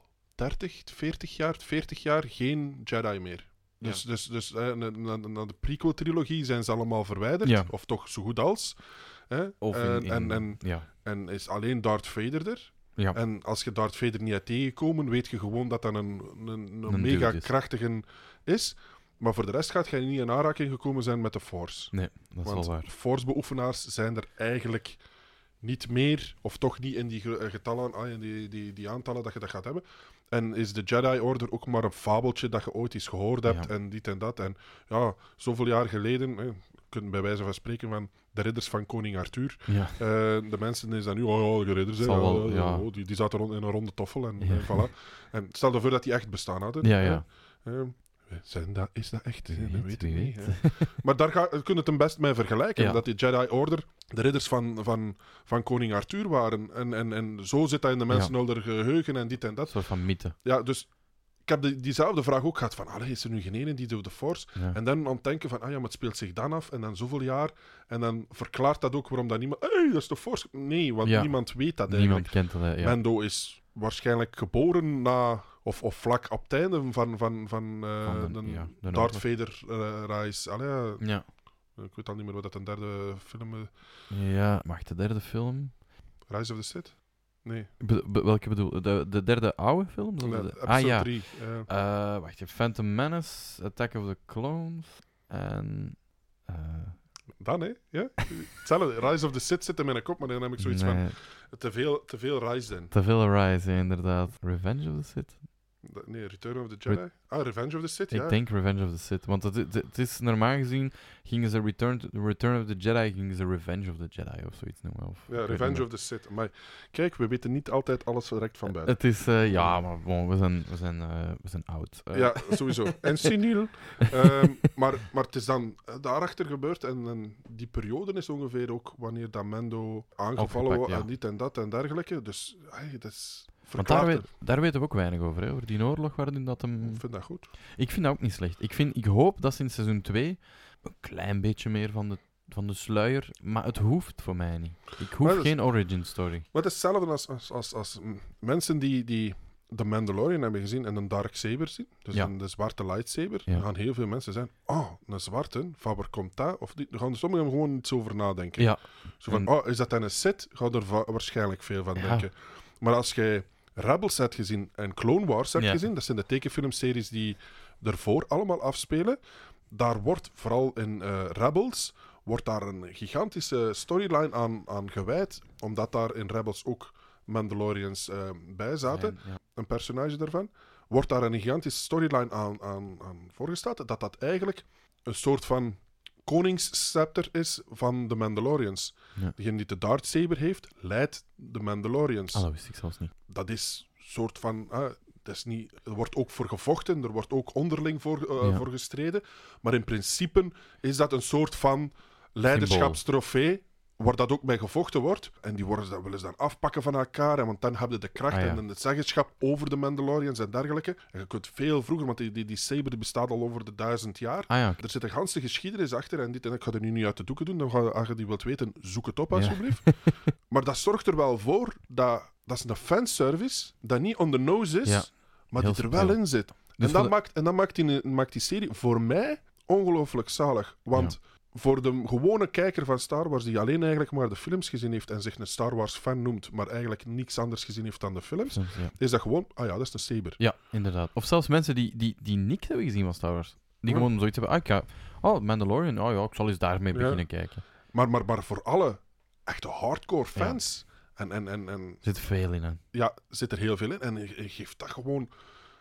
40 jaar geen Jedi meer. Dus na de prequel-trilogie zijn ze allemaal verwijderd. Ja. Of toch zo goed als. En is alleen Darth Vader er. Ja. En als je Darth Vader niet hebt tegengekomen, weet je gewoon dat dat een mega krachtige is. Maar voor de rest gaat je niet in aanraking gekomen zijn met de Force. Nee, dat is wel waar. Force-beoefenaars zijn er eigenlijk niet meer, of toch niet in die getallen, in die aantallen dat je dat gaat hebben. En is de Jedi Order ook maar een fabeltje dat je ooit eens gehoord hebt en dit en dat. En ja, zoveel jaar geleden, je kunt bij wijze van spreken van de ridders van koning Arthur. Ja. De mensen is dat nu, de ridders, die zaten in een ronde toffel en voilà. En stel ervoor dat die echt bestaan hadden. Is dat echt? Dat weet ik niet. Maar daar kun je het hem best mee vergelijken. Dat die Jedi Order de ridders van koning Arthur waren. En zo zit dat in de mensen al der geheugen en dit en dat. Een soort van mythe. Ja, dus ik heb diezelfde vraag ook gehad van, is er nu geen ene die doet de Force? Ja. En dan aan het denken van, maar het speelt zich dan af en dan zoveel jaar. En dan verklaart dat ook waarom dat niemand... dat is de Force. Nee, want niemand weet dat eigenlijk. Niemand kent dat, Mando is waarschijnlijk geboren na... Of vlak op het einde van de Darth Vader reis. Ja. Ik weet al niet meer wat dat een derde film is. Ja, mag de derde film? Rise of the Sith? Nee. Welke bedoel? De derde oude film? Episode 3. Wacht, Phantom Menace, Attack of the Clones en... Dan, hè? Ja? Hetzelfde. Rise of the Sith zit in mijn kop, maar dan heb ik zoiets van... Te veel Rise in. Te veel Rise, inderdaad. Revenge of the Sith? Nee, Return of the Jedi? Revenge of the Sith, Ik denk Revenge of the Sith. Want het is normaal gezien... Gingen ze Return of the Jedi, gingen ze Revenge of the Jedi of zoiets noemen. Ja, Revenge of the Sith. Maar kijk, we weten niet altijd alles direct van buiten. Het is... maar bon, we zijn oud. Ja, sowieso. En seniel. Maar het is dan daarachter gebeurd. En die periode is ongeveer ook wanneer dat Mando aangevallen wordt en dit en dat en dergelijke. Dus, dat is... Want daar weten we ook weinig over, hè, over die oorlog waarin dat hem... Ik vind dat goed. Ik vind dat ook niet slecht. Ik hoop dat sinds seizoen 2 een klein beetje meer van de sluier, maar het hoeft voor mij niet. Ik hoef geen origin story. Maar het is hetzelfde als mensen die de Mandalorian hebben gezien en een Dark Saber zien, dus de zwarte lightsaber, dan gaan heel veel mensen zijn, een zwarte, van waar komt dat? Of niet? Dan gaan sommigen gewoon iets over nadenken. Ja. Zo van, is dat dan een Sith? Ga er waarschijnlijk veel van denken. Maar als jij Rebels hebt gezien en Clone Wars hebt gezien, dat zijn de tekenfilmseries die ervoor allemaal afspelen, daar wordt, vooral in Rebels, wordt daar een gigantische storyline aan gewijd, omdat daar in Rebels ook Mandalorians bij zaten, een personage daarvan, wordt daar een gigantische storyline aan voorgesteld, dat eigenlijk een soort van koningsscepter is van de Mandalorians. Ja. Degene die de Darth Saber heeft, leidt de Mandalorians. Dat wist ik zelfs niet. Dat is een soort van... het is niet, er wordt ook voor gevochten, er wordt ook onderling voor gestreden. Maar in principe is dat een soort van leiderschapstrofee, waar dat ook bij gevochten wordt. En die willen ze dan afpakken van elkaar, want dan hebben ze de kracht en het zeggenschap over de Mandalorians en dergelijke. En je kunt veel vroeger, want die saber die bestaat al over de 1000 jaar. Er zit een ganse geschiedenis achter en ik ga er nu niet uit de doeken doen. Dan als je die wilt weten, zoek het op alsjeblieft. Maar dat zorgt er wel voor dat is een fanservice dat niet on the nose is, maar die er wel in zit. Dus en dat maakt die serie voor mij ongelooflijk zalig. Want voor de gewone kijker van Star Wars, die alleen eigenlijk maar de films gezien heeft en zich een Star Wars fan noemt, maar eigenlijk niks anders gezien heeft dan de films, is dat gewoon, dat is een saber. Ja, inderdaad. Of zelfs mensen die niks hebben gezien van Star Wars. Die gewoon zoiets hebben, Mandalorian, ik zal eens daarmee beginnen kijken. Maar voor alle echte hardcore fans... En zit veel in, hè? Ja, zit er heel veel in. En je geeft dat gewoon...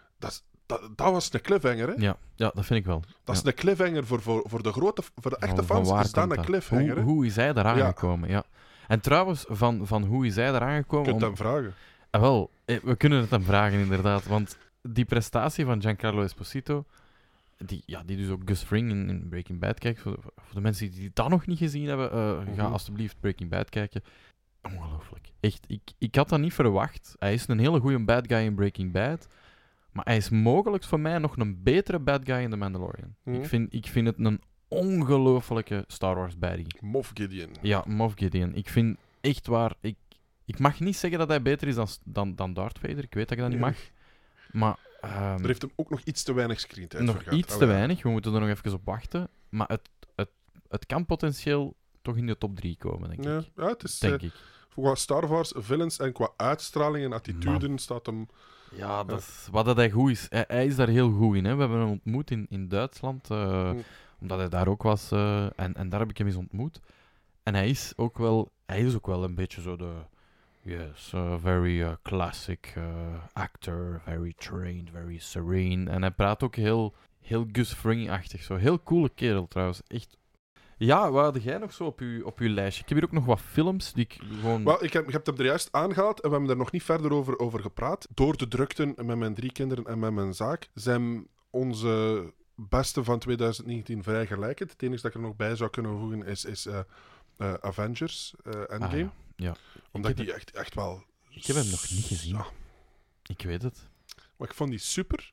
Dat was een cliffhanger, hè? Ja, dat vind ik wel. Dat is een cliffhanger voor de echte fans. Is dat een cliffhanger, hoe is hij daar aangekomen? Ja. En trouwens, van hoe is hij daar aangekomen... Je kunt hem vragen. Wel, we kunnen het hem vragen, inderdaad. Want die prestatie van Giancarlo Esposito... Die dus ook Gus Fring in Breaking Bad kijkt. Voor de mensen die dat nog niet gezien hebben, ga alsjeblieft Breaking Bad kijken. Ongelooflijk. Echt, ik had dat niet verwacht. Hij is een hele goede bad guy in Breaking Bad. Maar hij is mogelijk voor mij nog een betere bad guy in The Mandalorian. Ik vind het een ongelooflijke Star Wars baddie. Moff Gideon. Ja, Moff Gideon. Ik vind echt waar... Ik mag niet zeggen dat hij beter is dan Darth Vader. Ik weet dat ik dat niet mag. Maar... er heeft hem ook nog iets te weinig screentijd nog voor iets te weinig. We moeten er nog even op wachten. Maar het kan potentieel toch in de top 3 komen, denk ik. Ja, het is... Denk ik. Qua Star Wars villains en qua uitstraling en attitude staat hem... Ja, dat is wat dat hij goed is. Hij is daar heel goed in. Hè. We hebben hem ontmoet in Duitsland, omdat hij daar ook was. En daar heb ik hem eens ontmoet. En hij is ook wel een beetje zo de... Yes, very classic actor, very trained, very serene. En hij praat ook heel Gus Fring-achtig. Zo. Heel coole kerel trouwens. Echt. Ja, wat had jij nog zo op uw lijstje? Ik heb hier ook nog wat films die ik gewoon... Wel, ik heb hem er juist aangehaald en we hebben er nog niet verder over gepraat. Door de drukten met mijn 3 kinderen en met mijn zaak zijn onze beste van 2019 vrij gelijkend. Het enige dat ik er nog bij zou kunnen voegen is Avengers Endgame. Ja. Omdat ik die echt wel... Ik heb hem nog niet gezien. Ja. Ik weet het. Maar ik vond die super.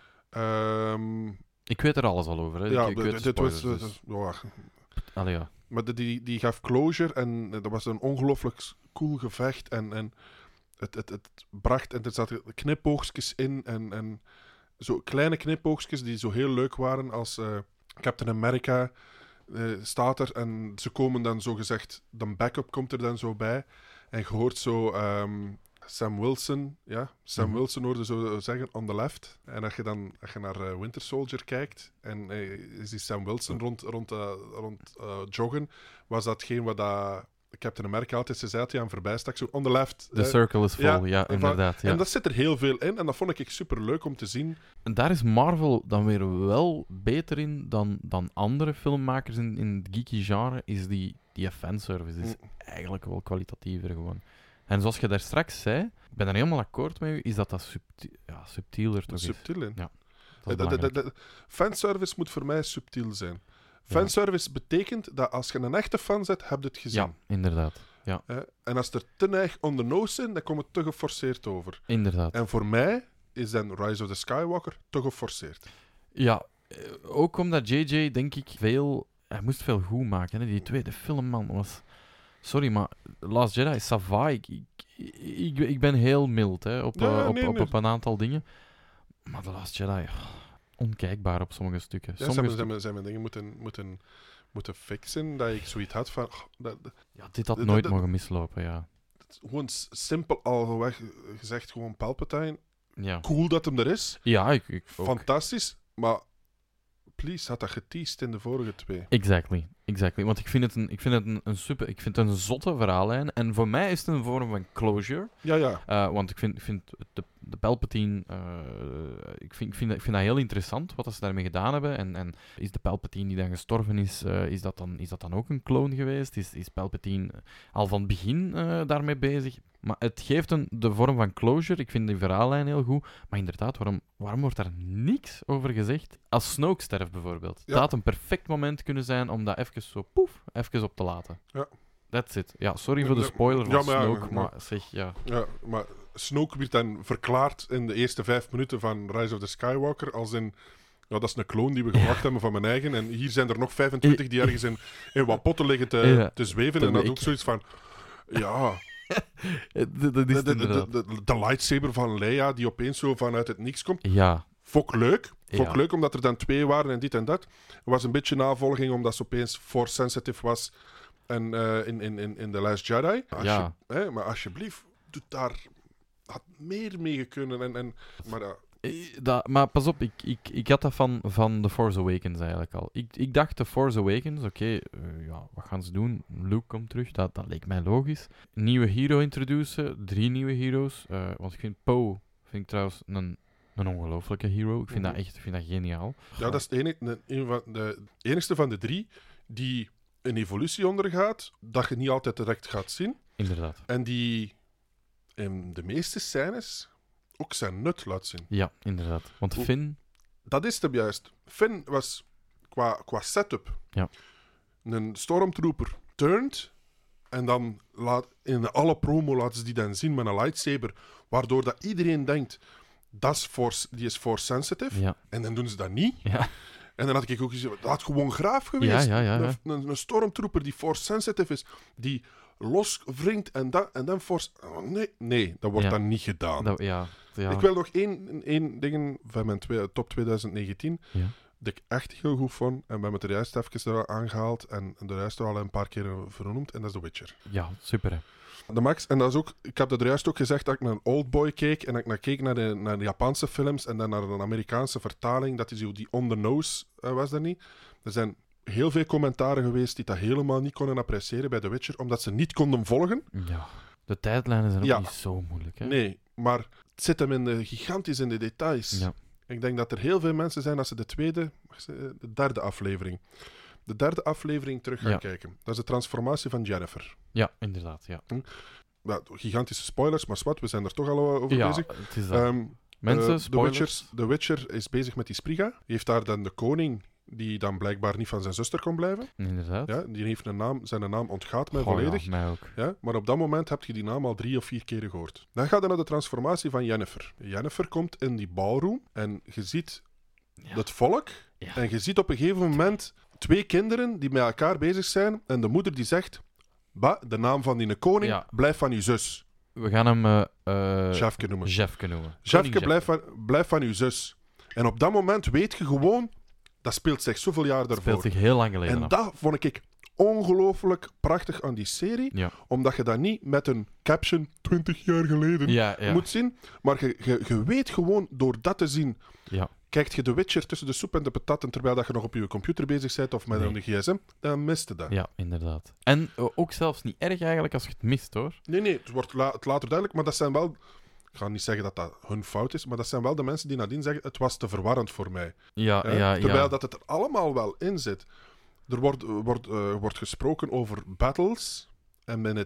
Ja. Ik weet er alles al over. Hè. Ja, ik weet dit was... dus... Allee, ja. Maar die gaf closure en dat was een ongelooflijk cool gevecht. En het bracht... En er zaten knipoogstjes in en zo kleine knipoogstjes die zo heel leuk waren als Captain America... staat er en ze komen dan zo gezegd, de backup komt er dan zo bij en je hoort zo Sam Wilson, Wilson hoorde zo zeggen on the left en als je naar Winter Soldier kijkt en is die Sam Wilson rond joggen, was datgene wat Captain America altijd zei dat hij aan voorbij stak, zo on the left. The circle is full, ja inderdaad. Ja. En dat zit er heel veel in en dat vond ik super leuk om te zien. En daar is Marvel dan weer wel beter in dan andere filmmakers in het geeky genre, is die fanservice. is eigenlijk wel kwalitatiever gewoon. En zoals je daar straks zei, ik ben er helemaal akkoord met u, is dat subtieler toch subtiel in. Ja, fanservice moet voor mij subtiel zijn. Fanservice betekent dat als je een echte fan bent, heb je het gezien. Ja, inderdaad. Ja. En als er te neig on the nose zijn, dan komt het te geforceerd over. Inderdaad. En voor mij is dan Rise of the Skywalker te geforceerd. Ja, ook omdat JJ, denk ik, hij moest veel goed maken. Hè. Die tweede film, man, was... Sorry, maar Last Jedi, Savai, ik ben heel mild hè, op een aantal dingen. Maar The Last Jedi... onkijkbaar op sommige stukken. Ja, zijn mijn dingen moeten fixen, dat ik zoiets had van... dit had nooit mogen mislopen, ja. Gewoon simpel al gezegd, gewoon Palpatine. Ja. Cool dat hem er is. Ja, ik fantastisch, maar... Please, had dat geteased in de vorige 2. Exactly. Want ik vind het een zotte verhaallijn. En voor mij is het een vorm van closure. Ja. Want ik vind de Palpatine, ik vind dat heel interessant wat ze daarmee gedaan hebben. En is de Palpatine die dan gestorven is dat dan ook een clone geweest? Is Palpatine al van het begin daarmee bezig? Maar het geeft de vorm van closure. Ik vind die verhaallijn heel goed. Maar inderdaad, waarom wordt daar niks over gezegd? Als Snoke sterft bijvoorbeeld. Ja. Dat had een perfect moment kunnen zijn om dat even zo even op te laten. Ja. That's it. Ja, sorry voor de spoiler van Snoke, maar zeg, ja. Ja, maar Snoke werd dan verklaard in de eerste 5 minuten van Rise of the Skywalker als in... Ja, dat is een kloon die we gemaakt hebben van mijn eigen. En hier zijn er nog 25 die ergens in wat potten liggen te zweven. En dat ook zoiets van... Ja... Dat is inderdaad. De lightsaber van Leia die opeens zo vanuit het niks komt. Ja. Vond ik leuk. Vond ik Ja. leuk omdat er dan 2 waren en dit en dat. Er was een beetje navolging omdat ze opeens force sensitive was. En in The Last Jedi. Maar alsjeblieft, doe daar... Had meer mee kunnen. Maar pas op, ik had dat van The Force Awakens eigenlijk al. Ik dacht The Force Awakens, oké, wat gaan ze doen? Luke komt terug, dat leek mij logisch. Nieuwe hero introduceren, 3 nieuwe heroes. Want ik vind Poe trouwens een ongelofelijke hero. Ik vind dat echt geniaal. Ja, dat is de enigste van de 3 die een evolutie ondergaat, dat je niet altijd direct gaat zien. Inderdaad. En die in de meeste scènes ook zijn nut laat zien. Ja, inderdaad. Want Finn... Dat is het juist. Finn was qua setup een stormtrooper turned en dan in alle promo laten ze die dan zien met een lightsaber, waardoor dat iedereen denkt die is force sensitive. Ja. En dan doen ze dat niet. Ja. En dan had ik ook gezegd, dat had gewoon graaf geweest. Ja. Een stormtrooper die force sensitive is, die loswringt en dan force... Oh, nee, dat wordt dan niet gedaan. Ja. Ik wil nog één ding van mijn top 2019, dat ik echt heel goed vond. En we hebben het er juist even aangehaald en de rest al een paar keer vernoemd. En dat is The Witcher. Ja, super hè. De Max, en dat is ook... Ik heb dat er juist ook gezegd dat ik naar Oldboy keek en dat ik naar keek naar de Japanse films en dan naar een Amerikaanse vertaling, dat die on the nose was dat niet. Er zijn heel veel commentaren geweest die dat helemaal niet konden appreciëren bij The Witcher, omdat ze niet konden volgen. Ja, de tijdlijnen zijn ook niet zo moeilijk hè. Nee, maar het zit hem gigantisch in de details. Ja. Ik denk dat er heel veel mensen zijn als ze de derde aflevering terug gaan kijken. Dat is de transformatie van Jennifer. Ja, inderdaad, ja. Gigantische spoilers, maar wat, we zijn er toch al over bezig. Het is dat. Mensen, spoilers. The Witcher is bezig met die Spriga. Die heeft daar dan de koning, die dan blijkbaar niet van zijn zuster kon blijven. Inderdaad. Ja, die heeft zijn naam ontgaat mij volledig. Ja, mij ook. Ja, maar op dat moment heb je die naam al 3 of 4 keer gehoord. Dan gaat het naar de transformatie van Jennifer. Jennifer komt in die ballroom en je ziet het volk. Ja. En je ziet op een gegeven moment 2 kinderen die met elkaar bezig zijn. En de moeder die zegt, de naam van die koning blijft van uw zus. We gaan hem Jefke noemen. Jefke, blijf van uw zus. En op dat moment weet je gewoon, dat speelt zich zoveel jaar daarvoor. Speelt zich heel lang geleden En dat vond ik ongelooflijk prachtig aan die serie. Ja. Omdat je dat niet met een caption 20 jaar geleden moet zien. Maar je weet gewoon, door dat te zien... Ja. Kijkt je The Witcher tussen de soep en de patatten terwijl dat je nog op je computer bezig bent of met een gsm, dan miste dat. Ja, inderdaad. En ook zelfs niet erg eigenlijk als je het mist, hoor. Nee, het wordt later duidelijk, maar dat zijn wel... Ik ga niet zeggen dat dat hun fout is, maar dat zijn wel de mensen die nadien zeggen, het was te verwarrend voor mij. Terwijl dat het er allemaal wel in zit. Er wordt gesproken over battles... En in het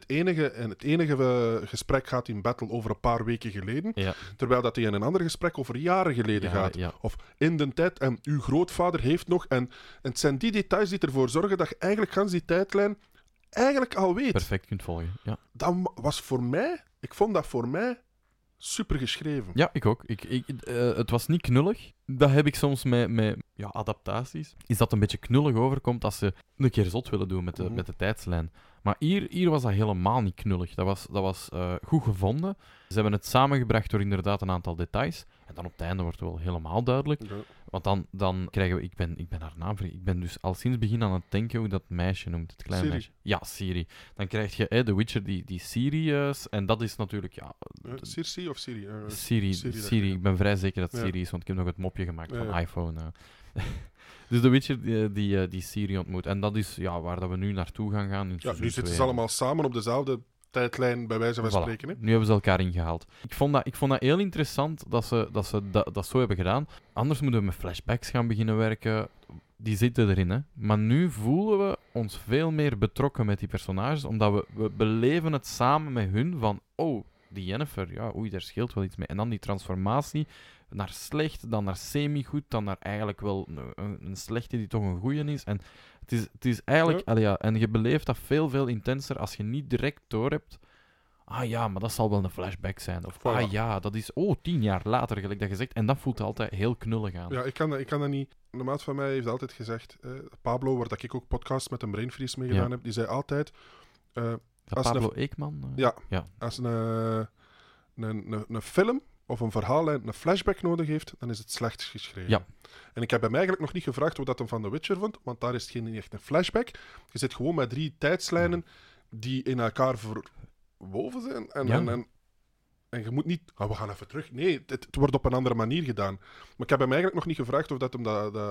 enige gesprek gaat in battle over een paar weken geleden. Ja. Terwijl dat hij in een ander gesprek over jaren geleden gaat. Ja. Of in de tijd. En uw grootvader heeft nog. En het zijn die details die ervoor zorgen dat je eigenlijk gans die tijdlijn eigenlijk al weet. Perfect kunt volgen. Ja. Dat was voor mij... Ik vond dat voor mij super geschreven. Ja, ik ook. Het was niet knullig. Dat heb ik soms met adaptaties. Is dat een beetje knullig overkomt als ze een keer zot willen doen met de tijdslijn. Maar hier was dat helemaal niet knullig. Dat was goed gevonden. Ze hebben het samengebracht door inderdaad een aantal details. En dan op het einde wordt het wel helemaal duidelijk. Ja. Want dan krijgen we... Ik ben haar naam vergeten. Ik ben dus al sinds het begin aan het denken hoe dat meisje noemt. Het kleine meisje. Ja, Ciri. Dan krijg je The Witcher die Ciri... en dat is natuurlijk... Circe of Ciri? Ciri. Ik ben vrij zeker dat Ciri is, want ik heb nog het mopje gemaakt van iPhone. Dus The Witcher die Ciri ontmoet. En dat is waar dat we nu naartoe gaan. Nu zitten ze allemaal samen op dezelfde tijdlijn, bij wijze van Voilà. spreken. Hè? Nu hebben ze elkaar ingehaald. Ik vond dat heel interessant dat ze dat zo hebben gedaan. Anders moeten we met flashbacks gaan beginnen werken. Die zitten erin, hè. Maar nu voelen we ons veel meer betrokken met die personages, omdat we beleven het samen met hun van, oh, die Yennefer, ja, oei, daar scheelt wel iets mee. En dan die transformatie naar slecht, dan naar semi-goed, dan naar eigenlijk wel een slechte die toch een goeie is. En het is eigenlijk... En je beleeft dat veel, veel intenser als je niet direct doorhebt. Ah ja, maar dat zal wel een flashback zijn. Of ah ja, dat is 10 jaar later, gelijk dat je zegt. En dat voelt altijd heel knullig aan. Ja, ik kan dat niet... Een maat van mij heeft altijd gezegd... Pablo, waar dat ik ook podcast met een Brainfreeze mee gedaan heb, die zei altijd... Pablo Eekman? Ja. Als een film of een verhaallijn een flashback nodig heeft, dan is het slecht geschreven. Ja. En ik heb hem eigenlijk nog niet gevraagd hoe dat hem van The Witcher vond, want daar is het geen echt een flashback. Je zit gewoon met 3 tijdslijnen die in elkaar verwoven zijn. En je moet niet... we gaan even terug. Nee, het wordt op een andere manier gedaan. Maar ik heb hem eigenlijk nog niet gevraagd of dat hem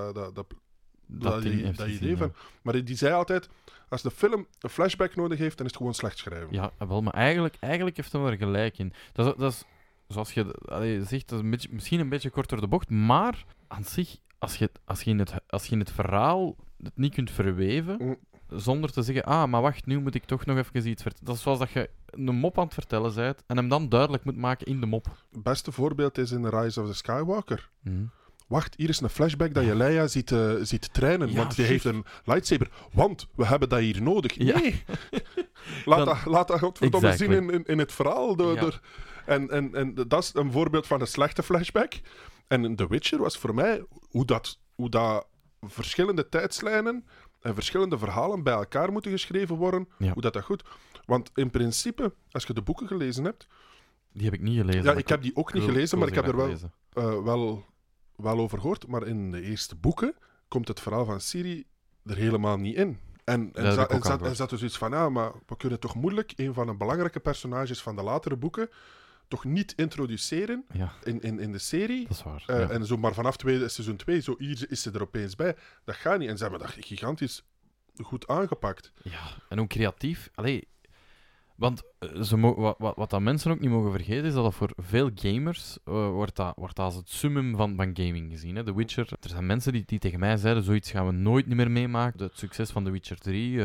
dat idee van... Maar die zei altijd, als de film een flashback nodig heeft, dan is het gewoon slecht schrijven. Ja, wel, maar eigenlijk heeft hij er gelijk in. Dat is zoals je zegt, dat is misschien een beetje kort door de bocht, maar aan zich, als je in het verhaal het niet kunt verweven, zonder te zeggen, maar wacht, nu moet ik toch nog even iets vertellen. Dat is zoals dat je een mop aan het vertellen bent en hem dan duidelijk moet maken in de mop. Het beste voorbeeld is in The Rise of the Skywalker. Wacht, hier is een flashback dat je Leia ziet trainen, want die heeft een lightsaber. Want we hebben dat hier nodig. Nee! Laat dat godverdomme zien in het verhaal. En dat is een voorbeeld van een slechte flashback. En in The Witcher was voor mij hoe dat verschillende tijdslijnen en verschillende verhalen bij elkaar moeten geschreven worden. Ja. Hoe dat goed... Want in principe, als je de boeken gelezen hebt... Die heb ik niet gelezen. Ja, ik heb die ook niet gelezen, maar ik heb er wel over gehoord. Maar in de eerste boeken komt het verhaal van Ciri er helemaal niet in. En zat dus iets van, maar we kunnen toch moeilijk een van de belangrijke personages van de latere boeken toch niet introduceren in de serie. Dat is waar. En zo maar vanaf seizoen 2, zo hier is ze er opeens bij. Dat gaat niet. En ze hebben dat gigantisch goed aangepakt. Ja, en ook creatief. Want wat dat mensen ook niet mogen vergeten, is dat voor veel gamers wordt dat als het summum van gaming gezien. Hè? The Witcher, er zijn mensen die tegen mij zeiden, zoiets gaan we nooit meer meemaken. Het succes van The Witcher 3...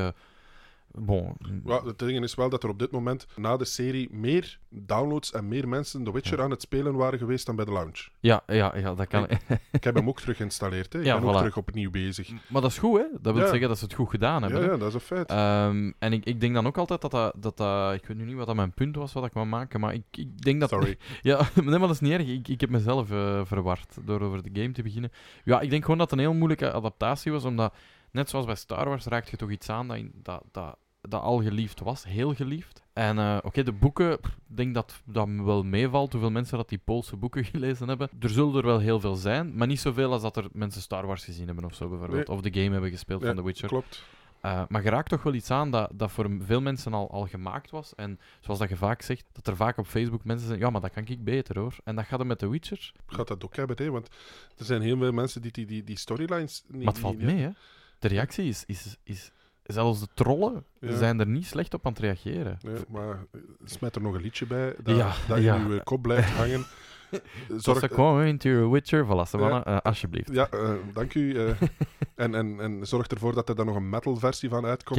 Het ding is wel dat er op dit moment na de serie meer downloads en meer mensen The Witcher aan het spelen waren geweest dan bij de launch. Ja, dat kan. Ik heb hem ook terug geïnstalleerd. Hè. Ik ben ook terug opnieuw bezig. Maar dat is goed, hè? Dat wil zeggen dat ze het goed gedaan hebben. Ja, dat is een feit. En ik denk dan ook altijd dat ik weet nu niet wat dat mijn punt was wat ik wou maken, maar ik denk dat... Sorry. Ja, nee, maar dat is niet erg. Ik heb mezelf verward door over de game te beginnen. Ja, ik denk gewoon dat het een heel moeilijke adaptatie was, omdat... Net zoals bij Star Wars raakt je toch iets aan dat al geliefd was. Heel geliefd. En de boeken, ik denk dat wel meevalt hoeveel mensen dat die Poolse boeken gelezen hebben. Er zullen er wel heel veel zijn, maar niet zoveel als dat er mensen Star Wars gezien hebben of zo bijvoorbeeld. Nee. Of de game hebben gespeeld van The Witcher. Klopt. Maar je raakt toch wel iets aan dat voor veel mensen al gemaakt was. En zoals dat je vaak zegt, dat er vaak op Facebook mensen zeggen, ja, maar dat kan ik beter hoor. En dat gaat er met The Witcher. Gaat dat ook hebben, hè? Want er zijn heel veel mensen die storylines... Maar het valt mee, hè. De reactie is zelfs de trollen zijn er niet slecht op aan het reageren. Ja, maar smet er nog een liedje bij dat in uw kop blijft hangen. Zorg gewoon into your Witcher, voilà, alsjeblieft. Ja, dank u. En zorg ervoor dat er dan nog een metal versie van uitkomt.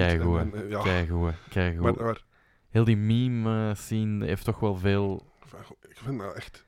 Keigoed. Maar heel die meme scene heeft toch wel veel... Ik vind dat echt...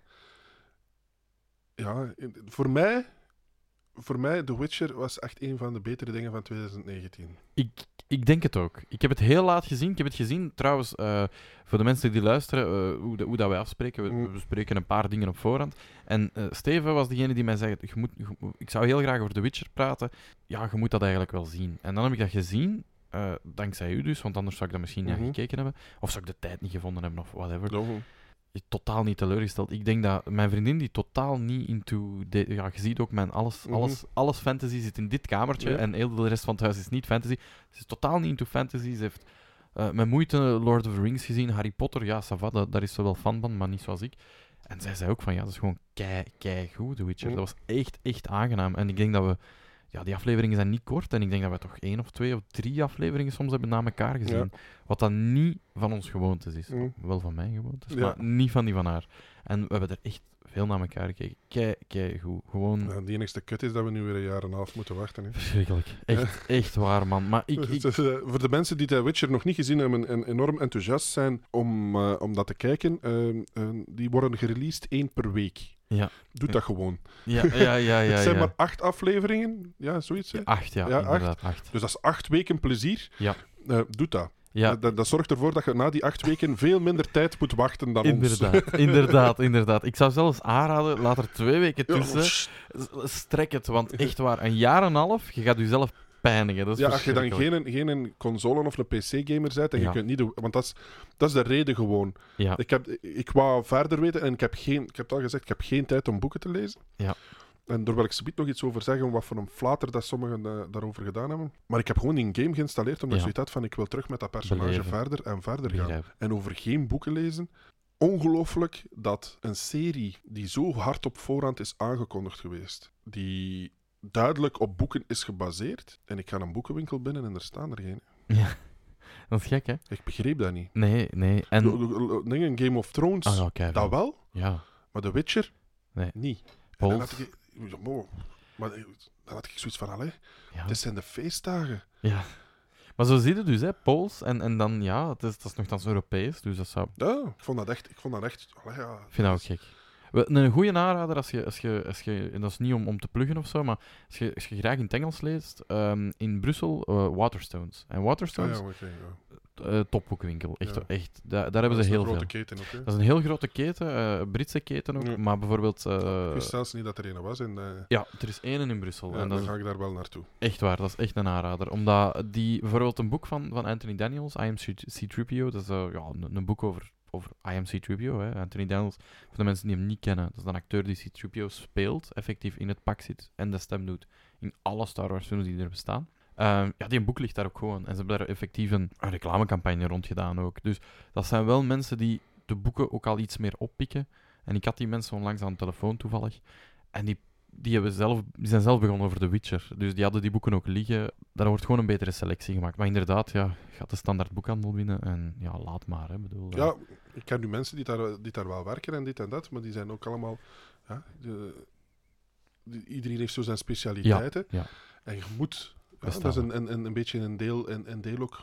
Ja, voor mij, The Witcher was echt een van de betere dingen van 2019. Ik denk het ook. Ik heb het heel laat gezien. Ik heb het gezien, trouwens, voor de mensen die luisteren, hoe dat wij afspreken. We spreken een paar dingen op voorhand. En Steven was degene die mij zei, ik zou heel graag over The Witcher praten. Ja, je moet dat eigenlijk wel zien. En dan heb ik dat gezien, dankzij u dus, want anders zou ik dat misschien niet gekeken hebben. Of zou ik de tijd niet gevonden hebben, of whatever. Totaal niet teleurgesteld. Ik denk dat mijn vriendin die totaal niet into... je ziet ook, alles fantasy zit in dit kamertje en heel de rest van het huis is niet fantasy. Ze is totaal niet into fantasy. Ze heeft met moeite Lord of the Rings gezien. Harry Potter, ja, ça va, daar is ze wel fan van, maar niet zoals ik. En zij zei ook van, ja, dat is gewoon kei goed, The Witcher. Dat was echt, echt aangenaam. En ik denk dat we... die afleveringen zijn niet kort. En ik denk dat we toch 1 of 2 of 3 afleveringen soms hebben na elkaar gezien. Wat dan niet van ons gewoontes is. Wel van mijn gewoontes, maar niet van die van haar. En we hebben er echt veel naar elkaar gekeken. Kei goed. Gewoon... Ja, die enigste kut is dat we nu weer 1,5 jaar moeten wachten. Hè. Verschrikkelijk. Echt waar, man. Maar voor de mensen die The Witcher nog niet gezien hebben en enorm enthousiast zijn om dat te kijken, die worden gereleased 1 per week. Ja. Doe dat gewoon. Ja. Het zijn maar 8 afleveringen. Ja, zoiets. Hè? 8, inderdaad. 8. Dus dat is 8 weken plezier. Ja. Doe dat. Ja. Dat zorgt ervoor dat je na die 8 weken veel minder tijd moet wachten dan ons. Inderdaad. Ik zou zelfs aanraden, laat er 2 weken tussen. Strek het, want echt waar, 1,5 jaar, je gaat jezelf pijnigen. Dat is als je dan geen console of een PC-gamer bent, en je kunt niet doen, want dat is de reden gewoon. Ja. Ik wou verder weten en ik heb het al gezegd, ik heb geen tijd om boeken te lezen. Ja. En daar wil ik zometeen nog iets over zeggen, wat voor een flater dat sommigen daarover gedaan hebben. Maar ik heb gewoon die game geïnstalleerd, omdat ik zoiets had van, ik wil terug met dat personage verder en verder gaan. En over geen boeken lezen. Ongelooflijk dat een serie die zo hard op voorhand is aangekondigd geweest, die duidelijk op boeken is gebaseerd, en ik ga een boekenwinkel binnen en er staan er geen. Ja, dat is gek, hè? Ik begreep dat niet. Nee. En... Een Game of Thrones, dat wel, maar The Witcher, niet. Maar dan had ik zoiets van, dit zijn de feestdagen. Ja. Maar zo zie je dus, hè, Pools, en dan, het is nogthans Europees, dus dat zou... Ja, ik vond dat echt... Ik vind dat ook gek. Een goede aanrader, als je, en dat is niet om te pluggen of zo, maar als je graag in het Engels leest, in Brussel, Waterstones. En Waterstones, topboekenwinkel. Echt, daar hebben ze heel veel. Keten ook, hè? Dat is een heel grote keten, Britse keten ook, maar bijvoorbeeld... ik wist zelfs niet dat er een was. Ja, er is 1 in Brussel. Ja, en dan ga ik daar wel naartoe. Echt waar, dat is echt een aanrader. Omdat bijvoorbeeld een boek van Anthony Daniels, I Am C-3PO, dat is een boek over I Am C-3PO, hè. Anthony Daniels, voor de mensen die hem niet kennen, dat is een acteur die C-3PO speelt, effectief in het pak zit en de stem doet in alle Star Wars films die er bestaan. Die boek ligt daar ook gewoon. En ze hebben daar effectief een reclamecampagne rond gedaan ook. Dus dat zijn wel mensen die de boeken ook al iets meer oppikken. En ik had die mensen onlangs aan de telefoon toevallig. En die zijn zelf begonnen over The Witcher. Dus die hadden die boeken ook liggen. Daar wordt gewoon een betere selectie gemaakt. Maar inderdaad, gaat de standaard boekhandel binnen. En laat maar. Hè, ja, ik ken nu mensen die daar wel werken en dit en dat. Maar die zijn ook allemaal... iedereen heeft zo zijn specialiteiten. Ja. En je moet... dat is een beetje een deel ook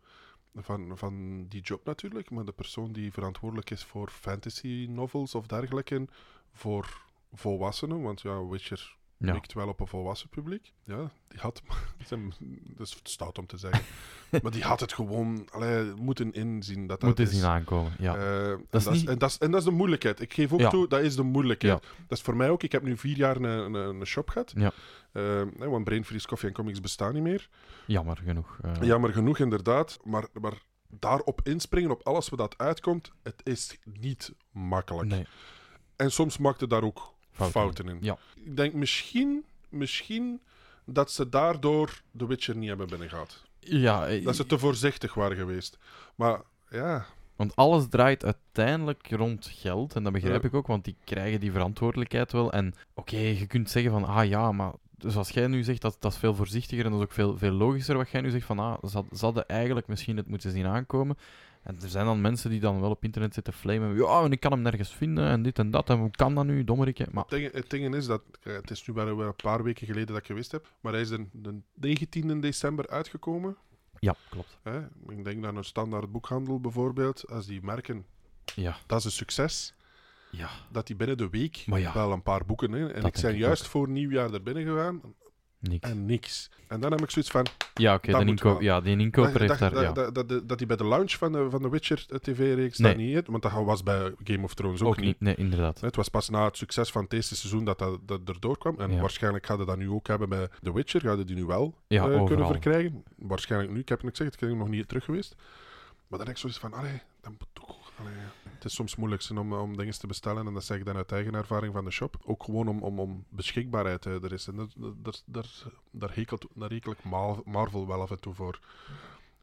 van die job natuurlijk. Maar de persoon die verantwoordelijk is voor fantasy novels of dergelijke, voor volwassenen, want Witcher mikt wel op een volwassen publiek. Ja, die had... dat is stout om te zeggen. Maar die had het gewoon moeten inzien. Moeten zien aankomen, ja. En dat is de moeilijkheid. Ik geef ook toe, dat is de moeilijkheid. Ja. Dat is voor mij ook. Ik heb nu 4 jaar een shop gehad. Ja. Want Brain Freeze Coffee en Comics bestaan niet meer. Jammer genoeg. Jammer genoeg, inderdaad. Maar daarop inspringen, op alles wat dat uitkomt, het is niet makkelijk. Nee. En soms maakt het daar ook fouten in. Ja. Ik denk misschien dat ze daardoor The Witcher niet hebben binnengehaald. Ja, dat ze te voorzichtig waren geweest. Maar ja... Want alles draait uiteindelijk rond geld. En dat begrijp ik ook, want die krijgen die verantwoordelijkheid wel. En oké, je kunt zeggen van, maar zoals jij nu zegt, dat is veel voorzichtiger en dat is ook veel logischer wat jij nu zegt van, ze hadden eigenlijk misschien het moeten zien aankomen. En er zijn dan mensen die dan wel op internet zitten flamen. Ja, en ik kan hem nergens vinden en dit en dat. En hoe kan dat nu, dommerike? Maar... Het ding is dat... Het is nu wel een paar weken geleden dat ik geweest heb. Maar hij is de 19e december uitgekomen. Ja, klopt. Ik denk dat een standaard boekhandel bijvoorbeeld, als die merken, dat is een succes, dat die binnen de week wel een paar boeken... En ik ben juist voor nieuwjaar er binnen gegaan... Niks. En dan heb ik zoiets van... Ja, oké, die inkoper heeft daar... Dat hij bij de launch van de Witcher TV-reeks daar niet heeft, want dat was bij Game of Thrones ook niet. Nee, inderdaad. Het was pas na het succes van het eerste seizoen dat erdoor kwam. En waarschijnlijk gaat het dat nu ook hebben bij The Witcher. Gaat het die nu wel kunnen verkrijgen. Waarschijnlijk nu. Ik heb niks gezegd. Ik ben nog niet terug geweest. Maar dan heb ik zoiets van... dat moet toch... Het is soms moeilijk om dingen te bestellen. En dat zeg ik dan uit eigen ervaring van de shop. Ook gewoon om beschikbaarheid er is. En daar hekel ik Marvel wel af en toe voor.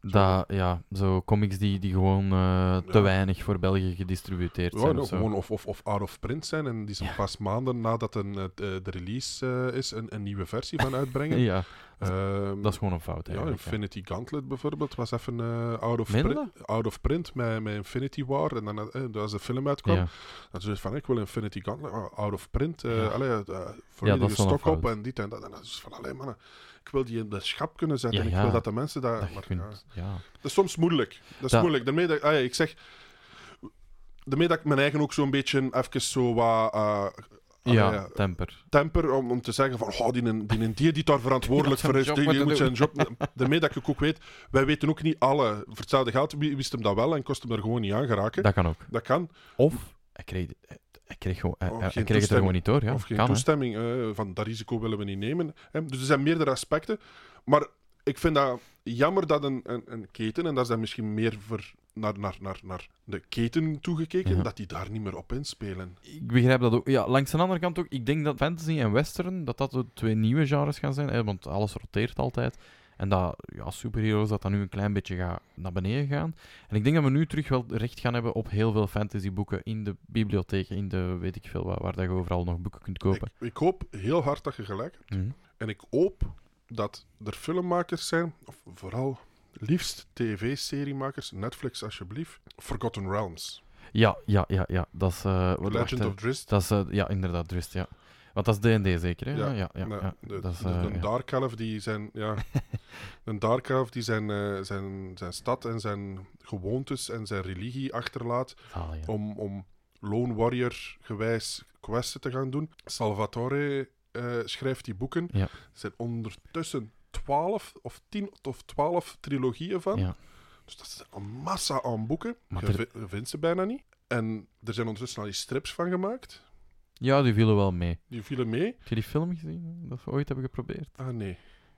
Zo comics die gewoon te weinig voor België gedistributeerd Ja, zijn. nou, Of zo. gewoon of out of print zijn en die zijn pas maanden nadat de release is een nieuwe versie van uitbrengen. Ja, Ehm, dat is gewoon een fout ja, eigenlijk. Infinity Gauntlet bijvoorbeeld was even Meen je out of print met Infinity War. En dan als de film uitkwam, Ja. dan zei ze van ik wil Infinity Gauntlet, maar out of print. Ja. Volledige is wel een stok op fout. en dit en dat. En dat is van alleen mannen. Ik wil die in de schap kunnen zetten. Ja, en ik ja. wil dat de mensen daar. Dat je Maar, kunt, ja. dat is soms moeilijk. Dat is Dat- moeilijk. Daarmee dat, ik zeg. Daarmee dat ik mijn eigen ook zo'n beetje even zo wat. Temper om te zeggen van die die daar verantwoordelijk Die voor is, had zijn job die moet zijn moeten job. Daarmee dat ik ook weet, wij weten ook niet alle. Voor hetzelfde geld wist hem dat wel en kost hem er gewoon niet aan geraken. Dat kan ook. Dat kan. Of hij kreeg Of geen het er gewoon niet door. Ja. of geen Kan, hè. toestemming van dat risico willen we niet nemen. Hè. Dus er zijn meerdere aspecten. Maar ik vind dat jammer dat een keten, en dat is dan misschien meer naar de keten toegekeken, Ja. dat die daar niet meer op inspelen. Ik begrijp dat ook. Ja, langs de andere kant ook. Ik denk dat fantasy en western, dat de twee nieuwe genres gaan zijn. Hè, want alles roteert altijd. En dat superheroes dat nu een klein beetje gaat naar beneden gaan. En ik denk dat we nu terug wel recht gaan hebben op heel veel fantasyboeken in de bibliotheken, in de weet ik veel waar dat je overal nog boeken kunt kopen. Ik hoop heel hard dat je gelijk hebt. Mhm. En ik hoop dat er filmmakers zijn, of vooral liefst tv-seriemakers, Netflix alsjeblieft, Forgotten Realms. Ja. Dat is... Legend of Drizzt. Dat is, inderdaad, Drizzt, ja. Want dat is D&D zeker, hè? Ja. Dat is, De Dark Elf die zijn... Ja, een Dark Elf die zijn stad en zijn gewoontes en zijn religie achterlaat Zalig, ja. om Lone Warrior gewijs questen te gaan doen. Salvatore schrijft die boeken. Ja. Er zijn ondertussen 10 of 12 trilogieën van. Ja. Dus dat is een massa aan boeken. Maar Je vindt ze bijna niet. En er zijn ondertussen al die strips van gemaakt. Ja, die vielen wel mee. Die vielen mee. Heb je die film gezien? Dat we ooit hebben geprobeerd? Ah, nee.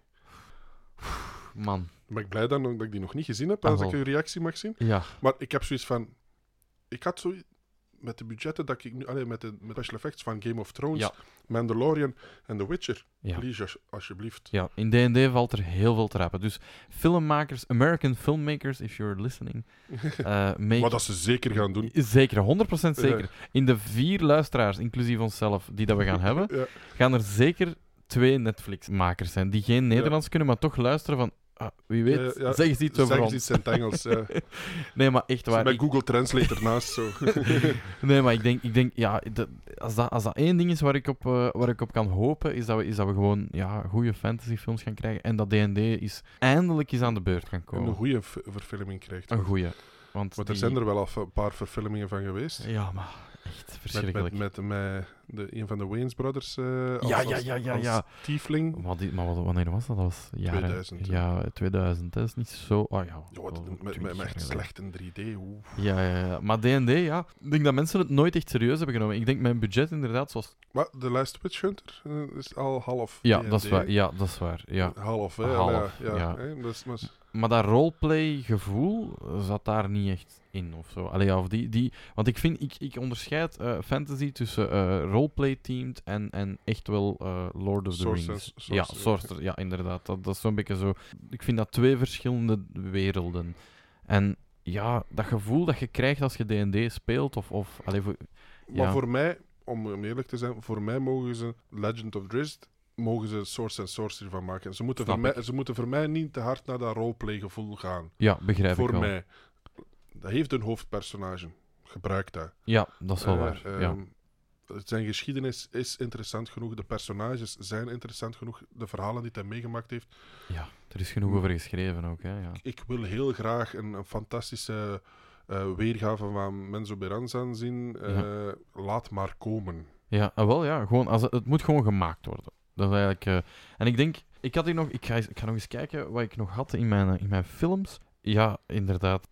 Man. Dan ben ik blij dat ik die nog niet gezien heb, Ah, als wel. ik uw reactie mag zien. Ja. Maar ik heb zoiets van... Ik had zo met de budgetten dat ik nu... met de special effects van Game of Thrones, Ja. Mandalorian en The Witcher. Ja. Please, alsjeblieft. Ja, in D&D valt er heel veel te rapen. Dus filmmakers, American filmmakers, if you're listening, make... Wat dat ze zeker gaan doen. Zeker, 100% zeker. In de 4 luisteraars, inclusief onszelf, die dat we gaan hebben, Ja. gaan er zeker 2 Netflix-makers zijn die geen Nederlands kunnen, maar toch luisteren van... wie weet, Ja. zeg eens iets over Zeg eens ons. iets in het Engels. Ja. Nee, maar echt waar. Met Google Translate ernaast. Zo. Nee, maar ik denk ja, als dat één ding is waar ik op kan hopen, is dat we gewoon goede fantasyfilms gaan krijgen. En dat D&D eindelijk eens aan de beurt gaan En komen. een goede verfilming krijgt. Een goeie. Want er zijn er wel al een paar verfilmingen van geweest. Ja, maar echt verschrikkelijk. Met een van de Wayans Brothers. Ja. Tiefling. Wanneer was dat? Dat was jaren... 2000. Ja, 2000. Dat is niet zo... Oh ja. Ja, met 20 jaar echt geleden. slecht in 3D. Oeh. Ja. Maar D&D, ja. Ik denk dat mensen het nooit echt serieus hebben genomen. Ik denk mijn budget inderdaad zoals... Maar The Last Witch Hunter is al half. Ja, D&D. dat is waar. Ja, dat is waar. Ja. Half, hè. Half, ja. ja. Hè, dat is- Maar dat roleplay-gevoel zat daar niet echt in of zo. Allee, ja, of want ik onderscheid fantasy tussen roleplay-teamed en echt wel Lord of the Rings. Ja, Sorcerer, ja, inderdaad. Dat is zo'n beetje zo. Ik vind dat 2 verschillende werelden. En ja, dat gevoel dat je krijgt als je D&D speelt, Maar voor mij, om eerlijk te zijn, voor mij mogen ze Legend of Drizzt mogen ze Source and Sorcery van maken. Ze moeten voor mij niet te hard naar dat roleplay-gevoel gaan. Ja, begrijp ik Voor wel. mij. Dat heeft een hoofdpersonage. Gebruik dat. Ja, dat is wel waar. Ja. Zijn geschiedenis is interessant genoeg. De personages zijn interessant genoeg. De verhalen die hij meegemaakt heeft. Ja, er is genoeg over geschreven ook. Hè, ja. Ik wil heel graag een fantastische weergave van Menzo Beranzan zien. Laat maar komen. Ja, wel ja. Gewoon, het moet gewoon gemaakt worden. Dat is eigenlijk... En ik denk... Ik ga nog eens kijken wat ik nog had in mijn films. Ja, inderdaad.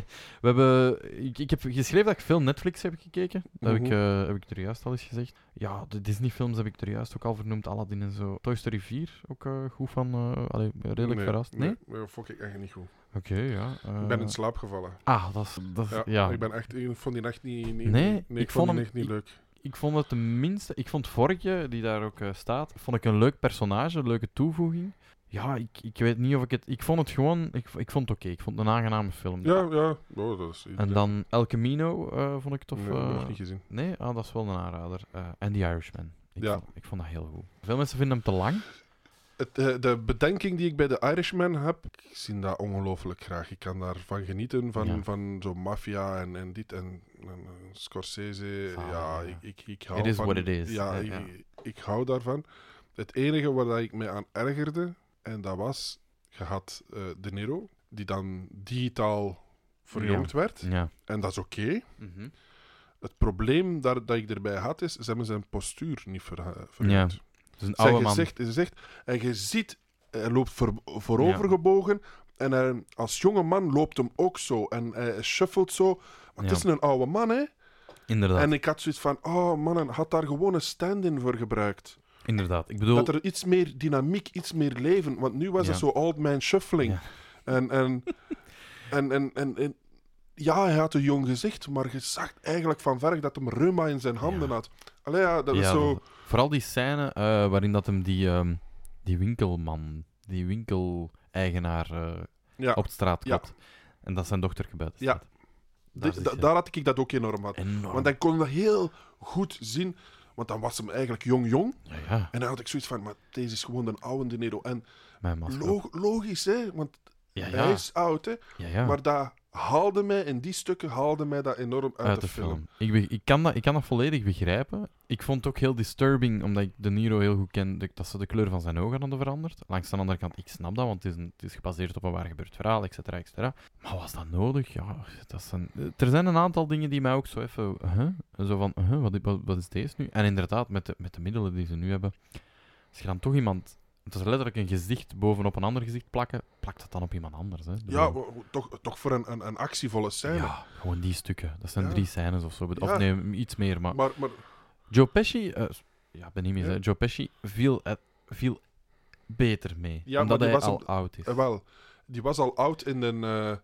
Ik heb geschreven dat ik veel Netflix heb gekeken. Dat heb ik er juist al eens gezegd. Ja, de Disney-films heb ik er juist ook al vernoemd. Aladdin en zo. Toy Story 4, ook goed van... redelijk verrast. Nee? Nee, vond ik echt niet goed. Oké, ja. Ik ben in slaap gevallen. Dat is... Ja. Ik vond die echt niet... Nee, ik vond hem echt niet leuk. Ik vond het tenminste... Ik vond Vorkje, die daar ook staat, vond ik een leuk personage, een leuke toevoeging. Ja, ik weet niet of ik het... Ik vond het gewoon... Ik vond het oké. Ik vond het een aangename film. Ja. Oh, dat is... En dan El Camino vond ik tof. Nee, dat heb ik nog niet gezien. Nee? Ah, dat is wel een aanrader. En The Irishman. Ja. Ik vond dat heel goed. Veel mensen vinden hem te lang. De bedenking die ik bij The Irishman heb, ik zie dat ongelooflijk graag. Ik kan daarvan genieten, van zo'n maffia en dit en Scorsese. Ik hou It is van... what it is. Ja, ik hou daarvan. Het enige waar ik me aan ergerde, en dat was, je had De Niro, die dan digitaal verjongd werd. Ja. En dat is oké. Mhm. Het probleem dat ik erbij had, is, ze hebben zijn postuur niet verjongd. Ja. Dus een oude man. Ze zegt, en je ziet, hij loopt voorovergebogen. En als jonge man loopt hem ook zo. En hij shuffelt zo. Maar het is een oude man, hè? Inderdaad. En ik had zoiets van, oh man, had daar gewoon een stand-in voor gebruikt. Inderdaad. Ik bedoel... Dat er iets meer dynamiek, iets meer leven. Want nu was het zo old man shuffling. Ja. En ja, hij had een jong gezicht, maar je zag eigenlijk van ver dat hij reuma in zijn handen had. Allee, ja, dat is zo... Vooral die scène waarin dat hem die winkelman, die winkeleigenaar op de straat klopt. Ja. En dat zijn dochtertje buiten staat. Daar had ik dat ook enorm aan. Want dan kon je dat heel goed zien. Want dan was hem eigenlijk jong. Ja. En dan had ik zoiets van, maar deze is gewoon een oude De Niro. En logisch, hè. Want hij is oud, hè. Ja. Maar dat haalde mij, in die stukken haalde mij dat enorm uit de film. Ik kan dat volledig begrijpen. Ik vond het ook heel disturbing, omdat ik De Niro heel goed ken, dat ze de kleur van zijn ogen hadden veranderd. Langs de andere kant, ik snap dat, want het is gebaseerd op een waar gebeurd verhaal, et cetera. Maar was dat nodig? Ja, er zijn een aantal dingen die mij ook zo even... Zo van, wat is deze nu? En inderdaad, met de middelen die ze nu hebben, als je dan toch iemand... Het is letterlijk een gezicht bovenop een ander gezicht plakken. Plakt dat dan op iemand anders, hè? Toch voor een actievolle scène. Ja, gewoon die stukken. Dat zijn 3 scènes of zo. Ja. Of nee, iets meer. Maar... Maar... Joe Pesci... Joe Pesci viel beter mee. Ja, omdat hij al oud is. Wel, die was al oud in de...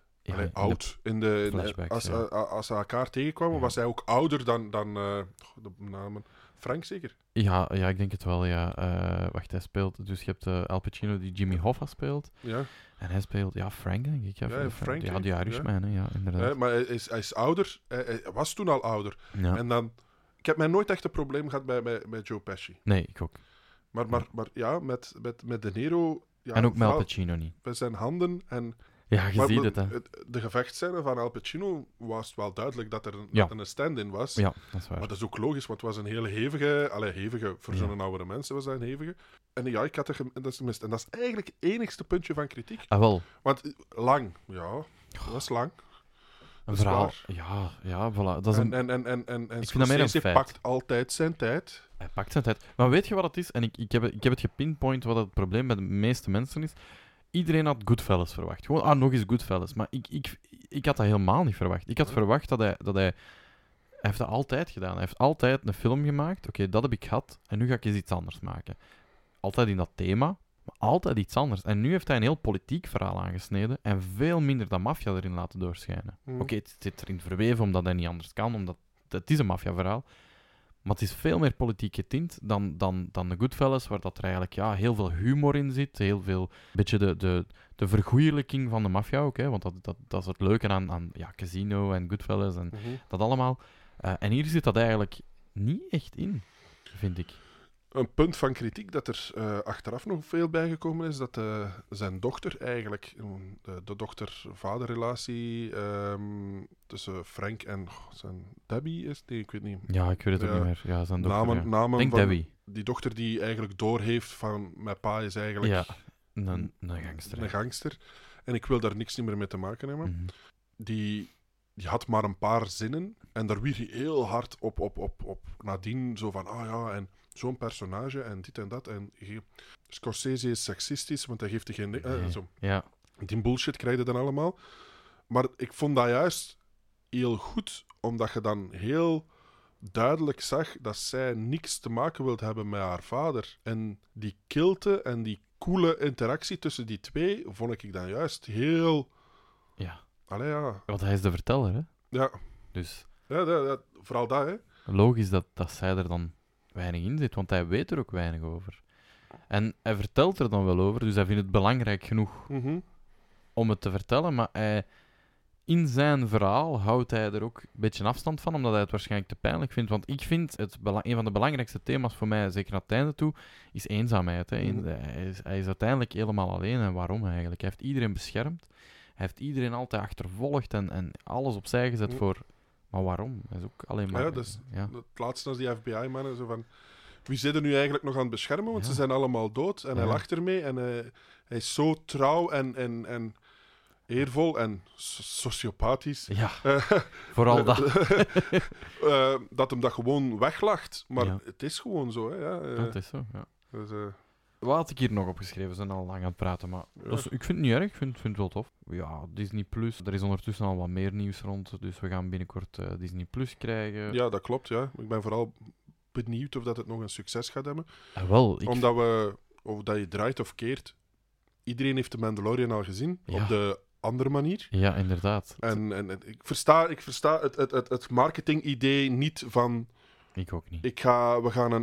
flashbacks, als ze elkaar tegenkwamen, was hij ook ouder dan de namen. Frank zeker? Ja, ik denk het wel, ja. Wacht, hij speelt... Dus je hebt Al Pacino die Jimmy Hoffa speelt. Ja. En hij speelt... Ja, Frank, denk ik. Ja, Frank. Ja, die Irishman, ja, inderdaad. Maar hij is ouder. Hij was toen al ouder. Ja. En dan... Ik heb mij nooit echt een probleem gehad bij Joe Pesci. Nee, ik ook. Maar ja, met De Niro... Ja, en ook met Al Pacino niet. Met zijn handen en... Ja, je ziet het, hè. De gevechtscène van Al Pacino was wel duidelijk dat er een stand-in was. Ja, dat is waar. Maar dat is ook logisch, want het was een hele hevige... Voor zo'n oudere mensen was dat een hevige. En ja, ik had dat is gemist. En dat is eigenlijk het enigste puntje van kritiek. Ah, wel. Want lang, ja, dat is lang. Een verhaal. Ja, voilà. Dat is en Scorsese pakt altijd zijn tijd. Hij pakt zijn tijd. Maar weet je wat het is? En ik heb het gepinpoint wat het probleem bij de meeste mensen is. Iedereen had Goodfellas verwacht. Gewoon, nog eens Goodfellas. Maar ik had dat helemaal niet verwacht. Ik had verwacht dat hij... Hij heeft dat altijd gedaan. Hij heeft altijd een film gemaakt. Oké, dat heb ik gehad. En nu ga ik eens iets anders maken. Altijd in dat thema, maar altijd iets anders. En nu heeft hij een heel politiek verhaal aangesneden. En veel minder dat maffia erin laten doorschijnen. Oké, het zit erin verweven omdat hij niet anders kan. Omdat het is een maffia-verhaal. Maar het is veel meer politiek getint dan de Goodfellas, waar dat er eigenlijk heel veel humor in zit. Heel veel, beetje de vergoeilijking van de maffia ook. Hè, want dat is het leuke aan Casino en Goodfellas en dat allemaal. En hier zit dat eigenlijk niet echt in, vind ik. Een punt van kritiek dat er achteraf nog veel bijgekomen is, dat zijn dochter eigenlijk, de dochter-vaderrelatie tussen Frank en zijn Debbie is, nee, ik weet niet. Ja, ik weet het ook niet meer. Ja, zijn dochter, namen denk van Debbie. Die dochter die eigenlijk doorheeft van, mijn pa is eigenlijk... Ja, een gangster. Een gangster. En ik wil daar niks meer mee te maken hebben. Mm-hmm. Die had maar een paar zinnen en daar wier hij heel hard op nadien, zo van, en zo'n personage en dit en dat. En Scorsese is seksistisch, want hij geeft er geen... Ja. Die bullshit krijg je dan allemaal. Maar ik vond dat juist heel goed, omdat je dan heel duidelijk zag dat zij niks te maken wilde hebben met haar vader. En die kilte en die coole interactie tussen die twee, vond ik dan juist heel... Ja. Allee, ja. Want hij is de verteller, hè? Ja. Dus... Ja, vooral dat, hè. Logisch dat zij er dan weinig in zit, want hij weet er ook weinig over. En hij vertelt er dan wel over, dus hij vindt het belangrijk genoeg Mhm. om het te vertellen, maar in zijn verhaal houdt hij er ook een beetje afstand van, omdat hij het waarschijnlijk te pijnlijk vindt. Want ik vind een van de belangrijkste thema's voor mij, zeker naar het einde toe, is eenzaamheid. Hè. Mhm. Hij is uiteindelijk helemaal alleen. En waarom eigenlijk? Hij heeft iedereen beschermd. Hij heeft iedereen altijd achtervolgd en alles opzij gezet Mhm. voor... Maar waarom? Hij is ook alleen maar... Ja, dus ja. het laatste als die FBI-mannen zo van... Wie zit er nu eigenlijk nog aan het beschermen? Want Ja. ze zijn allemaal dood. En hij Ja. lacht ermee. En hij is zo trouw en eervol en sociopathisch. Ja, Eh, vooral dat. dat hem dat gewoon weglacht. Maar Ja. het is gewoon zo. Hè, ja. Ja, het is zo, ja. Dus, Wat had ik hier nog opgeschreven? We zijn al lang aan het praten, maar Ja. dat is- ik vind het niet erg. Ik vind het wel tof. Ja, Disney Plus. Er is ondertussen al wat meer nieuws rond, dus we gaan binnenkort Disney Plus krijgen. ja, dat klopt. Ja. Ik ben vooral benieuwd of dat het nog een succes gaat hebben. Wel, Of dat je draait of keert. Iedereen heeft de Mandalorian al gezien. Ja. Op de andere manier. Ja, inderdaad. En ik versta het marketing-idee niet van... Ik ook niet. We gaan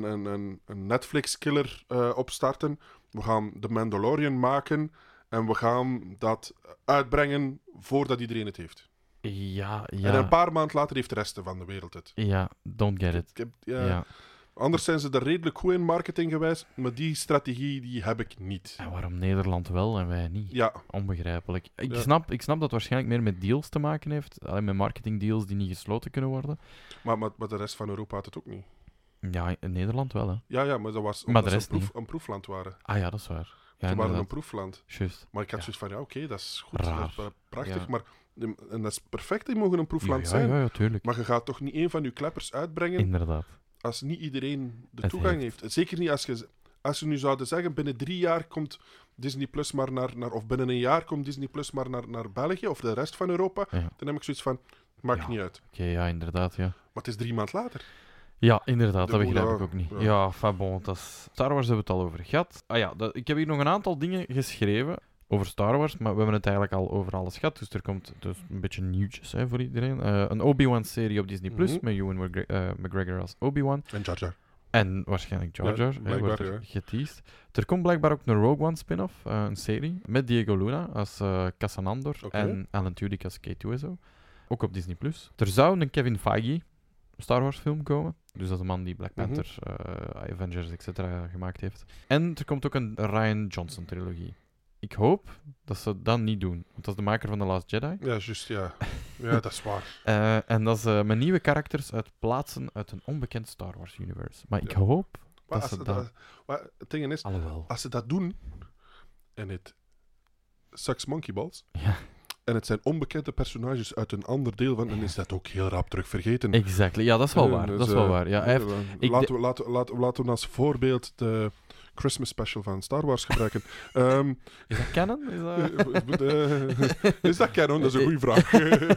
een Netflix-killer opstarten. We gaan The Mandalorian maken. En we gaan dat uitbrengen voordat iedereen het heeft. Ja, En ja. een paar maanden later heeft de rest van de wereld het. Ja, don't get it. Ja. Anders zijn ze er redelijk goed in marketing geweest. Maar die strategie die heb ik niet. En waarom Nederland wel en wij niet? Ja, Onbegrijpelijk. Ik Ja. snap dat het waarschijnlijk meer met deals te maken heeft. Alleen met marketingdeals die niet gesloten kunnen worden. maar de rest van Europa had het ook niet. Ja, in Nederland wel, hè. Ja, maar dat was Maar omdat de ze rest een proefland waren. Ah ja, dat is waar. Ja, Ze waren een inderdaad. proefland. Juist. Maar ik had Ja. zoiets van, ja, oké, dat is goed. Raar. Dat is prachtig. Ja. Maar, en dat is perfect, die mogen een proefland Ja, zijn. ja, tuurlijk. Maar je gaat toch niet één van je kleppers uitbrengen Inderdaad. als niet iedereen de Het toegang heeft. Zeker niet als ze nu zouden zeggen, binnen 3 jaar komt Disney Plus maar naar of binnen een jaar komt Disney Plus maar naar België of de rest van Europa. Ja. Dan heb ik zoiets van, maakt Ja. niet uit. Oké, ja, inderdaad, ja. Maar het is 3 maanden later. Ja, inderdaad, De dat goede- begrijp ik ook niet. ja. Ja, enfin bon, dat is... Star Wars hebben we het al over gehad. Ah ja, ik heb hier nog een aantal dingen geschreven over Star Wars, maar we hebben het eigenlijk al over alles gehad, dus er komt dus een beetje nieuwtjes hè, voor iedereen. Een Obi-Wan-serie op Disney+, Mhm. met Ewan McGregor als Obi-Wan. En Jar Jar. En waarschijnlijk Jar Ja, Jar, hè, blijkbaar, wordt er ja. geteased. Er komt blijkbaar ook een Rogue One spin-off, een serie, met Diego Luna als Cassian Andor Oké. en Alan Tudyk als K2SO. Ook op Disney+. Er zou een Kevin Feige Star Wars film komen. Dus dat is de man die Black Mhm. Panther, Avengers, etc. gemaakt heeft. En er komt ook een Rian Johnson trilogie. Ik hoop dat ze dat niet doen, want dat is de maker van The Last Jedi. Ja, juist, ja. Ja, dat is waar. En dat is met nieuwe karakters uit plaatsen uit een onbekend Star Wars universe. Maar ik Ja. hoop Maar, dat als ze ze dat... maar het ding is, Alhoewel. als ze dat doen en het sucks monkey balls Ja. en het zijn onbekende personages uit een ander deel van, dan is dat ook heel rap terug vergeten. Exactly. Ja, dat is wel waar. Dus, Dat is wel waar. Ja, hij heeft... ik laten we als voorbeeld de Christmas special van Star Wars gebruiken. Is dat canon? Is dat... Is dat canon? Dat is een goede vraag.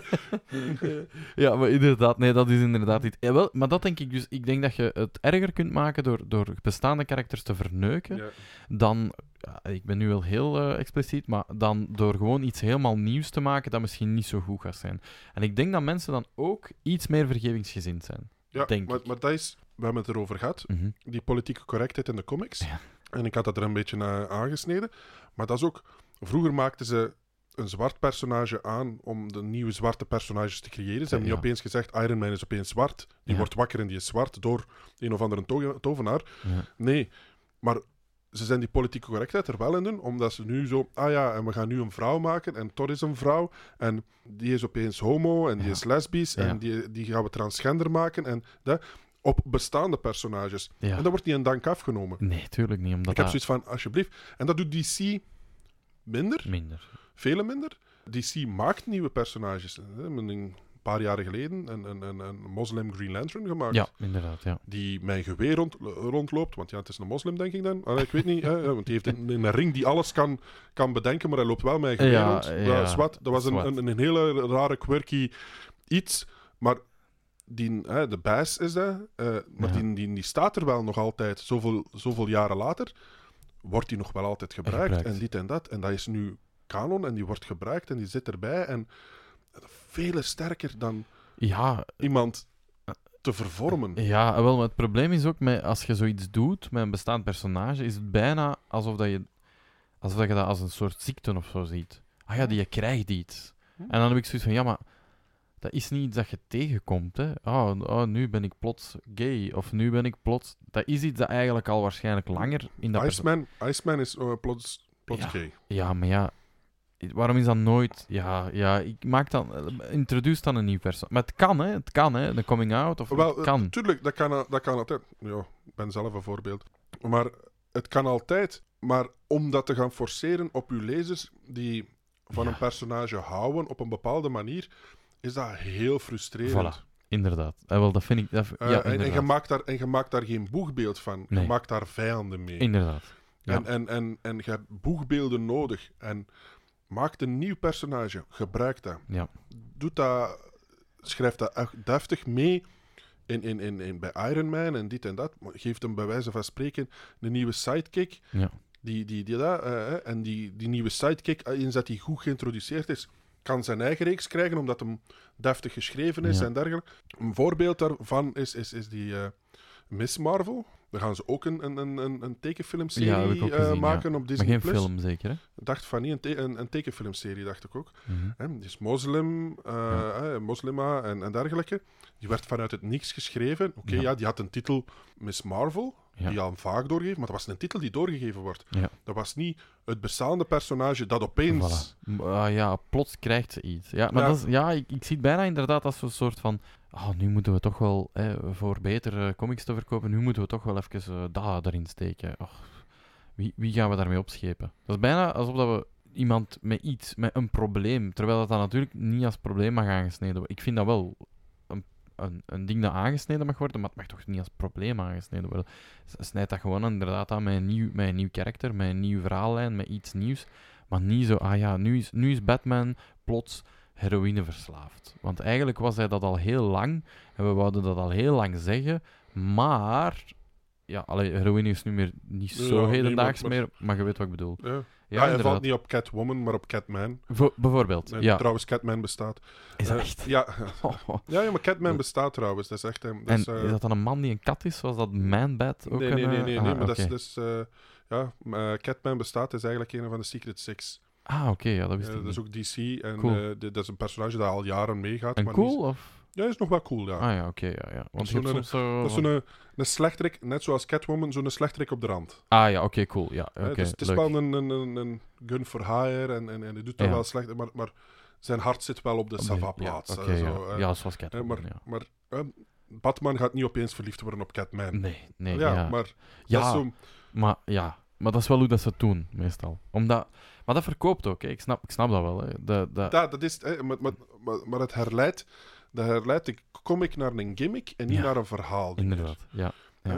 Ja, maar inderdaad, nee, dat is inderdaad iets. Ja, wel, maar dat denk ik dus. Ik denk dat je het erger kunt maken door bestaande karakters te verneuken, Ja. dan, ja, ik ben nu wel heel expliciet, maar dan door gewoon iets helemaal nieuws te maken dat misschien niet zo goed gaat zijn. En ik denk dat mensen dan ook iets meer vergevingsgezind zijn. Ja, Denk ik. maar dat is, we hebben het erover gehad, Mhm. die politieke correctheid in de comics. Ja. En ik had dat er een beetje aangesneden. Maar dat is ook... Vroeger maakten ze een zwart personage aan om de nieuwe zwarte personages te creëren. Ze hebben niet Ja. opeens gezegd, Iron Man is opeens zwart. Die Ja. wordt wakker en die is zwart door een of andere tovenaar. Ja. Nee, maar ze zijn die politieke correctheid er wel in doen, omdat ze nu zo... Ah ja, en we gaan nu een vrouw maken en Thor is een vrouw. En die is opeens homo en die Ja. is lesbisch. Ja. En die gaan we transgender maken. En dat op bestaande personages. Ja. En dat wordt niet in dank afgenomen. Nee, tuurlijk niet, omdat Ik heb dat zoiets van, alsjeblieft. En dat doet DC minder, minder. vele minder. DC maakt nieuwe personages. Ze hebben een paar jaren geleden een moslim Green Lantern gemaakt. Ja, inderdaad, ja. Die met een geweer rondloopt. Want ja, het is een moslim, denk ik dan. Ik weet niet. Hè, want die heeft een ring die alles kan bedenken, maar hij loopt wel met een geweer Ja, rond. ja, Zwart. Dat was zwart. een hele rare, quirky iets. Maar de Bass is dat. Maar Ja. die staat er wel nog altijd. Zoveel jaren later wordt die nog wel altijd gebruikt. En dit en dat. En dat is nu kanon en die wordt gebruikt en die zit erbij. En veel sterker dan Ja, iemand te vervormen. Ja, wel, maar het probleem is ook, als je zoiets doet met een bestaand personage, is het bijna alsof je dat als een soort ziekte of zo ziet. Ah ja, je krijgt iets. En dan heb ik zoiets van, ja, maar dat is niet iets dat je tegenkomt, hè. Nu ben ik plots gay, of nu ben ik plots... Dat is iets dat eigenlijk al waarschijnlijk langer in dat Iceman is plots Ja. gay. Ja, maar ja... Waarom is dat nooit... ik maak dan... Introduce dan een nieuw persoon. Maar het kan, hè. De coming out, of Wel, het kan. natuurlijk, dat kan altijd. Ja, ik ben zelf een voorbeeld. Maar het kan altijd. Maar om dat te gaan forceren op uw lezers die van een personage houden op een bepaalde manier, is dat heel frustrerend. Voilà, inderdaad. Wel, dat vind ik... En je maakt daar geen boegbeeld van. Nee. Je maakt daar vijanden mee. Inderdaad. Ja. En je hebt boegbeelden nodig. En maak een nieuw personage. Gebruik dat. Ja. Doe dat... Schrijf dat echt deftig mee bij Iron Man en dit en dat. Geef hem bij wijze van spreken een nieuwe sidekick. Ja. En die nieuwe sidekick, eens dat die goed geïntroduceerd is, kan zijn eigen reeks krijgen, omdat hem deftig geschreven is en dergelijke. Een voorbeeld daarvan is die Miss Marvel. Daar gaan ze ook een tekenfilmserie maken op Disney+. Maar geen film, zeker, hè? Ik dacht van niet, een tekenfilmserie, dacht ik ook. Mm-hmm. Die is moslima en dergelijke. Die werd vanuit het niks geschreven. Oké, die had een titel Miss Marvel, die al vaak doorgegeven, maar dat was een titel die doorgegeven wordt. Ja. Dat was niet het bestaande personage dat opeens... Voilà. Plots krijgt ze iets. Ja, maar dat is, ik zie het bijna inderdaad als een soort van... nu moeten we toch wel, voor betere comics te verkopen, nu moeten we toch wel even dat erin steken. Wie gaan we daarmee opschepen? Dat is bijna alsof dat we iemand met een probleem, terwijl dat natuurlijk niet als probleem mag aangesneden worden. Ik vind dat wel een ding dat aangesneden mag worden, maar het mag toch niet als probleem aangesneden worden. Snijd dat gewoon inderdaad aan met een nieuw karakter, met een nieuw verhaallijn, met iets nieuws. Maar niet zo, nu is Batman plots heroïne verslaafd. Want eigenlijk was hij dat al heel lang, en we wouden dat al heel lang zeggen, maar... Ja, heroïne is nu niet zo hedendaags meer, maar je weet wat ik bedoel. Ja, hij valt niet op Catwoman, maar op Catman. Bijvoorbeeld, Trouwens, Catman bestaat. Is dat echt? Ja. Ja, maar Catman bestaat trouwens. Dat is echt... Is dat dan een man die een kat is, zoals dat Man-Bat ook? Nee, maar dat is... Catman bestaat, is eigenlijk een van de Secret Six. Oké, dat wist ik Dat niet. is ook DC, en Cool. dat is een personage dat al jaren meegaat. En maar cool, niet... of... Ja, is nog wel cool, ja. Oké, ja. Want Dat je hebt soms zo... Dat is zo'n slechterik, net zoals Catwoman, zo'n slechterik op de rand. Oké, cool, ja. Dus het is wel een gun for hire en hij doet dat wel slecht, maar zijn hart zit wel op de Sava-plaats. Zoals Catwoman, Maar Batman gaat niet opeens verliefd worden op Catman. Nee. Maar dat is zo... Maar dat is wel hoe dat ze het doen, meestal. Maar dat verkoopt ook, hè. Ik snap dat wel. Hè. Dat is... Maar het herleidt de comic naar een gimmick en niet naar een verhaal. Inderdaad, ja.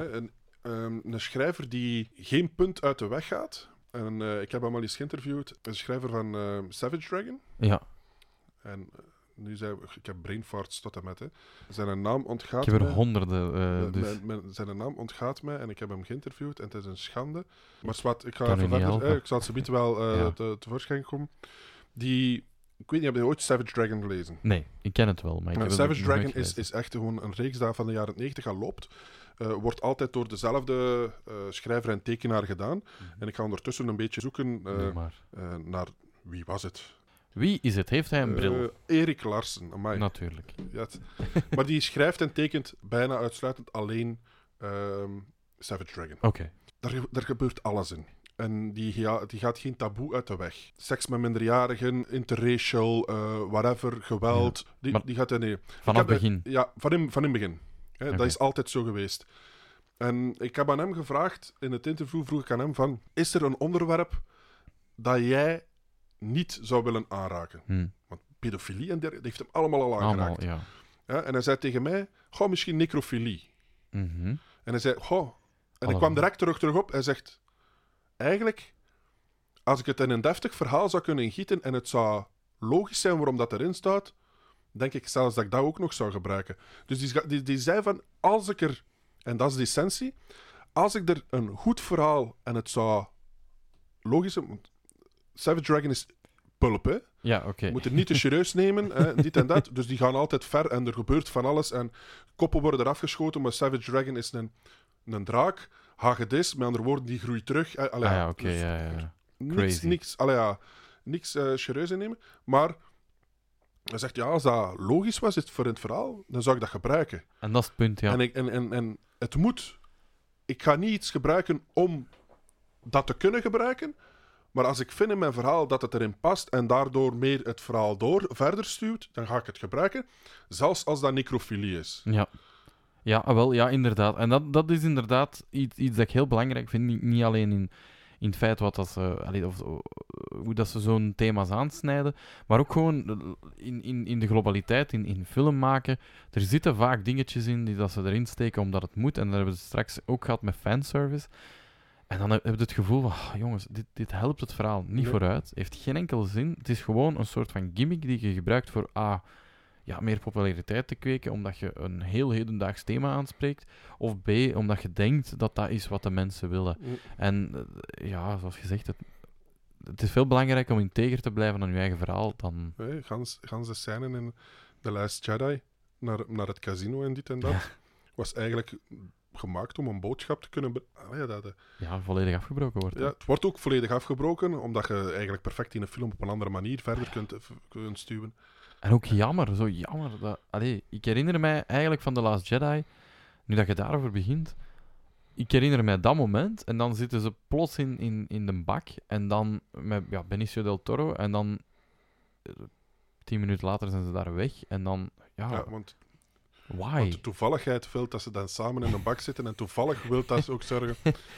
Een schrijver die geen punt uit de weg gaat. En ik heb hem al eens geïnterviewd. Een schrijver van Savage Dragon. Ja. En nu ik heb brain farts tot en met. Hè. Zijn naam ontgaat mij. Ik heb er mij. honderden. Dus. Zijn naam ontgaat mij en ik heb hem geïnterviewd en het is een schande. Maar zwart, ik ga Kan even u niet verder. helpen. Ik zal het zo meteen wel tevoorschijn komen. Ik weet niet, heb je ooit Savage Dragon gelezen? Nee, ik ken het wel. Maar ik heb Savage Dragon is echt gewoon een reeks dat van de jaren 90 al loopt. Wordt altijd door dezelfde schrijver en tekenaar gedaan. Mm-hmm. En ik ga ondertussen een beetje zoeken naar... Wie was het? Wie is het? Heeft hij een bril? Erik Larsen. Amai. Natuurlijk. Ja, maar die schrijft en tekent bijna uitsluitend alleen Savage Dragon. Oké. Daar gebeurt alles in. En die gaat geen taboe uit de weg. Seks met minderjarigen, interracial, whatever, geweld. Die gaat er niet. Vanaf het begin? Ja, van in het begin. Okay. Dat is altijd zo geweest. En ik heb aan hem gevraagd, in het interview vroeg ik aan hem van... Is er een onderwerp dat jij niet zou willen aanraken? Want pedofilie en dergelijke, dat heeft hem allemaal al aangeraakt. Ja, en hij zei tegen mij, misschien necrofilie. Mm-hmm. En hij zei, En ik kwam direct terug op. Hij zegt... Eigenlijk, als ik het in een deftig verhaal zou kunnen gieten en het zou logisch zijn waarom dat erin staat, denk ik zelfs dat ik dat ook nog zou gebruiken. Dus die zei van, als ik er, en dat is de essentie, als ik er een goed verhaal en het zou logisch zijn, want Savage Dragon is pulp, hè? Ja, oké. Je moet het niet te serieus nemen, dit en dat. Dus die gaan altijd ver en er gebeurt van alles. En koppen worden eraf geschoten, maar Savage Dragon is een draak. Hagedis, met andere woorden, die groeit terug. Oké, ja. Niks serieus innemen. Maar hij zegt, ja, als dat logisch was voor het verhaal, dan zou ik dat gebruiken. En dat is het punt, ja. En het moet... Ik ga niet iets gebruiken om dat te kunnen gebruiken, maar als ik vind in mijn verhaal dat het erin past en daardoor meer het verhaal verder stuurt, dan ga ik het gebruiken, zelfs als dat necrofilie is. Ja, wel, ja, inderdaad. En dat is inderdaad iets dat ik heel belangrijk vind. Niet alleen in het feit wat dat ze, hoe dat ze zo'n thema's aansnijden, maar ook gewoon in de globaliteit, in film maken. Er zitten vaak dingetjes in die dat ze erin steken omdat het moet. En dat hebben we straks ook gehad met fanservice. En dan heb je het gevoel van, jongens, dit helpt het verhaal niet vooruit. Heeft geen enkel zin. Het is gewoon een soort van gimmick die je gebruikt voor meer populariteit te kweken, omdat je een heel hedendaags thema aanspreekt. Of B, omdat je denkt dat dat is wat de mensen willen. En zoals gezegd, het is veel belangrijker om integer te blijven aan je eigen verhaal dan... Gans de scène in The Last Jedi naar het casino en dit en dat was eigenlijk gemaakt om een boodschap te kunnen... volledig afgebroken wordt. Ja, het wordt ook volledig afgebroken, omdat je eigenlijk perfect in een film op een andere manier verder kunt stuwen. En ook jammer. Ik herinner mij eigenlijk van The Last Jedi, nu dat je daarover begint, ik herinner mij dat moment, en dan zitten ze plots in de bak, en dan met Benicio del Toro, en dan 10 minuten later zijn ze daar weg, en dan... Want why? de toevalligheid wil dat ze dan samen in een bak zitten, en toevallig wil dat ze ook zorgen...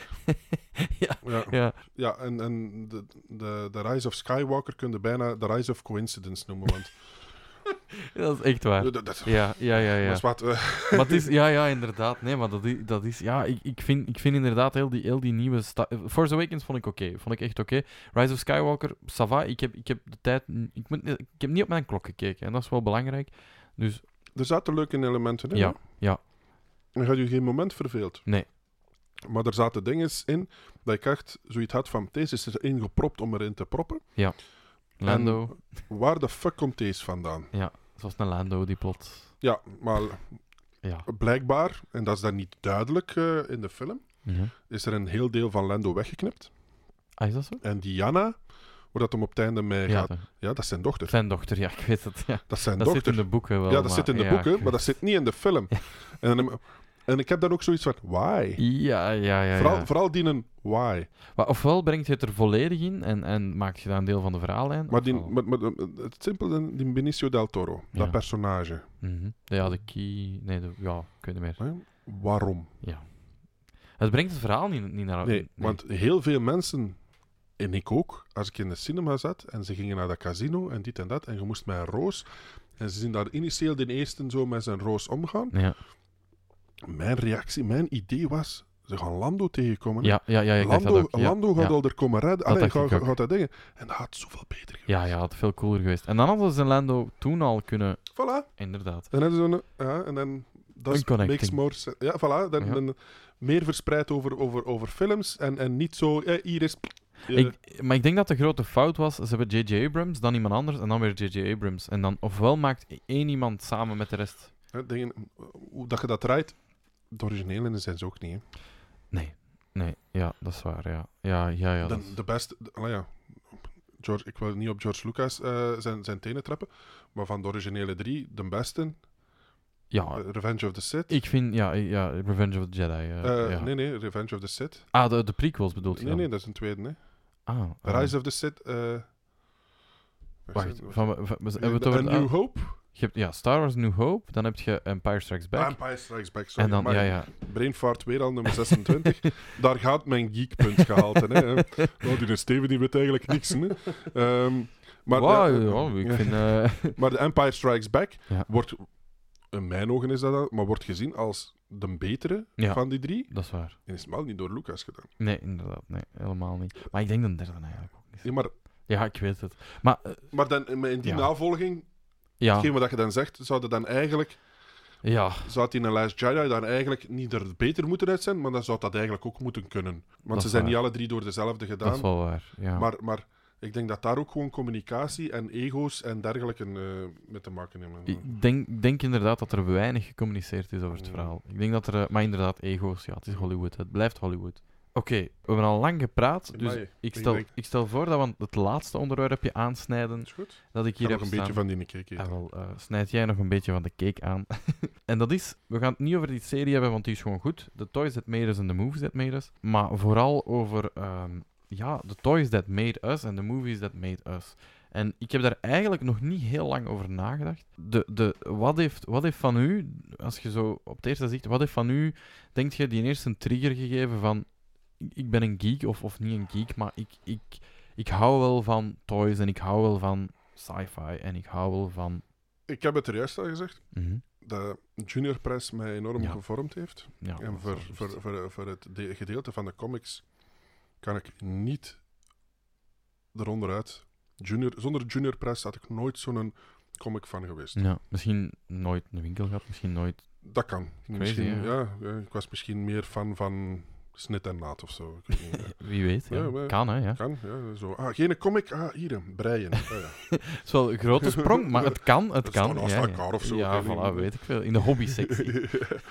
Ja, en de Rise of Skywalker kun je bijna de Rise of Coincidence noemen, want... Dat is echt waar. Ja. Dat is wat... Maar het is... Ja, inderdaad. Nee, maar dat is... Ja, ik vind inderdaad heel die nieuwe... Force Awakens vond ik oké. Vond ik echt oké. Rise of Skywalker, ça va. Ik heb de tijd... Ik heb niet op mijn klok gekeken. En dat is wel belangrijk. Dus... Er zaten leuke elementen in. Ja. En had je geen moment verveeld. Nee. Maar er zaten dingen in dat ik echt zoiets had van... Deze is erin gepropt om erin te proppen. Ja. Lando. En waar de fuck komt deze vandaan? Ja, zoals een Lando die plots... Ja, maar blijkbaar, en dat is dan niet duidelijk in de film, is er een heel deel van Lando weggeknipt. Is dat zo? En Diana, waar dat hem op het einde mee gaat... Ja, dat is zijn dochter. Zijn dochter, ja, ik weet het. Ja. Dat is zijn dochter. Dat zit in de boeken wel. Ja, dat zit in de boeken, maar dat zit niet in de film. En ik heb dan ook zoiets van, why? Ja. Vooral die een why. Maar ofwel brengt je het er volledig in en maakt je dat een deel van de verhaallijn. Maar het simpel, die Benicio del Toro, dat personage. Ja, de key... Nee, ik weet niet meer. Waarom? Ja. Het brengt het verhaal niet naar... Nee, want heel veel mensen, en ik ook, als ik in de cinema zat en ze gingen naar dat casino en dit en dat, en je moest met een roos, en ze zien daar initieel de eerste zo met zijn roos omgaan. Ja. Mijn reactie, mijn idee was, ze gaan Lando tegenkomen. Ja, Lando gaat al er komen redden. Gaat dat dingen. En dat had zoveel beter geweest. Ja, had veel cooler geweest. En dan hadden ze Lando toen al kunnen... Voilà. Inderdaad. En dan en dan... Dat makes more sense. Ja, voilà. Dan meer verspreid over films en niet zo... hier is... Maar ik denk dat de grote fout was, ze hebben J.J. Abrams, dan iemand anders en dan weer J.J. Abrams. En dan ofwel maakt één iemand samen met de rest... Hoe dat je dat draait, de originele zijn ze ook niet, hè? Nee, ja, dat is waar, ja. De beste... George, ik wil niet op George Lucas zijn tenen trappen, maar van de originele 3, de beste... Ja. Revenge of the Sith. Ik vind, Revenge of the Jedi. Nee, Revenge of the Sith. De prequels bedoelt je dan? Nee, dat is een tweede, hè. Rise of the Sith... Wacht, hebben we het over... A New Hope? Je hebt, Star Wars New Hope, dan heb je Empire Strikes Back. Empire Strikes Back, sorry. En dan, Brainfart weer al nummer 26. Daar gaat mijn geekpunt gehaald in, hè. Die Steven die weet eigenlijk niks, hè. Ik vind... Maar de Empire Strikes Back wordt... In mijn ogen is dat maar wordt gezien als de betere van die 3. Dat is waar. En is helemaal niet door Lucas gedaan. Nee, inderdaad. Nee, helemaal niet. Maar ik denk de derde eigenlijk ook niet. Ja, ik weet het. Maar dan, in die navolging, hetgeen wat je dan zegt, zou dan eigenlijk... Zou die in Last Jedi dan eigenlijk niet er beter moeten uit zijn, maar dan zou dat eigenlijk ook moeten kunnen. Want ze zijn niet alle 3 door dezelfde gedaan. Dat is wel waar, ja. Maar Ik denk dat daar ook gewoon communicatie en ego's en dergelijke met te maken hebben. Ik denk inderdaad dat er weinig gecommuniceerd is over het verhaal. Ik denk dat er... maar inderdaad, ego's, ja, het is Hollywood. Het blijft Hollywood. Oké, we hebben al lang gepraat, dus ik stel voor dat we het laatste onderwerpje aansnijden. Is goed. Dat ik hier heb nog een staan. beetje van die cake eten. Wel, snijd jij nog een beetje van de cake aan. En dat is, we gaan het niet over die serie hebben, want die is gewoon goed. The Toys That Made Us en The Movies That Made Us. Maar vooral over The Toys That Made Us en The Movies That Made Us. En ik heb daar eigenlijk nog niet heel lang over nagedacht. Wat heeft van u, als je zo op het eerste ziet, wat heeft van u, denk je, die eerst een trigger gegeven van ik ben een geek, of niet een geek, maar ik hou wel van toys en ik hou wel van sci-fi en ik hou wel van... Ik heb het er juist al gezegd. Mhm. De Junior Press mij enorm gevormd heeft. Ja, en voor het gedeelte van de comics kan ik niet eronder uit. Zonder Junior Press had ik nooit zo'n comic van geweest. Ja, misschien nooit een winkel gehad, misschien nooit... Dat kan. Misschien, ik was misschien meer fan van Snit en Naad of zo. Ik weet niet, Wie weet, kan hè. Ja. Kan, ja. Zo. geen comic, hier een Brian. Het is wel een grote sprong, maar het kan. Het kan. Naast elkaar of zo. Ja, voilà, weet ik veel. In de hobby-sectie.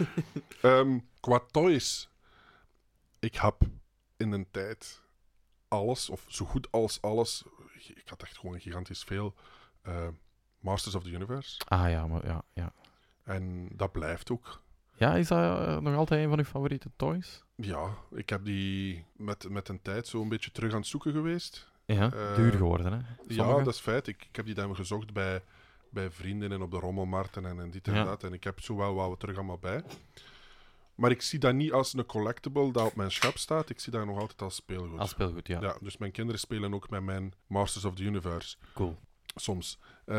Qua toys, ik heb in een tijd alles, of zo goed als alles, ik had echt gewoon gigantisch veel, Masters of the Universe. Ah ja, maar ja. En dat blijft ook. Ja, is dat nog altijd een van uw favoriete toys? Ja, ik heb die met een tijd zo een beetje terug aan het zoeken geweest. Ja, duur geworden, hè? Ja, dat is feit. Ik heb die dan gezocht bij vrienden en op de rommelmarkten en dit en dat. En ik heb zo wel wat terug allemaal bij. Maar ik zie dat niet als een collectible dat op mijn schap staat. Ik zie dat nog altijd als speelgoed. Als speelgoed, ja. Ja, dus mijn kinderen spelen ook met mijn Masters of the Universe. Cool. Soms.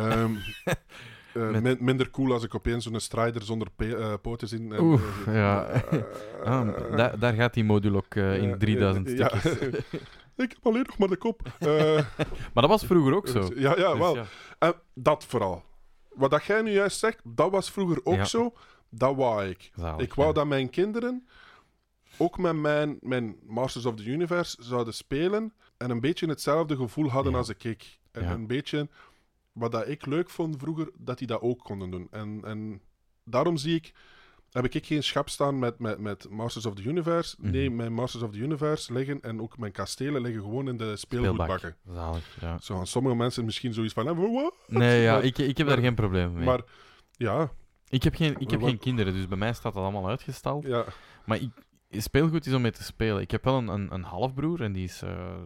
Minder cool als ik opeens zo'n Strider zonder poten zie. Daar gaat die module ook in 3000 stukjes. Ik heb alleen nog maar de kop. Maar dat was vroeger ook zo. Ja, dus, wel. Ja. Dat vooral. Wat dat jij nu juist zegt, dat was vroeger ook zo. Dat wou ik. Zalig, ik wou dat mijn kinderen ook met mijn Masters of the Universe zouden spelen en een beetje hetzelfde gevoel hadden als ik. En een beetje wat dat ik leuk vond vroeger, dat die dat ook konden doen. En daarom heb ik geen schap staan met Masters of the Universe. Nee, mijn Masters of the Universe liggen en ook mijn kastelen liggen gewoon in de speelgoedbakken. Zalig, ja. Zo gaan sommige mensen misschien zoiets van... What? Nee, ja, ik heb daar geen probleem mee. Maar, ja... Ik heb geen kinderen, dus bij mij staat dat allemaal uitgestald. Ja. Maar speelgoed is om mee te spelen. Ik heb wel een halfbroer en die is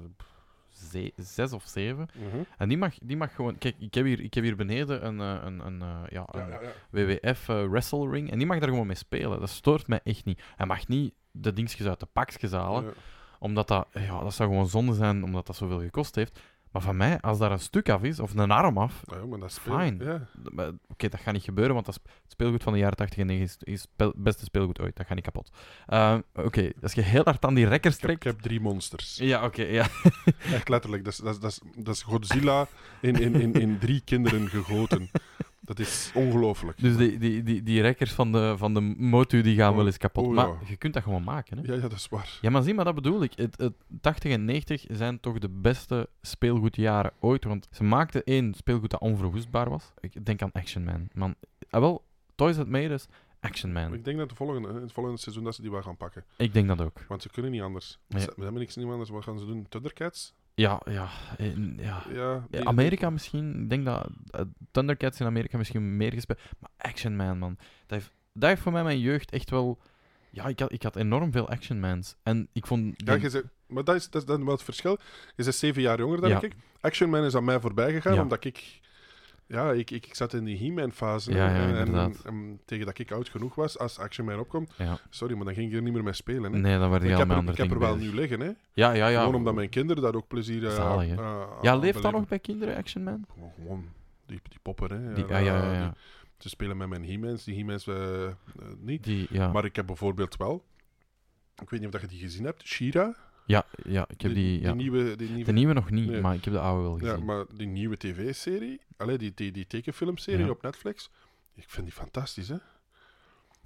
6 of 7. Mm-hmm. En die mag gewoon... Kijk, ik heb hier beneden een WWF wrestle ring en die mag daar gewoon mee spelen. Dat stoort mij echt niet. Hij mag niet de dingetjes uit de pakjes halen, omdat dat zou gewoon zonde zijn, omdat dat zoveel gekost heeft. Maar van mij, als daar een stuk af is, of een arm af, maar dat is fijn. Ja. Oké, dat gaat niet gebeuren, want dat speelgoed van de jaren 80 en 90 is het beste speelgoed ooit. Dat gaat niet kapot. Oké, als je heel hard aan die rekkers trekt... Ik heb 3 monsters. Ja, oké, ja. Echt letterlijk. Dat is Godzilla in 3 kinderen gegoten. Dat is ongelooflijk. Dus die rekkers van de Motu die gaan wel eens kapot. Maar ja. je kunt dat gewoon maken, hè? Ja, dat is waar. Ja, maar zie, maar dat bedoel ik. Het 80 en 90 zijn toch de beste speelgoedjaren ooit. Want ze maakten één speelgoed dat onverwoestbaar was. Ik denk aan Action Man. Man, wel, Toys That Made Us, Action Man. Ik denk dat in het volgende seizoen dat ze die wel gaan pakken. Ik denk dat ook. Want ze kunnen niet anders. Ja. Ze hebben niks anders. Wat gaan ze doen? Thundercats? Ja. Amerika misschien. Ik denk dat Thundercats in Amerika misschien meer gespeeld. Maar Action Man. Dat heeft voor mij mijn jeugd echt wel... Ja, ik had enorm veel Action Mans. En ik vond... Maar dat is dan wel het verschil. Je bent 7 jaar jonger dan ik. Action Man is aan mij voorbij gegaan, omdat ik... Ja, ik zat in die He-Man fase. En tegen dat ik oud genoeg was, als Action Man opkomt... Ja. Sorry, maar dan ging ik er niet meer mee spelen. Hè. Nee, dan werd je al met andere dingen Ik heb er wel bezig. nu liggen, hè. Ja. Gewoon omdat mijn kinderen daar ook plezier ja, leeft dat nog bij kinderen, Action Man? Gewoon die poppen, hè. Ja. Ze spelen met mijn He-Mans. Die He-Mans niet. Maar ik heb bijvoorbeeld wel... Ik weet niet of je die gezien hebt. She-Ra. Ja, ik heb die nieuwe... De nieuwe nog niet, maar ik heb de oude wel gezien. Ja, maar die nieuwe tv-serie... die tekenfilmserie op Netflix... Ik vind die fantastisch, hè.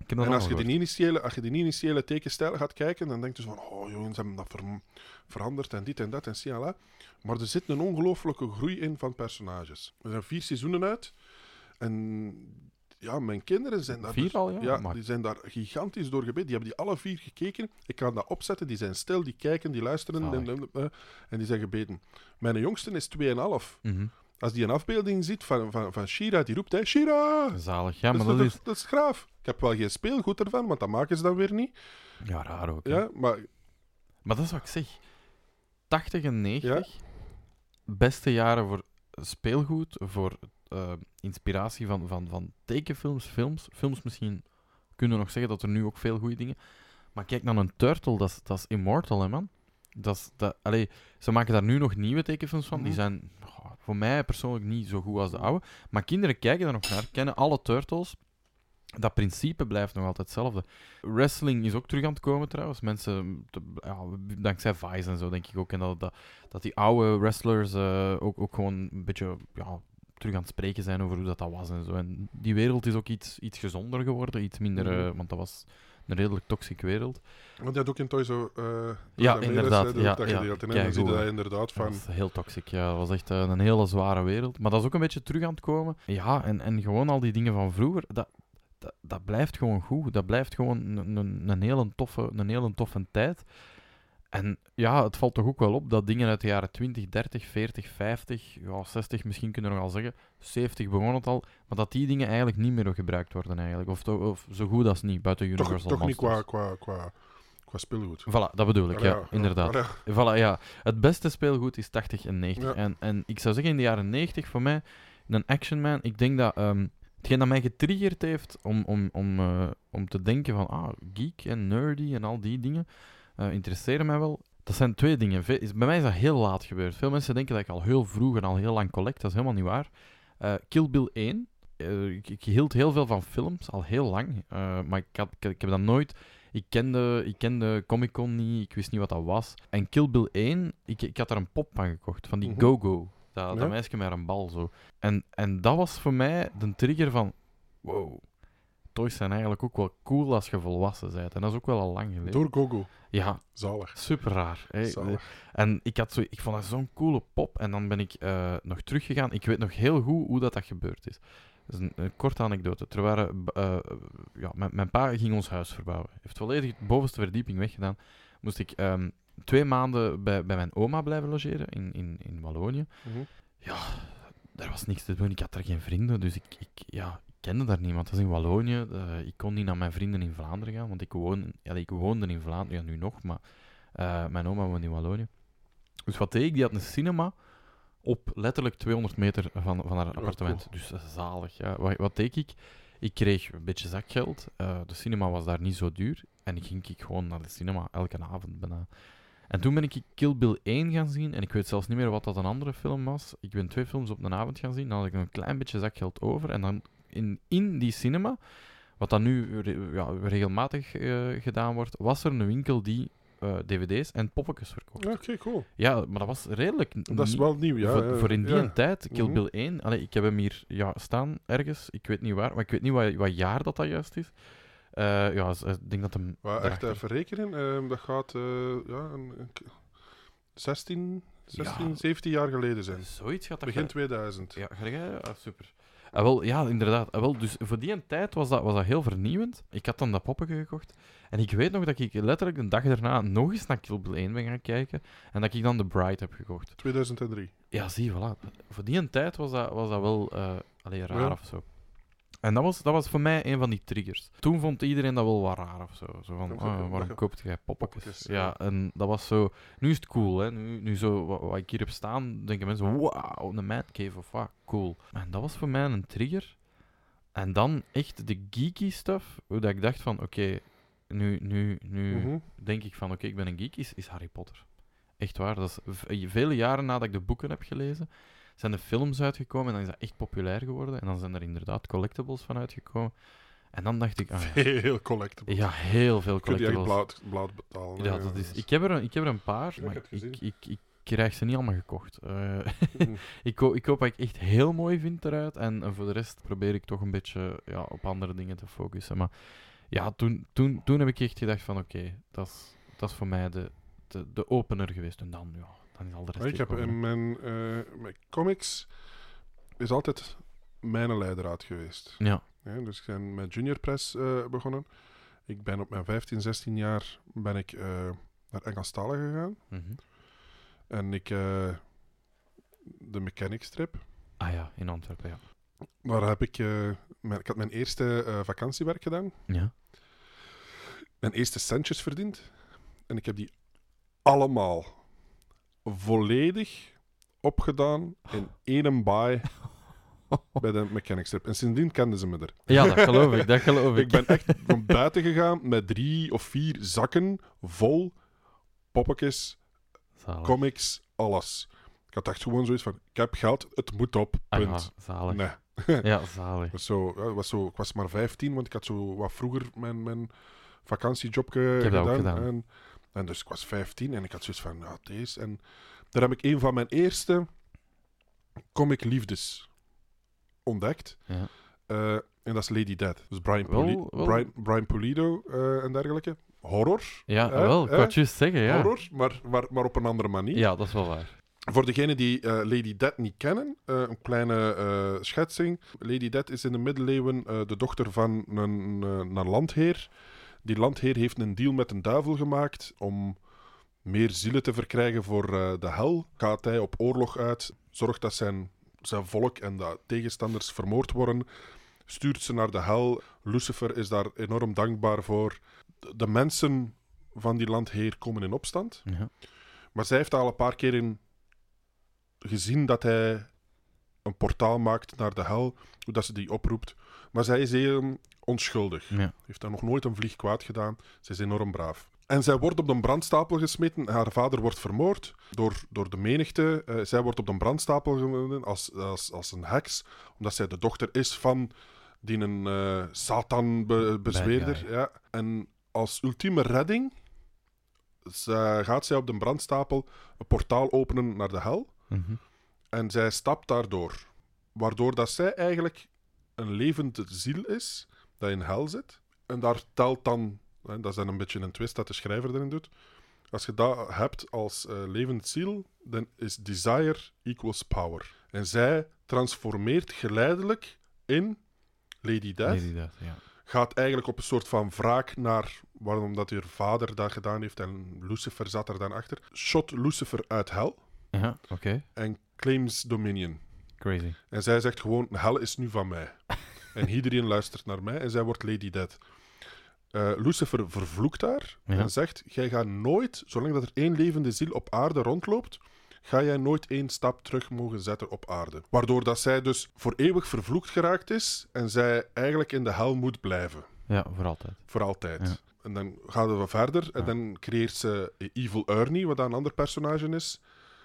Ik heb dat En al als je, gehoord. die initiële tekenstijl gaat kijken, dan denk je zo van, oh jongens, ze hebben dat veranderd en dit en dat en siala. Maar er zit een ongelooflijke groei in van personages. Er zijn 4 seizoenen uit. En ja, mijn kinderen zijn daar... 4 al, ja? Ja, Maar die zijn daar gigantisch door gebeten. Die hebben die alle 4 gekeken. Ik kan dat opzetten. Die zijn stil, die kijken, die luisteren en die zijn gebeten. Mijn jongste is 2,5. Als die een afbeelding ziet van She-Ra, die roept, She-Ra! Zalig. Ja, maar Dat is graaf. Ik heb wel geen speelgoed ervan, want dat maken ze dan weer niet. Ja, raar ook. Hè. Ja, maar Maar dat is wat ik zeg. 80 en 90, Ja. beste jaren voor speelgoed, voor inspiratie van tekenfilms, films misschien kunnen we nog zeggen dat er nu ook veel goede dingen... Maar kijk naar een Turtle, dat is immortal, hè, man. Ze maken daar nu nog nieuwe tekenfilms van. Die zijn voor mij persoonlijk niet zo goed als de oude. Maar kinderen kijken er nog naar, kennen alle Turtles. Dat principe blijft nog altijd hetzelfde. Wrestling is ook terug aan het komen trouwens. Mensen, dankzij Vice en zo, denk ik ook. En dat die oude wrestlers ook gewoon een beetje terug aan het spreken zijn over hoe dat was en zo. En die wereld is ook iets gezonder geworden, iets minder... want dat was een redelijk toxic wereld. Want je had ook in Toy zo... Ja, inderdaad. Dat gedeelte. En dan zie je dat inderdaad van... Dat is heel toxic, ja. Dat was echt een hele zware wereld. Maar dat is ook een beetje terug aan het komen. Ja, en gewoon al die dingen van vroeger... Dat blijft gewoon goed. Dat blijft gewoon een hele toffe tijd. En ja, het valt toch ook wel op dat dingen uit de jaren 20, 30, 40, 50, 60 misschien kunnen we nog al zeggen, 70 begon het al, maar dat die dingen eigenlijk niet meer gebruikt worden eigenlijk. Of zo goed als niet, buiten Universal Toch niet Monsters. qua speelgoed. Voilà, dat bedoel ik, ja, inderdaad. Voilà, ja. Het beste speelgoed is 80 en 90. Ja. En ik zou zeggen, in de jaren 90, voor mij, een Action Man, ik denk dat... hetgeen dat mij getriggerd heeft om te denken van geek en nerdy en al die dingen interesseren mij wel. Dat zijn 2 dingen. Bij mij is dat heel laat gebeurd. Veel mensen denken dat ik al heel vroeg en al heel lang collect. Dat is helemaal niet waar. Kill Bill 1. Ik hield heel veel van films, al heel lang. Maar ik heb dat nooit... Ik kende Comic-Con niet, ik wist niet wat dat was. En Kill Bill 1, ik had daar een pop van gekocht, van die Go-Go. Dat meisje met een bal zo. En dat was voor mij de trigger van... Wow, toys zijn eigenlijk ook wel cool als je volwassen bent. En dat is ook wel al lang geleden. Door Gogo. Ja. Zalig. Super raar. Zalig. En ik vond dat zo'n coole pop. En dan ben ik nog teruggegaan. Ik weet nog heel goed hoe dat gebeurd is. Dat is een korte anekdote. Mijn pa ging ons huis verbouwen. Hij heeft volledig de bovenste verdieping weggedaan. Moest ik 2 maanden bij mijn oma blijven logeren in Wallonië. Ja, daar was niks te doen. Ik had daar geen vrienden, dus ik kende daar niemand. Dat is in Wallonië. Ik kon niet naar mijn vrienden in Vlaanderen gaan, want ik woonde in Vlaanderen, ja, nu nog, maar mijn oma woonde in Wallonië. Dus wat deed ik? Die had een cinema op letterlijk 200 meter van haar appartement. Cool. Dus zalig. Ja. Wat deed ik? Ik kreeg een beetje zakgeld. De cinema was daar niet zo duur. En ik ging gewoon naar de cinema elke avond bijna. En toen ben ik Kill Bill 1 gaan zien. En ik weet zelfs niet meer wat dat een andere film was. Ik ben 2 films op een avond gaan zien. Dan had ik een klein beetje zakgeld over. En dan in die cinema, wat dan nu regelmatig gedaan wordt, was er een winkel die dvd's en poppetjes verkocht. Oké, cool. Ja, maar dat was redelijk... Dat is wel nieuw, ja. Voor in die tijd, Kill Bill 1... ik heb hem hier staan ergens. Ik weet niet waar, maar ik weet niet wat jaar dat juist is. Ik denk dat hem... Echt even rekenen. Dat gaat 16, 17 jaar geleden zijn. Zoiets gaat dat... Begin 2000. Ja, ga jij? Super. Wel, ja, inderdaad. Wel, dus voor die tijd was dat heel vernieuwend. Ik had dan dat poppetje gekocht. En ik weet nog dat ik letterlijk de dag daarna nog eens naar Kill Bill 1 ben gaan kijken. En dat ik dan The Bride heb gekocht. 2003. Ja, zie, voilà. Voor die tijd was dat wel raar of zo. En dat was voor mij een van die triggers. Toen vond iedereen dat wel wat raar of zo. Zo van, waarom koopt jij poppetjes? Ja, en dat was zo... Nu is het cool, hè. Nu zo, wat ik hier heb staan, denken mensen, wauw, een man cave of wat, cool. En dat was voor mij een trigger. En dan echt de geeky stuff, hoe dat ik dacht van, oké, nu denk ik van, oké, ik ben een geek, is Harry Potter. Echt waar. Dat is vele jaren nadat ik de boeken heb gelezen, zijn de films uitgekomen en dan is dat echt populair geworden. En dan zijn er inderdaad collectibles van uitgekomen. En dan dacht ik... Veel collectibles. Ja, heel veel collectibles. Kun je echt blad betalen. Ja, dat is... Ik heb er een paar, maar ik krijg ze niet allemaal gekocht. Ik koop wat ik echt heel mooi vind eruit. En voor de rest probeer ik toch een beetje op andere dingen te focussen. Maar Ja, toen heb ik echt gedacht van oké, dat is voor mij de opener geweest. En dan is al de rest Ik heb gekomen, hè. in mijn comics is altijd mijn leidraad geweest. Ja. Ja, dus ik ben met Junior Press begonnen. Ik ben op mijn 15, 16 jaar ben ik naar Engelstalig gegaan. Mhm. En ik de mechanic strip. Ah ja, in Antwerpen, ja. Daar heb ik had mijn eerste vakantiewerk gedaan. Ja. Mijn eerste centjes verdiend. En ik heb die allemaal volledig opgedaan in één baai bij de mechanic strip. En sindsdien kenden ze me er. Ja, dat geloof ik, dat geloof ik. Ik ben echt van buiten gegaan met 3 of 4 zakken vol poppetjes, Zalig. comics, alles. Ik had echt gewoon zoiets van, ik heb geld, het moet op, Ah ja, punt. zalig. Nee. Ja, zalig. Ik was maar 15, want ik had zo wat vroeger mijn vakantiejob Ik heb dat ook gedaan. gedaan. En dus ik was 15 en ik had zoiets van, ja, deze. En daar heb ik een van mijn eerste comic liefdes ontdekt. Ja. En dat is Lady Death. Dus Brian, Wel. Brian Pulido en dergelijke. Horror. Ja, wel, ik wou het juist zeggen, ja. Horror, maar op een andere manier. Ja, dat is wel waar. Voor degenen die Lady Death niet kennen, een kleine schetsing. Lady Death is in de middeleeuwen de dochter van een landheer. Die landheer heeft een deal met een duivel gemaakt om meer zielen te verkrijgen voor de hel. Gaat hij op oorlog uit, zorgt dat zijn volk en de tegenstanders vermoord worden, stuurt ze naar de hel. Lucifer is daar enorm dankbaar voor. De mensen van die landheer komen in opstand. Ja. Maar zij heeft al een paar keer gezien dat hij een portaal maakt naar de hel, hoe dat ze die oproept. Maar zij is heel onschuldig. Ja. Heeft daar nog nooit een vlieg kwaad gedaan. Ze is enorm braaf. En zij wordt op de brandstapel gesmeten. Haar vader wordt vermoord door de menigte. Zij wordt op de brandstapel gesmeten als een heks, omdat zij de dochter is van die een Satan-bezweerder. Bad guy. Ja. En als ultieme redding gaat zij op de brandstapel een portaal openen naar de hel. Mhm. En zij stapt daardoor. Waardoor dat zij eigenlijk een levende ziel is, dat in hel zit. En daar telt dan, dat is dan een beetje een twist dat de schrijver erin doet. Als je dat hebt als levende ziel, dan is desire equals power. En zij transformeert geleidelijk in Lady Death. Lady Death, ja. Gaat eigenlijk op een soort van wraak naar waarom dat haar vader dat gedaan heeft en Lucifer zat er dan achter. Shot Lucifer uit hel Ja, oké. en claims dominion. Crazy. En zij zegt gewoon, hel is nu van mij. En iedereen luistert naar mij en zij wordt Lady Death. Lucifer vervloekt haar en zegt, jij gaat nooit, zolang dat er 1 levende ziel op aarde rondloopt, ga jij nooit 1 stap terug mogen zetten op aarde. Waardoor dat zij dus voor eeuwig vervloekt geraakt is en zij eigenlijk in de hel moet blijven. Ja, voor altijd. Voor altijd. Ja. En dan gaan we verder en dan creëert ze Evil Ernie, wat een ander personage is.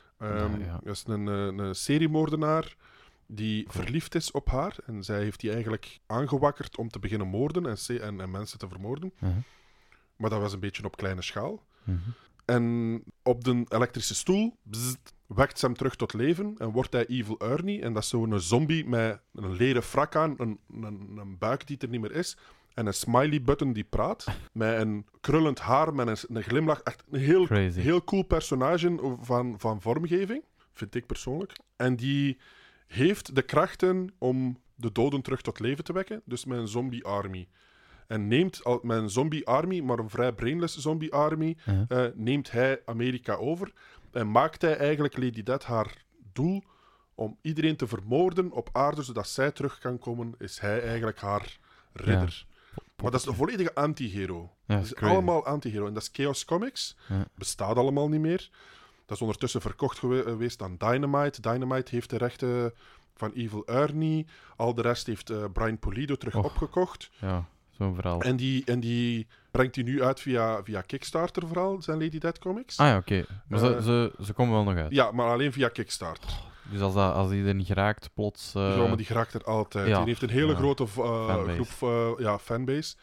Dat is een seriemoordenaar die verliefd is op haar. En zij heeft die eigenlijk aangewakkerd om te beginnen moorden en mensen te vermoorden. Uh-huh. Maar dat was een beetje op kleine schaal. Mhm. En op de elektrische stoel wekt ze hem terug tot leven en wordt hij Evil Ernie. En dat is zo'n zombie met een leren frak aan, een buik die er niet meer is. En een smiley-button die praat. Met een krullend haar, met een glimlach. Echt een heel cool personage van vormgeving, vind ik persoonlijk. En die heeft de krachten om de doden terug tot leven te wekken. Dus met een zombie-army. En neemt met een zombie-army, maar een vrij brainless zombie-army, neemt hij Amerika over. En maakt hij eigenlijk Lady Death haar doel om iedereen te vermoorden op aarde, zodat zij terug kan komen, is hij eigenlijk haar ridder. Ja. Maar dat is een volledige anti-hero. Ja, dat is allemaal anti-hero. En dat is Chaos Comics. Ja. Bestaat allemaal niet meer. Dat is ondertussen verkocht geweest aan Dynamite. Dynamite heeft de rechten van Evil Ernie. Al de rest heeft Brian Pulido terug opgekocht. Ja, zo'n verhaal. En die brengt hij nu uit via Kickstarter vooral, zijn Lady Death Comics. Ah ja, oké. Maar ze komen wel nog uit. Ja, maar alleen via Kickstarter. Dus als die er niet geraakt, plots... Ja, maar die geraakt er altijd. Die heeft een hele grote groep fanbase.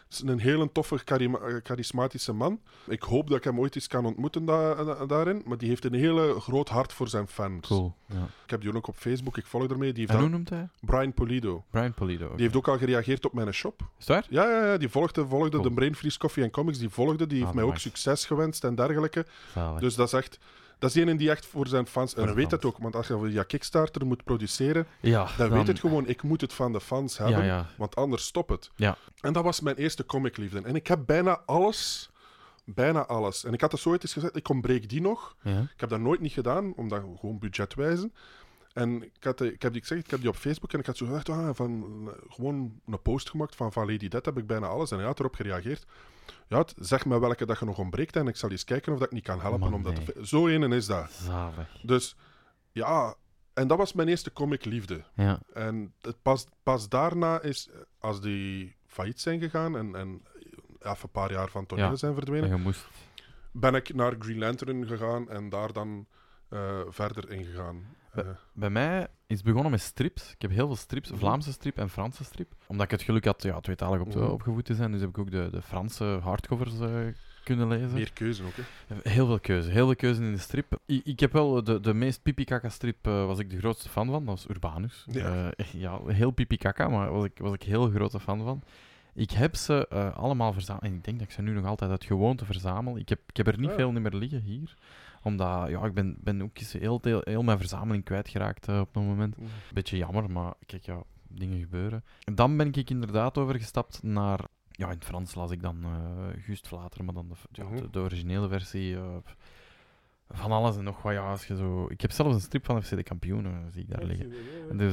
is een hele toffe, charismatische man. Ik hoop dat ik hem ooit eens kan ontmoeten daarin. Maar die heeft een hele groot hart voor zijn fans. Cool. Ja. Ik heb die ook op Facebook, ik volg ermee. Die heeft En hoe dat- noemt hij? Brian Pulido. Brian Pulido. Die heeft ook al gereageerd op mijn shop. Is het waar? Ja, die volgde Cool. de Brain Freeze Coffee and Comics. Die heeft mij ook nice. succes gewenst en dergelijke. Zalig. Dus dat is echt... Dat is een die echt voor zijn fans... En Voor hij de weet het fans. ook, want als je via Kickstarter moet produceren, ja, dan weet het gewoon, ik moet het van de fans hebben, Ja. want anders stop het. Ja. En dat was mijn eerste comicliefde. En ik heb bijna alles. En ik had het zo ooit eens gezegd, ik ontbreek die nog. Ja. Ik heb dat nooit niet gedaan, omdat gewoon budgetwijze. En ik heb die op Facebook en ik had zo gezegd, gewoon een post gemaakt van Lady Death heb ik bijna alles. En hij had erop gereageerd. Ja, zeg me welke dat je nog ontbreekt en ik zal eens kijken of dat ik niet kan helpen. Man, om dat nee. Zo ene is dat. Zalig. Dus ja, en dat was mijn eerste comicliefde. Ja. En het pas daarna is, als die failliet zijn gegaan en even een paar jaar van toneel Ja. zijn verdwenen, En je moest... ben ik naar Green Lantern gegaan en daar dan verder in gegaan. Bij mij is het begonnen met strips. Ik heb heel veel strips, Vlaamse strip en Franse strip. Omdat ik het geluk had tweetalig opgevoed te zijn, dus heb ik ook de Franse hardcovers kunnen lezen. Meer keuze ook, hè? Heel veel keuze in de strip. Ik heb wel de meest pipi-kaka strip, was ik de grootste fan van, dat was Urbanus. Ja. Heel pipi-kaka, maar was ik heel grote fan van. Ik heb ze allemaal verzameld, en ik denk dat ik ze nu nog altijd uit gewoonte verzamel. Ik heb er niet veel meer liggen hier, omdat ik ben ook eens heel mijn verzameling kwijtgeraakt op een moment. Beetje jammer, maar kijk, dingen gebeuren. En dan ben ik inderdaad overgestapt naar... Ja, in het Frans las ik dan Gust Vlater, maar dan de originele versie van alles en nog wat. Ja, als je zo... Ik heb zelfs een strip van FC de Kampioenen, zie ik daar liggen. Dus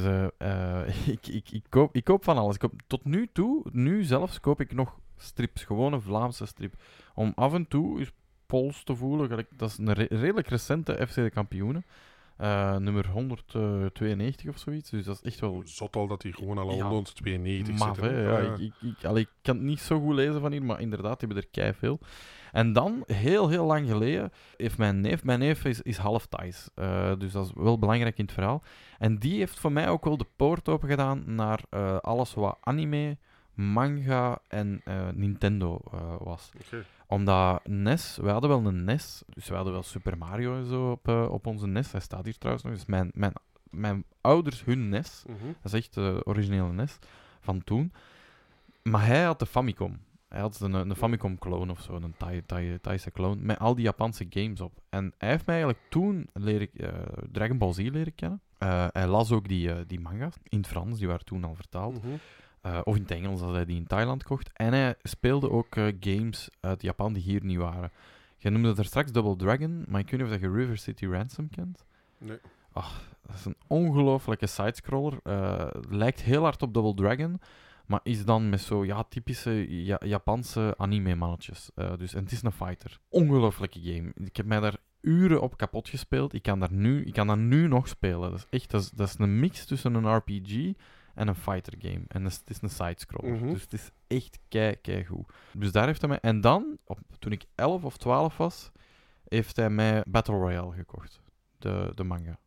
ik koop van alles. Tot nu toe, nu zelfs, koop ik nog strips, gewone Vlaamse strip. Om af en toe eens pols te voelen. Dat is een redelijk recente FC de Kampioenen. Nummer 192 of zoiets. Dus dat is echt wel... Zot al dat hij gewoon al 192 maf, zit. hè. Ik kan het niet zo goed lezen van hier, maar inderdaad, die hebben er keiveel. En dan, heel lang geleden, heeft mijn neef is half Thais. Dus dat is wel belangrijk in het verhaal. En die heeft voor mij ook wel de poort open gedaan naar alles wat anime, manga en Nintendo was. Okay. Omdat NES, we hadden wel een NES, dus we hadden wel Super Mario en zo op onze NES. Hij staat hier trouwens nog. Dus mijn ouders, hun NES, dat is echt de originele NES van toen. Maar hij had de Famicom. Hij had een Famicom-clone of zo, een Thaise clone, met al die Japanse games op. En hij heeft mij eigenlijk toen Dragon Ball Z leren kennen. Hij las ook die manga's in het Frans, die waren toen al vertaald. Of in het Engels, als hij die in Thailand kocht. En hij speelde ook games uit Japan die hier niet waren. Je noemde er straks Double Dragon, maar ik weet niet of je River City Ransom kent. Nee. Dat is een ongelooflijke sidescroller. Lijkt heel hard op Double Dragon, maar is dan met zo typische Japanse anime-mannetjes. En het is een fighter. Ongelooflijke game. Ik heb mij daar uren op kapot gespeeld. Ik kan dat nu nog spelen. Dat is een mix tussen een RPG en een fighter game. En het is een sidescroller. Dus het is echt keigoed. Dus daar heeft hij mij... En dan, toen ik 11 of 12 was, heeft hij mij Battle Royale gekocht. De manga.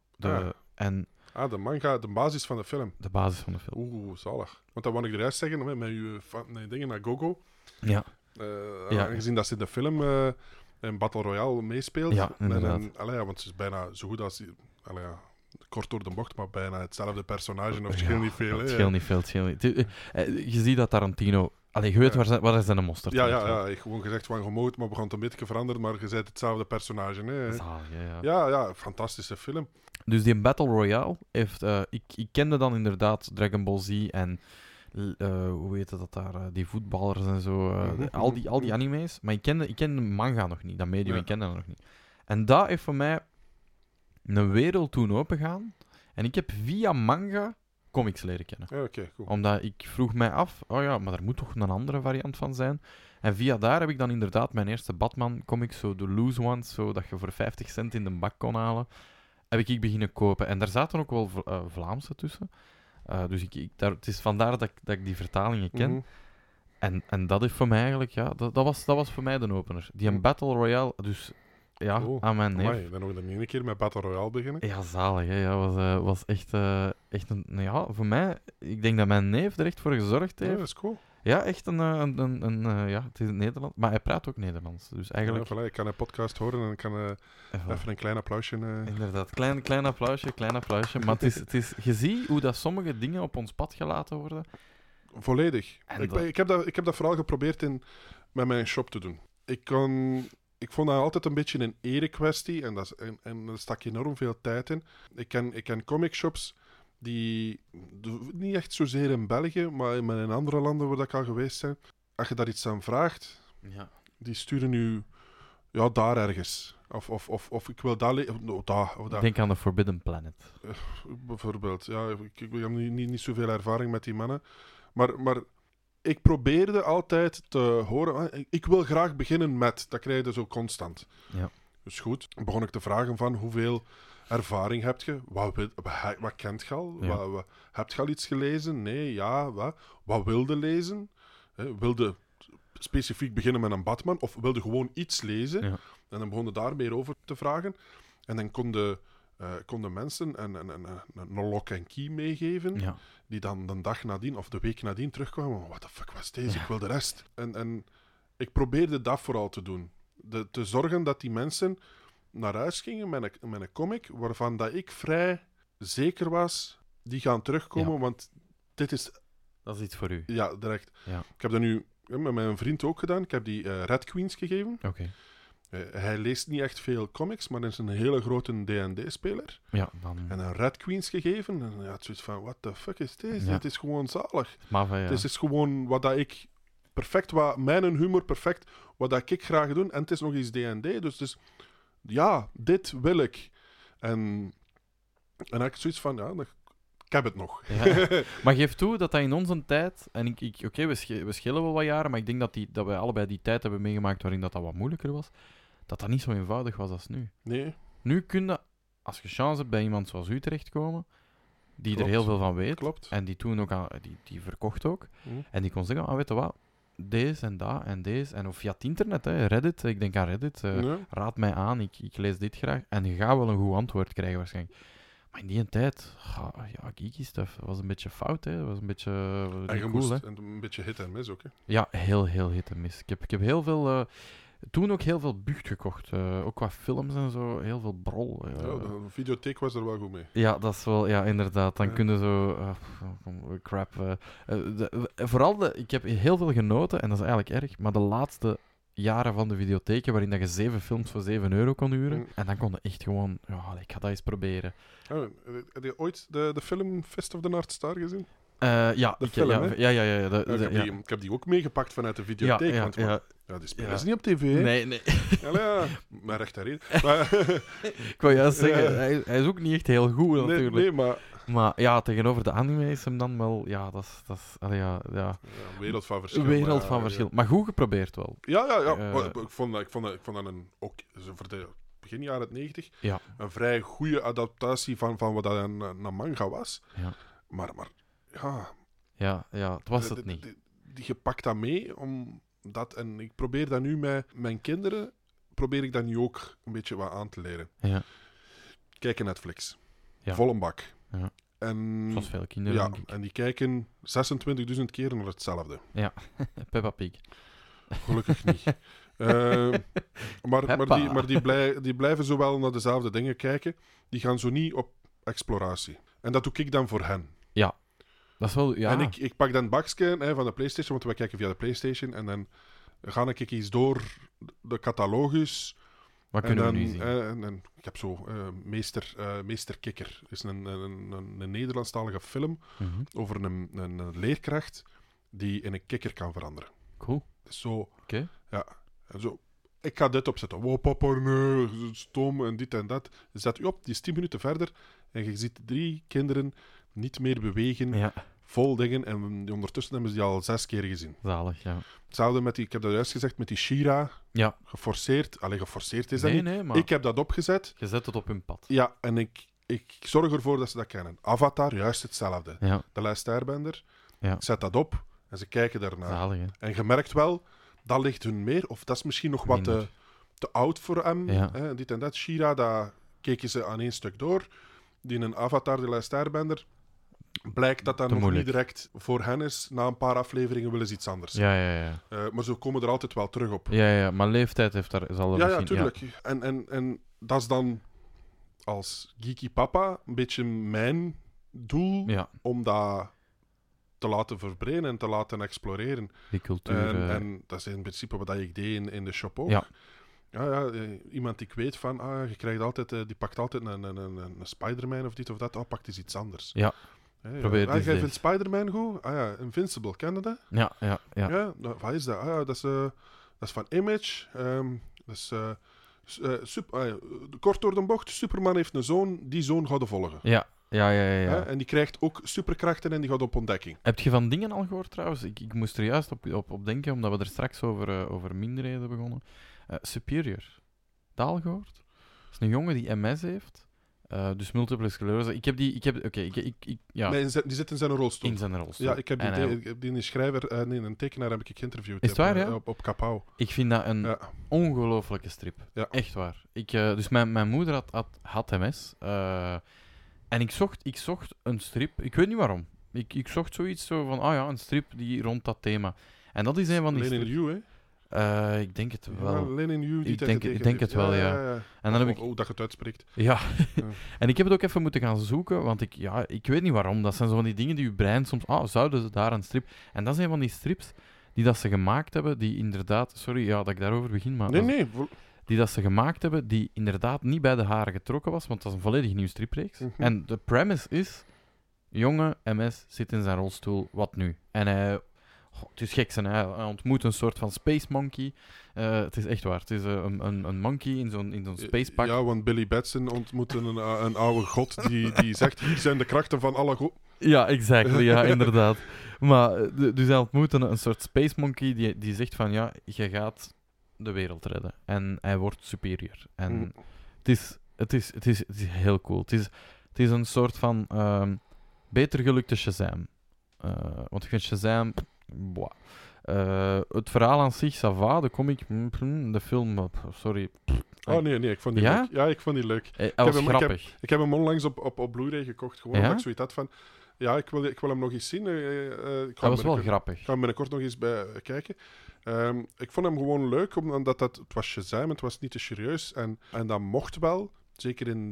De manga, de basis van de film. De basis van de film. Oeh, zalig. Want dat wou ik eruit zeggen, met uw dingen naar Gogo. Ja. Aangezien dat ze in de film een Battle Royale meespeelt. Ja, inderdaad. Want ze is bijna zo goed als... kort door de bocht, maar bijna hetzelfde personage. Of het scheelt niet veel. Het scheelt niet veel. Je ziet dat Tarantino... je weet waar is een mosterd. Ja, ik gewoon gezegd van gemoot, maar begon een beetje veranderd, maar je bent hetzelfde personage. Hè. Zalig, Ja, fantastische film. Dus die Battle Royale heeft... Ik kende dan inderdaad Dragon Ball Z en... hoe heet dat daar? Die voetballers en zo. Al die anime's. Maar ik kende manga nog niet. Dat medium, ik kende dat nog niet. En dat heeft voor mij een wereld toen opengaan. En ik heb via manga comics leren kennen. Ja, oké, cool. Omdat ik vroeg mij af, maar er moet toch een andere variant van zijn. En via daar heb ik dan inderdaad mijn eerste Batman-comics, zo de loose ones, zo dat je voor 50 cent in de bak kon halen, heb ik beginnen kopen. En daar zaten ook wel Vlaamse tussen. Dus het is vandaar dat ik die vertalingen ken. En dat heeft voor mij eigenlijk, dat was voor mij de opener. Die een Battle Royale, dus aan mijn neef. Amai, dan nog een keer met Battle Royale beginnen. Ja, zalig. Hè? Was echt een... voor mij, ik denk dat mijn neef er echt voor gezorgd heeft. Ja, dat is cool. Ja, echt ja, het is in het Nederlands. Maar hij praat ook Nederlands. Dus eigenlijk... Ja, voilà, ik kan een podcast horen en ik kan even een klein applausje... Inderdaad, klein applausje. Maar je ziet hoe dat sommige dingen op ons pad gelaten worden. Volledig. En Ik heb dat vooral geprobeerd met mijn shop te doen. Ik vond dat altijd een beetje een erekwestie en daar stak enorm veel tijd in. Ik ken comic shops die niet echt zozeer in België, maar in andere landen waar ik al geweest ben. Als je daar iets aan vraagt, Ja. die sturen u daar ergens. Of ik wil daar daar. Denk aan de Forbidden Planet. Bijvoorbeeld. Ja, ik heb niet zoveel ervaring met die mannen. Maar ik probeerde altijd te horen... Ik wil graag beginnen met... Dat krijg je zo constant. Ja. Dus goed, begon ik te vragen van hoeveel ervaring heb je? Wat kent je al? Ja. Heb je al iets gelezen? Nee, ja, wat? Wat wilde lezen? Wilde specifiek beginnen met een Batman? Of wilde gewoon iets lezen? Ja. En dan begonnen daar meer over te vragen. En dan konden mensen een lock en key meegeven, Ja. die dan de dag nadien of de week nadien terugkwamen. What the fuck was deze? Ja. Ik wil de rest. En ik probeerde dat vooral te doen. Te zorgen dat die mensen naar huis gingen met een comic waarvan dat ik vrij zeker was, die gaan terugkomen, Ja. want dit is... Dat is iets voor u. Ja, direct. Ja. Ik heb dat nu met mijn vriend ook gedaan. Ik heb die Red Queens gegeven. Oké. Hij leest niet echt veel comics, maar hij is een hele grote D&D-speler. Ja, dan... En een Red Queens gegeven. En hij had zoiets van, what the fuck is deze? Ja. Het is gewoon zalig. Maar van, ja. Het is gewoon wat dat ik... Perfect, mijn humor, perfect. Wat dat ik graag doe. En het is nog eens D&D. Dus ja, dit wil ik. En dan heb ik zoiets van, ja, ik heb het nog. Ja. Maar geef toe dat in onze tijd... En oké, we schillen wel wat jaren, maar ik denk dat wij allebei die tijd hebben meegemaakt waarin dat wat moeilijker was. Dat niet zo eenvoudig was als nu. Nee. Nu kun je, als je chance hebt, bij iemand zoals u terechtkomen, die Klopt. er heel veel van weet. Klopt. En die toen ook die verkocht ook. Hm. En die kon zeggen, weet je wat, deze en dat en deze. En of via het internet, Reddit, ik denk aan Reddit. Ja. Raad mij aan, ik lees dit graag. En je gaat wel een goed antwoord krijgen waarschijnlijk. Maar in die tijd, geeky stuff, was een beetje fout, hè. Was een beetje En je cool, moest hè. een beetje hit en miss ook, hè. Ja, heel hit en miss. Ik heb heel veel... toen ook heel veel bucht gekocht. Ook qua films en zo. Heel veel brol. Ja, de videotheek was er wel goed mee. Ja, dat is wel... Ja, inderdaad. Dan Ja. kunnen zo... crap. Vooral, ik heb heel veel genoten, en dat is eigenlijk erg, maar de laatste jaren van de videotheken, waarin dat je 7 films voor €7 kon huren, Mm. en dan kon je echt gewoon... Ja, ik ga dat eens proberen. Heb je ooit de film Fist of the North Star gezien? Ja, De film, hè? ja. Ik heb die ook meegepakt vanuit de videotheek. Ja, want ja. die spelen Ja. ze niet op tv. Hè? Nee. Ja, maar recht daarin. Maar, Ik wou juist zeggen, hij is ook niet echt heel goed, natuurlijk. nee, maar Maar ja, tegenover de anime is hem dan wel... Ja, dat is ja. wereld van verschil. Wereld maar, van verschil. Maar goed geprobeerd wel. Ja. Eh, Ik vond dat ook zo voor de begin jaren 90 Ja. een vrij goede adaptatie van wat dat een manga was. Ja. Maar ja... Ja, het was het niet. Je pakt dat mee, en ik probeer dat nu met mijn kinderen, probeer ik dat nu ook een beetje wat aan te leren. Ja, Kijken Netflix. Ja. Vol een bak. Ja. En, zoals veel kinderen, ja, denk ik. en die kijken 26.000 keer naar hetzelfde. Peppa Pig. Gelukkig niet. Maar die blijven zowel naar dezelfde dingen kijken. Die gaan zo niet op exploratie. En dat doe ik dan voor hen. Dat is wel... Ja, En ik pak dan het bakje van de PlayStation, want wij kijken via de PlayStation. En dan ga ik eens door de catalogus. wat En kunnen we dan, nu zien? en ik heb zo Meester Kikker. Dat is een Nederlandstalige film Mhm. over een leerkracht die in een kikker kan veranderen. Cool. Dat is zo... Oké. Ja. En zo... Ik ga dit opzetten. Wow, papa, nee, stom en dit en dat. Zet u op, die is 10 minuten verder en je ziet 3 kinderen niet meer bewegen, Ja, vol dingen. En ondertussen hebben ze die al 6 keer gezien. zalig, ja. Hetzelfde met die, ik heb dat juist gezegd, met die She-Ra. Ja. Geforceerd. Allee, geforceerd is dat niet. Nee, maar Ik heb dat opgezet. je zet het op hun pad. Ja, en ik zorg ervoor dat ze dat kennen. Avatar, juist hetzelfde. Ja, De Last Airbender. Ja. Ik zet dat op en ze kijken daarnaar. zalig, hè. En je merkt wel, dat ligt hun meer. Of dat is misschien nog wat Minder. te oud voor hem. Ja. Hè, dit en dat. She-Ra, daar keken ze aan 1 stuk door. Die in een Avatar, de Last Airbender, blijkt dat dat te nog moeilijk. niet direct voor hen is. Na een paar afleveringen willen ze iets anders. Ja. Maar ze komen er altijd wel terug op. Ja, maar leeftijd zal er Ja, misschien... tuurlijk. En dat is dan als geeky papa een beetje mijn doel Ja, om dat te laten verbreden en te laten exploreren. die cultuur... En dat is in principe wat ik deed in de shop ook. Ja. Iemand die ik weet van, je krijgt altijd, die pakt altijd een Spider-Man of dit of dat, pakt eens iets anders. Ja. Probeer Jij deze. vindt Spider-Man goed? Invincible, ken je dat? Ja. Ja, wat is dat? Dat is van Image. Dat is kort door de bocht. Superman heeft een zoon, die zoon gaat er volgen. Ja. En die krijgt ook superkrachten en die gaat op ontdekking. Heb je van dingen al gehoord trouwens? Ik moest er juist op denken, omdat we er straks over minderheden begonnen. Superior. Dat al gehoord? Dat is een jongen die MS heeft. Dus multiple sclerose. Ja, Nee, die zit in zijn rolstoel. in zijn rolstoel. Ja, ik heb En die schrijver, een tekenaar heb ik geïnterviewd. Is het waar, ja? Op Kapau. ik vind dat een Ja. ongelooflijke strip. Ja. Echt waar. Dus mijn moeder had MS. En ik zocht een strip. Ik weet niet waarom. Ik zocht zoiets zo van, een strip die rond dat thema. En dat is een van die Lane in strips. You, hè? Ik denk het Ja, wel. Lane in You, die Ik hij denk getekend het heeft. wel, ja. En dan heb ik... Oh, dat je het uitspreekt. Ja. Ja. En ik heb het ook even moeten gaan zoeken, want ik weet niet waarom. Dat zijn zo van die dingen die je brein soms... zouden ze daar een strip... En dat is een van die strips die dat ze gemaakt hebben, die inderdaad... Sorry, dat ik daarover begin, maar... Nee. Die dat ze gemaakt hebben, die inderdaad niet bij de haren getrokken was, want dat is een volledig nieuw stripreeks. Mhm. En de premise is... Jonge MS zit in zijn rolstoel, wat nu? En hij... het is gek, hij ontmoet een soort van space monkey. Het is echt waar. Het is een monkey in zo'n spacepak. Ja, want Billy Batson ontmoet een oude god die zegt, hier zijn de krachten van alle god. Ja, exactly. Ja, inderdaad. Maar dus hij ontmoet een soort space monkey die zegt van, je gaat de wereld redden. En hij wordt superior. En het is heel cool. Het is een soort van beter gelukte Shazam. Want ik vind Shazam... boah. Het verhaal aan zich, ça va, de comic, de film, sorry. Oh nee, ik vond die Ja? leuk. Ja, ik vond die leuk. Hij was grappig. Ik heb hem onlangs op Blu-ray gekocht, gewoon Ja? omdat ik zoiets had van... Ja, ik wil hem nog eens zien. Hij was wel grappig. Ik ga hem binnenkort nog eens bij kijken. Ik vond hem gewoon leuk, omdat het was Shazam, het was niet te serieus. En dat mocht wel. Zeker in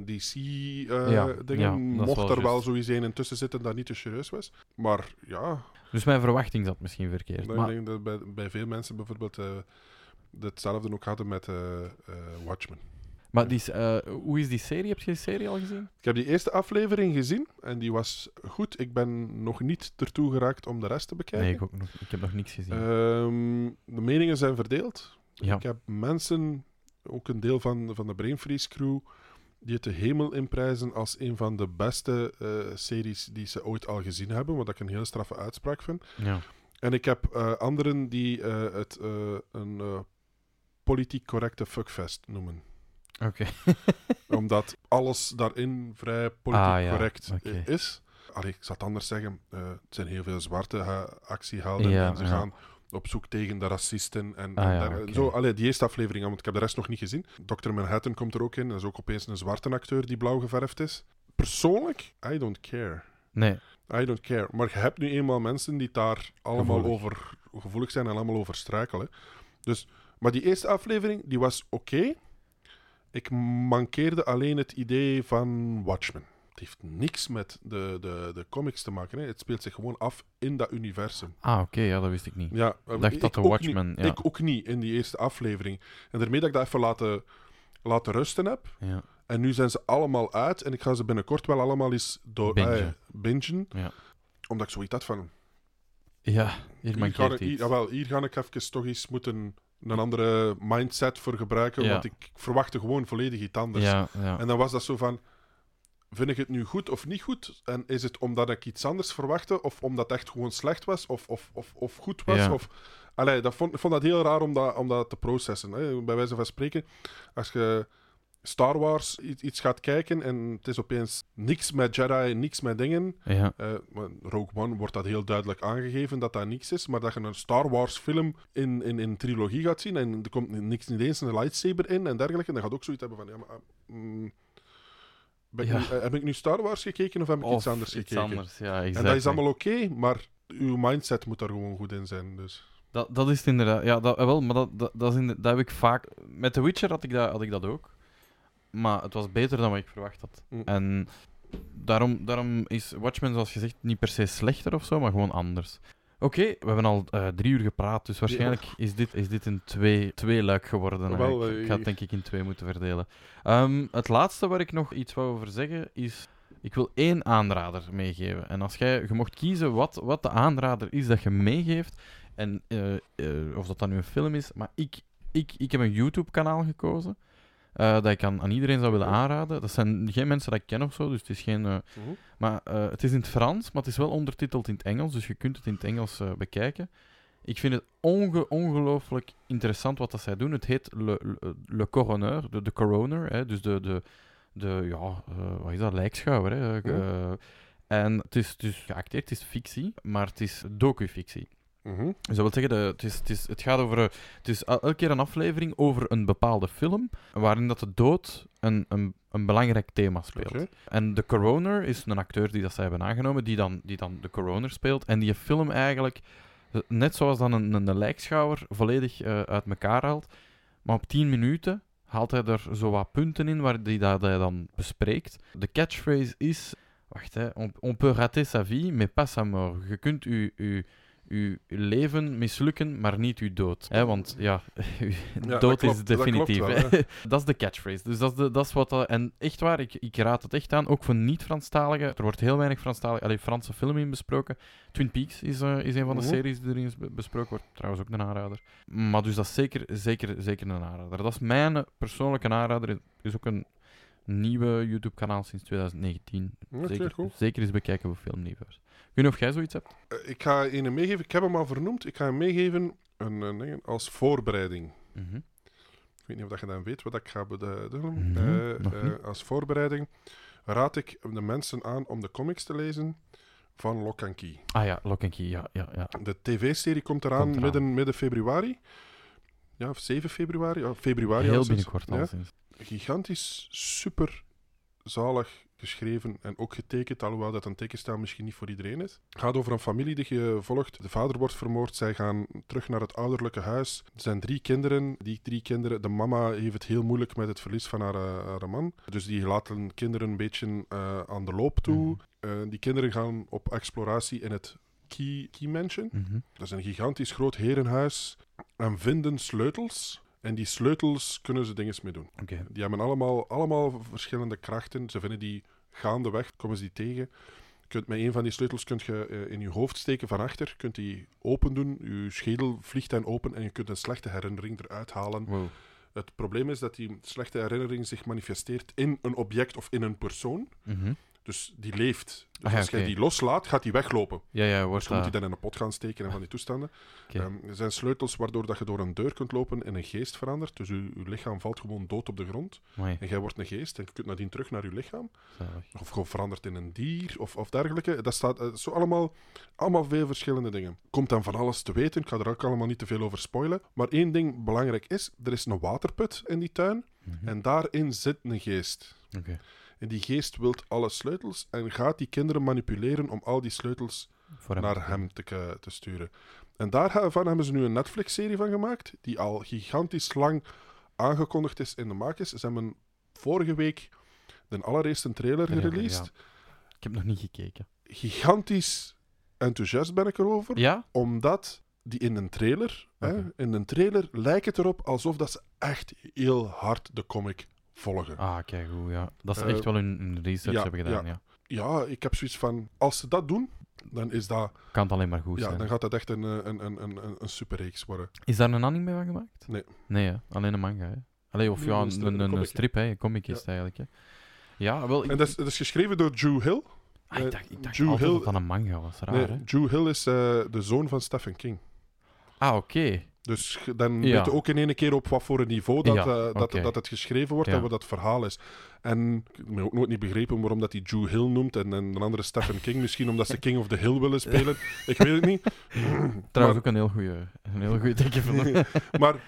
DC-dingen mocht er wel sowieso een tussen zitten dat niet te serieus was. Maar ja... Dus mijn verwachting zat misschien verkeerd. Ik denk dat bij veel mensen bijvoorbeeld hetzelfde ook hadden met Watchmen. Maar hoe is die serie? Heb je die serie al gezien? Ik heb die eerste aflevering gezien en die was goed. Ik ben nog niet ertoe geraakt om de rest te bekijken. Nee, ik ook nog. Ik heb nog niks gezien. De meningen zijn verdeeld. Ja. Ik heb mensen, ook een deel van de Brain Freeze crew, die het de hemel inprijzen als een van de beste series die ze ooit al gezien hebben, wat ik een hele straffe uitspraak vind. Ja. En ik heb anderen die het een politiek correcte fuckfest noemen. Oké. Omdat alles daarin vrij politiek correct is. Allee, ik zal het anders zeggen. Het zijn heel veel zwarte actiehelden en ze gaan op zoek tegen de racisten. Zo, allee, die eerste aflevering, want ik heb de rest nog niet gezien. Dr. Manhattan komt er ook in. Dat is ook opeens een zwarte acteur die blauw geverfd is. Persoonlijk, I don't care. Nee. I don't care. Maar je hebt nu eenmaal mensen die daar allemaal over gevoelig zijn en allemaal over struikelen. Dus, maar die eerste aflevering, die was oké. Ik mankeerde alleen het idee van Watchmen. Het heeft niks met de comics te maken. Hè. Het speelt zich gewoon af in dat universum. Oké, ja, dat wist ik niet. Ja, ik dacht dat de Watchmen... Niet, ik ook niet in die eerste aflevering. En daarmee dat ik dat even laten rusten heb. Ja. En nu zijn ze allemaal uit. En ik ga ze binnenkort wel allemaal eens bingen. Ja. Omdat ik zoiets had van... Ja, hier mankeert iets. Hier ga ik even toch eens moeten een andere mindset voor gebruiken. Ja. Want ik verwachtte gewoon volledig iets anders. Ja. En dan was dat zo van... Vind ik het nu goed of niet goed? En is het omdat ik iets anders verwachtte? Of omdat het echt gewoon slecht was? Of goed was? Ja. Allee, ik vond dat heel raar om dat te processen. Hè. Bij wijze van spreken, als je Star Wars iets gaat kijken en het is opeens niks met Jedi, niks met dingen. Ja. Rogue One wordt dat heel duidelijk aangegeven dat dat niks is. Maar dat je een Star Wars film in een trilogie gaat zien en er komt niet eens een lightsaber in en dergelijke. En dan gaat ook zoiets hebben van... Ja, maar, Heb ik nu Star Wars gekeken of heb ik iets anders gekeken? Anders, ja, exact. En dat is allemaal oké, maar uw mindset moet daar gewoon goed in zijn. Dus. Dat is het inderdaad. Ja, wel, maar dat heb ik vaak... Met The Witcher had ik dat ook. Maar het was beter dan wat ik verwacht had. En daarom is Watchmen, zoals gezegd, niet per se slechter of zo, maar gewoon anders. Oké, we hebben al 3 uur gepraat, dus waarschijnlijk is dit een twee-luik geworden. Wel, ik ga het denk ik in 2 moeten verdelen. Het laatste waar ik nog iets wou over zeggen is... Ik wil 1 aanrader meegeven. En als je mocht kiezen wat de aanrader is dat je meegeeft, en of dat dan nu een film is, maar ik heb een YouTube-kanaal gekozen dat ik aan iedereen zou willen aanraden. Dat zijn geen mensen dat ik ken of zo, dus het is geen... Maar het is in het Frans, maar het is wel ondertiteld in het Engels, dus je kunt het in het Engels bekijken. Ik vind het ongelooflijk interessant wat dat zij doen. Het heet Le Coroner, de coroner, hè, dus wat is dat, lijkschouwer. Hè? En het is dus geacteerd, het is fictie, maar het is docufictie. Dus dat wil zeggen, het gaat over... Het is elke keer een aflevering over een bepaalde film, waarin dat de dood een belangrijk thema speelt. Okay. En de coroner is een acteur die dat zij hebben aangenomen, die dan de coroner speelt, en die film eigenlijk, net zoals dan een lijkschouwer, volledig uit elkaar haalt. Maar op 10 minuten haalt hij er zo wat punten in waar dat hij dan bespreekt. De catchphrase is... Wacht, hè. On peut rater sa vie, mais pas sa mort. Je kunt uw leven mislukken, maar niet uw dood. Hè? Want uw dood is definitief. Dat, wel, dat is de catchphrase. Dus dat is wat... En echt waar, ik raad het echt aan. Ook voor niet-Franstaligen. Er wordt heel weinig Franse film in besproken. Twin Peaks is een van de series die erin besproken wordt. Trouwens ook een aanrader. Maar dus dat is zeker een aanrader. Dat is mijn persoonlijke aanrader. Er is ook een nieuwe YouTube-kanaal sinds 2019. Zeker eens bekijken voor filmnieuws. Ik weet niet of jij zoiets hebt? Ik ga een meegeven. Ik heb hem al vernoemd. Ik ga hem meegeven als voorbereiding. Ik weet niet of je dan weet wat ik ga bedoelen. Als voorbereiding raad ik de mensen aan om de comics te lezen van Lock and Key. Ah ja, Lock and Key, ja. De tv-serie komt eraan midden februari. Ja, of 7 februari. Ja, februari heel binnenkort al sinds. Gigantisch, super zalig geschreven en ook getekend, alhoewel dat een tekenstijl misschien niet voor iedereen is. Het gaat over een familie die je volgt. De vader wordt vermoord, zij gaan terug naar het ouderlijke huis. Er zijn 3 kinderen. Die 3 kinderen, de mama heeft het heel moeilijk met het verlies van haar man. Dus die laten kinderen een beetje aan de loop toe. Die kinderen gaan op exploratie in het Key Mansion. Dat is een gigantisch groot herenhuis en vinden sleutels. En die sleutels kunnen ze dingen mee doen. Okay. Die hebben allemaal verschillende krachten. Ze vinden die gaandeweg, komen ze die tegen. Met een van die sleutels kun je in je hoofd steken van achter. Je kunt die open doen. Je schedel vliegt dan open en je kunt een slechte herinnering eruit halen. Wow. Het probleem is dat die slechte herinnering zich manifesteert in een object of in een persoon. Dus die leeft. Dus als je die loslaat, gaat die weglopen. Ja, dus je moet die dan in een pot gaan steken en van die toestanden. Er zijn sleutels waardoor dat je door een deur kunt lopen en een geest verandert. Dus je lichaam valt gewoon dood op de grond. Amai. En jij wordt een geest en je kunt nadien terug naar je lichaam. Of gewoon verandert in een dier of dergelijke. Dat staat zo allemaal veel verschillende dingen. Komt dan van alles te weten. Ik ga er ook allemaal niet te veel over spoilen. Maar 1 ding belangrijk is, er is een waterput in die tuin. En daarin zit een geest. Okay. En die geest wil alle sleutels en gaat die kinderen manipuleren om al die sleutels naar hem te sturen. En daarvan hebben ze nu een Netflix-serie van gemaakt, die al gigantisch lang aangekondigd is in de maak is. Ze hebben vorige week de allereerste trailer gereleased. Ja. Ik heb nog niet gekeken. Gigantisch enthousiast ben ik erover. Ja? Omdat die in een trailer lijkt het erop alsof dat ze echt heel hard de comic volgen. Ah, kijk hoe, ja. Dat is echt wel een research hebben gedaan, Ja, ik heb zoiets van, als ze dat doen, dan is dat... Kan het alleen maar goed zijn. Ja, dan gaat dat echt een superreeks worden. Is daar een anime van gemaakt? Nee. Nee, hè? Alleen een manga, hè? Allee, of een strip, hè? Een comic is het eigenlijk, hè? Ja, wel... En dat is geschreven door Drew Hill. Ik dacht altijd dat het een manga was. Raar, hè? Drew Hill is de zoon van Stephen King. Ah, oké. Dus dan weet je ook in één keer op wat voor een niveau dat het geschreven wordt en wat dat verhaal is. En ik heb ook nooit niet begrepen waarom dat hij Drew Hill noemt en een andere Stephen King. Misschien omdat ze King of the Hill willen spelen. Ik weet het niet. Trouwens ook een heel goede tekenfilm.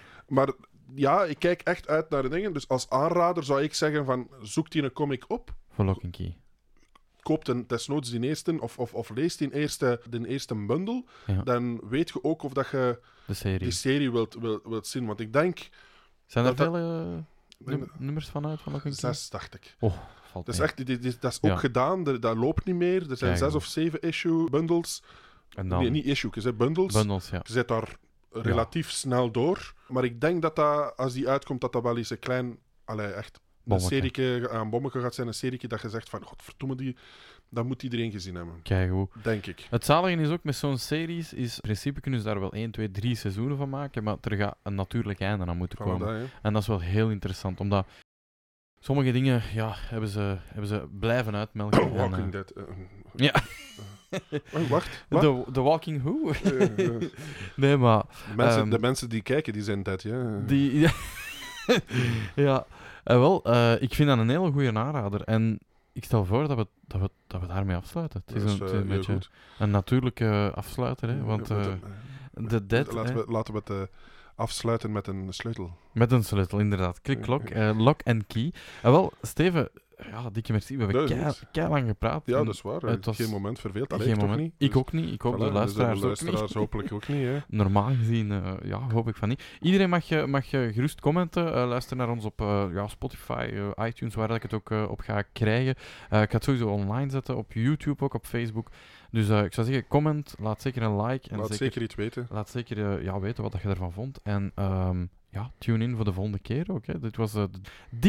maar ja, ik kijk echt uit naar de dingen. Dus als aanrader zou ik zeggen van, zoek die een comic op. Voor Lock and Key. Koopt desnoods die eerste, of leest die eerste bundle, Ja. dan weet je ook of dat je De serie. die serie wilt zien. Want ik denk... Zijn er dat- veel nummers vanuit van Lock and Key? 6, dacht ik. Oh, valt Dat is mee. echt, dat is ook Ja. gedaan, dat loopt niet meer. Er zijn Kijk, 6 of 7 issue bundles. En dan Nee, niet issues, hè, bundles. bundles, ja. Je zit daar relatief snel door. Maar ik denk dat als die uitkomt, dat wel eens een klein... echt een Bommetje. serieke aan bommetje gaat zijn. Een serieke dat je zegt van, godverdomme, dat moet iedereen gezien hebben. Kijk hoe. Denk ik. Het zalige is ook met zo'n series, is in principe kunnen ze daar wel 1, 2, 3 seizoenen van maken, maar er gaat een natuurlijk einde aan moeten Van komen. dat, hè. En dat is wel heel interessant, omdat sommige dingen, ja, hebben ze blijven uitmelken. En, Walking Dead. ja. Oh, wacht. Wat? The Walking Who? Eh, Nee, maar... de mensen die kijken, die zijn dead, ja. Die... ja, ik vind dat een hele goede aanrader. En ik stel voor dat we daarmee afsluiten. Het is Dat is, een heel beetje goed. een natuurlijke afsluiter, hè. Want de Dead... Laten we het afsluiten met een sleutel. Met een sleutel, inderdaad. Klik-klok, lock and key. Steven, ja, dikke merci. We hebben Dat is kei lang gepraat. Ja, En dat is waar. het was Geen moment verveeld. geen Allee, ik toch moment. niet. Ik Dus ook niet. Ik hoop voilà, de dus luisteraars, luisteraars ook hopelijk ook niet. Hè. Normaal gezien, hoop ik van niet. Iedereen mag je gerust commenten. Luister naar ons op Spotify, iTunes, waar ik het ook op ga krijgen. Ik ga het sowieso online zetten, op YouTube, ook op Facebook. Dus ik zou zeggen, comment, laat zeker een like. En Laat zeker iets weten. laat zeker weten wat je ervan vond. En tune in voor de volgende keer ook. Hè. Dit was de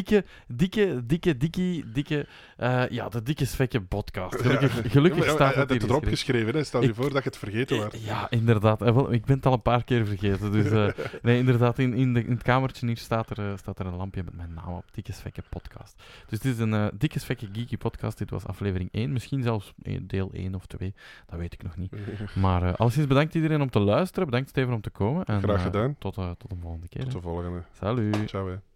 dikke svekke podcast. Gelukkig Ja, staat hij het had het erop hier geschreven. Hè. Stel je Ik- voor dat je het vergeten was. Ja, inderdaad. Ik ben het al een paar keer vergeten. Dus nee, inderdaad, in het kamertje hier staat er een lampje met mijn naam op. Dikke Svekke Podcast. Dus dit is een Dikke Svekke Geeky Podcast. Dit was aflevering 1. Misschien zelfs deel 1 of 2. Dat weet ik nog niet. Maar alleszins bedankt iedereen om te luisteren. Bedankt Steven om te komen. En, Graag gedaan. Tot de volgende keer. Tot de volgende. Salut. Ciao. Hè.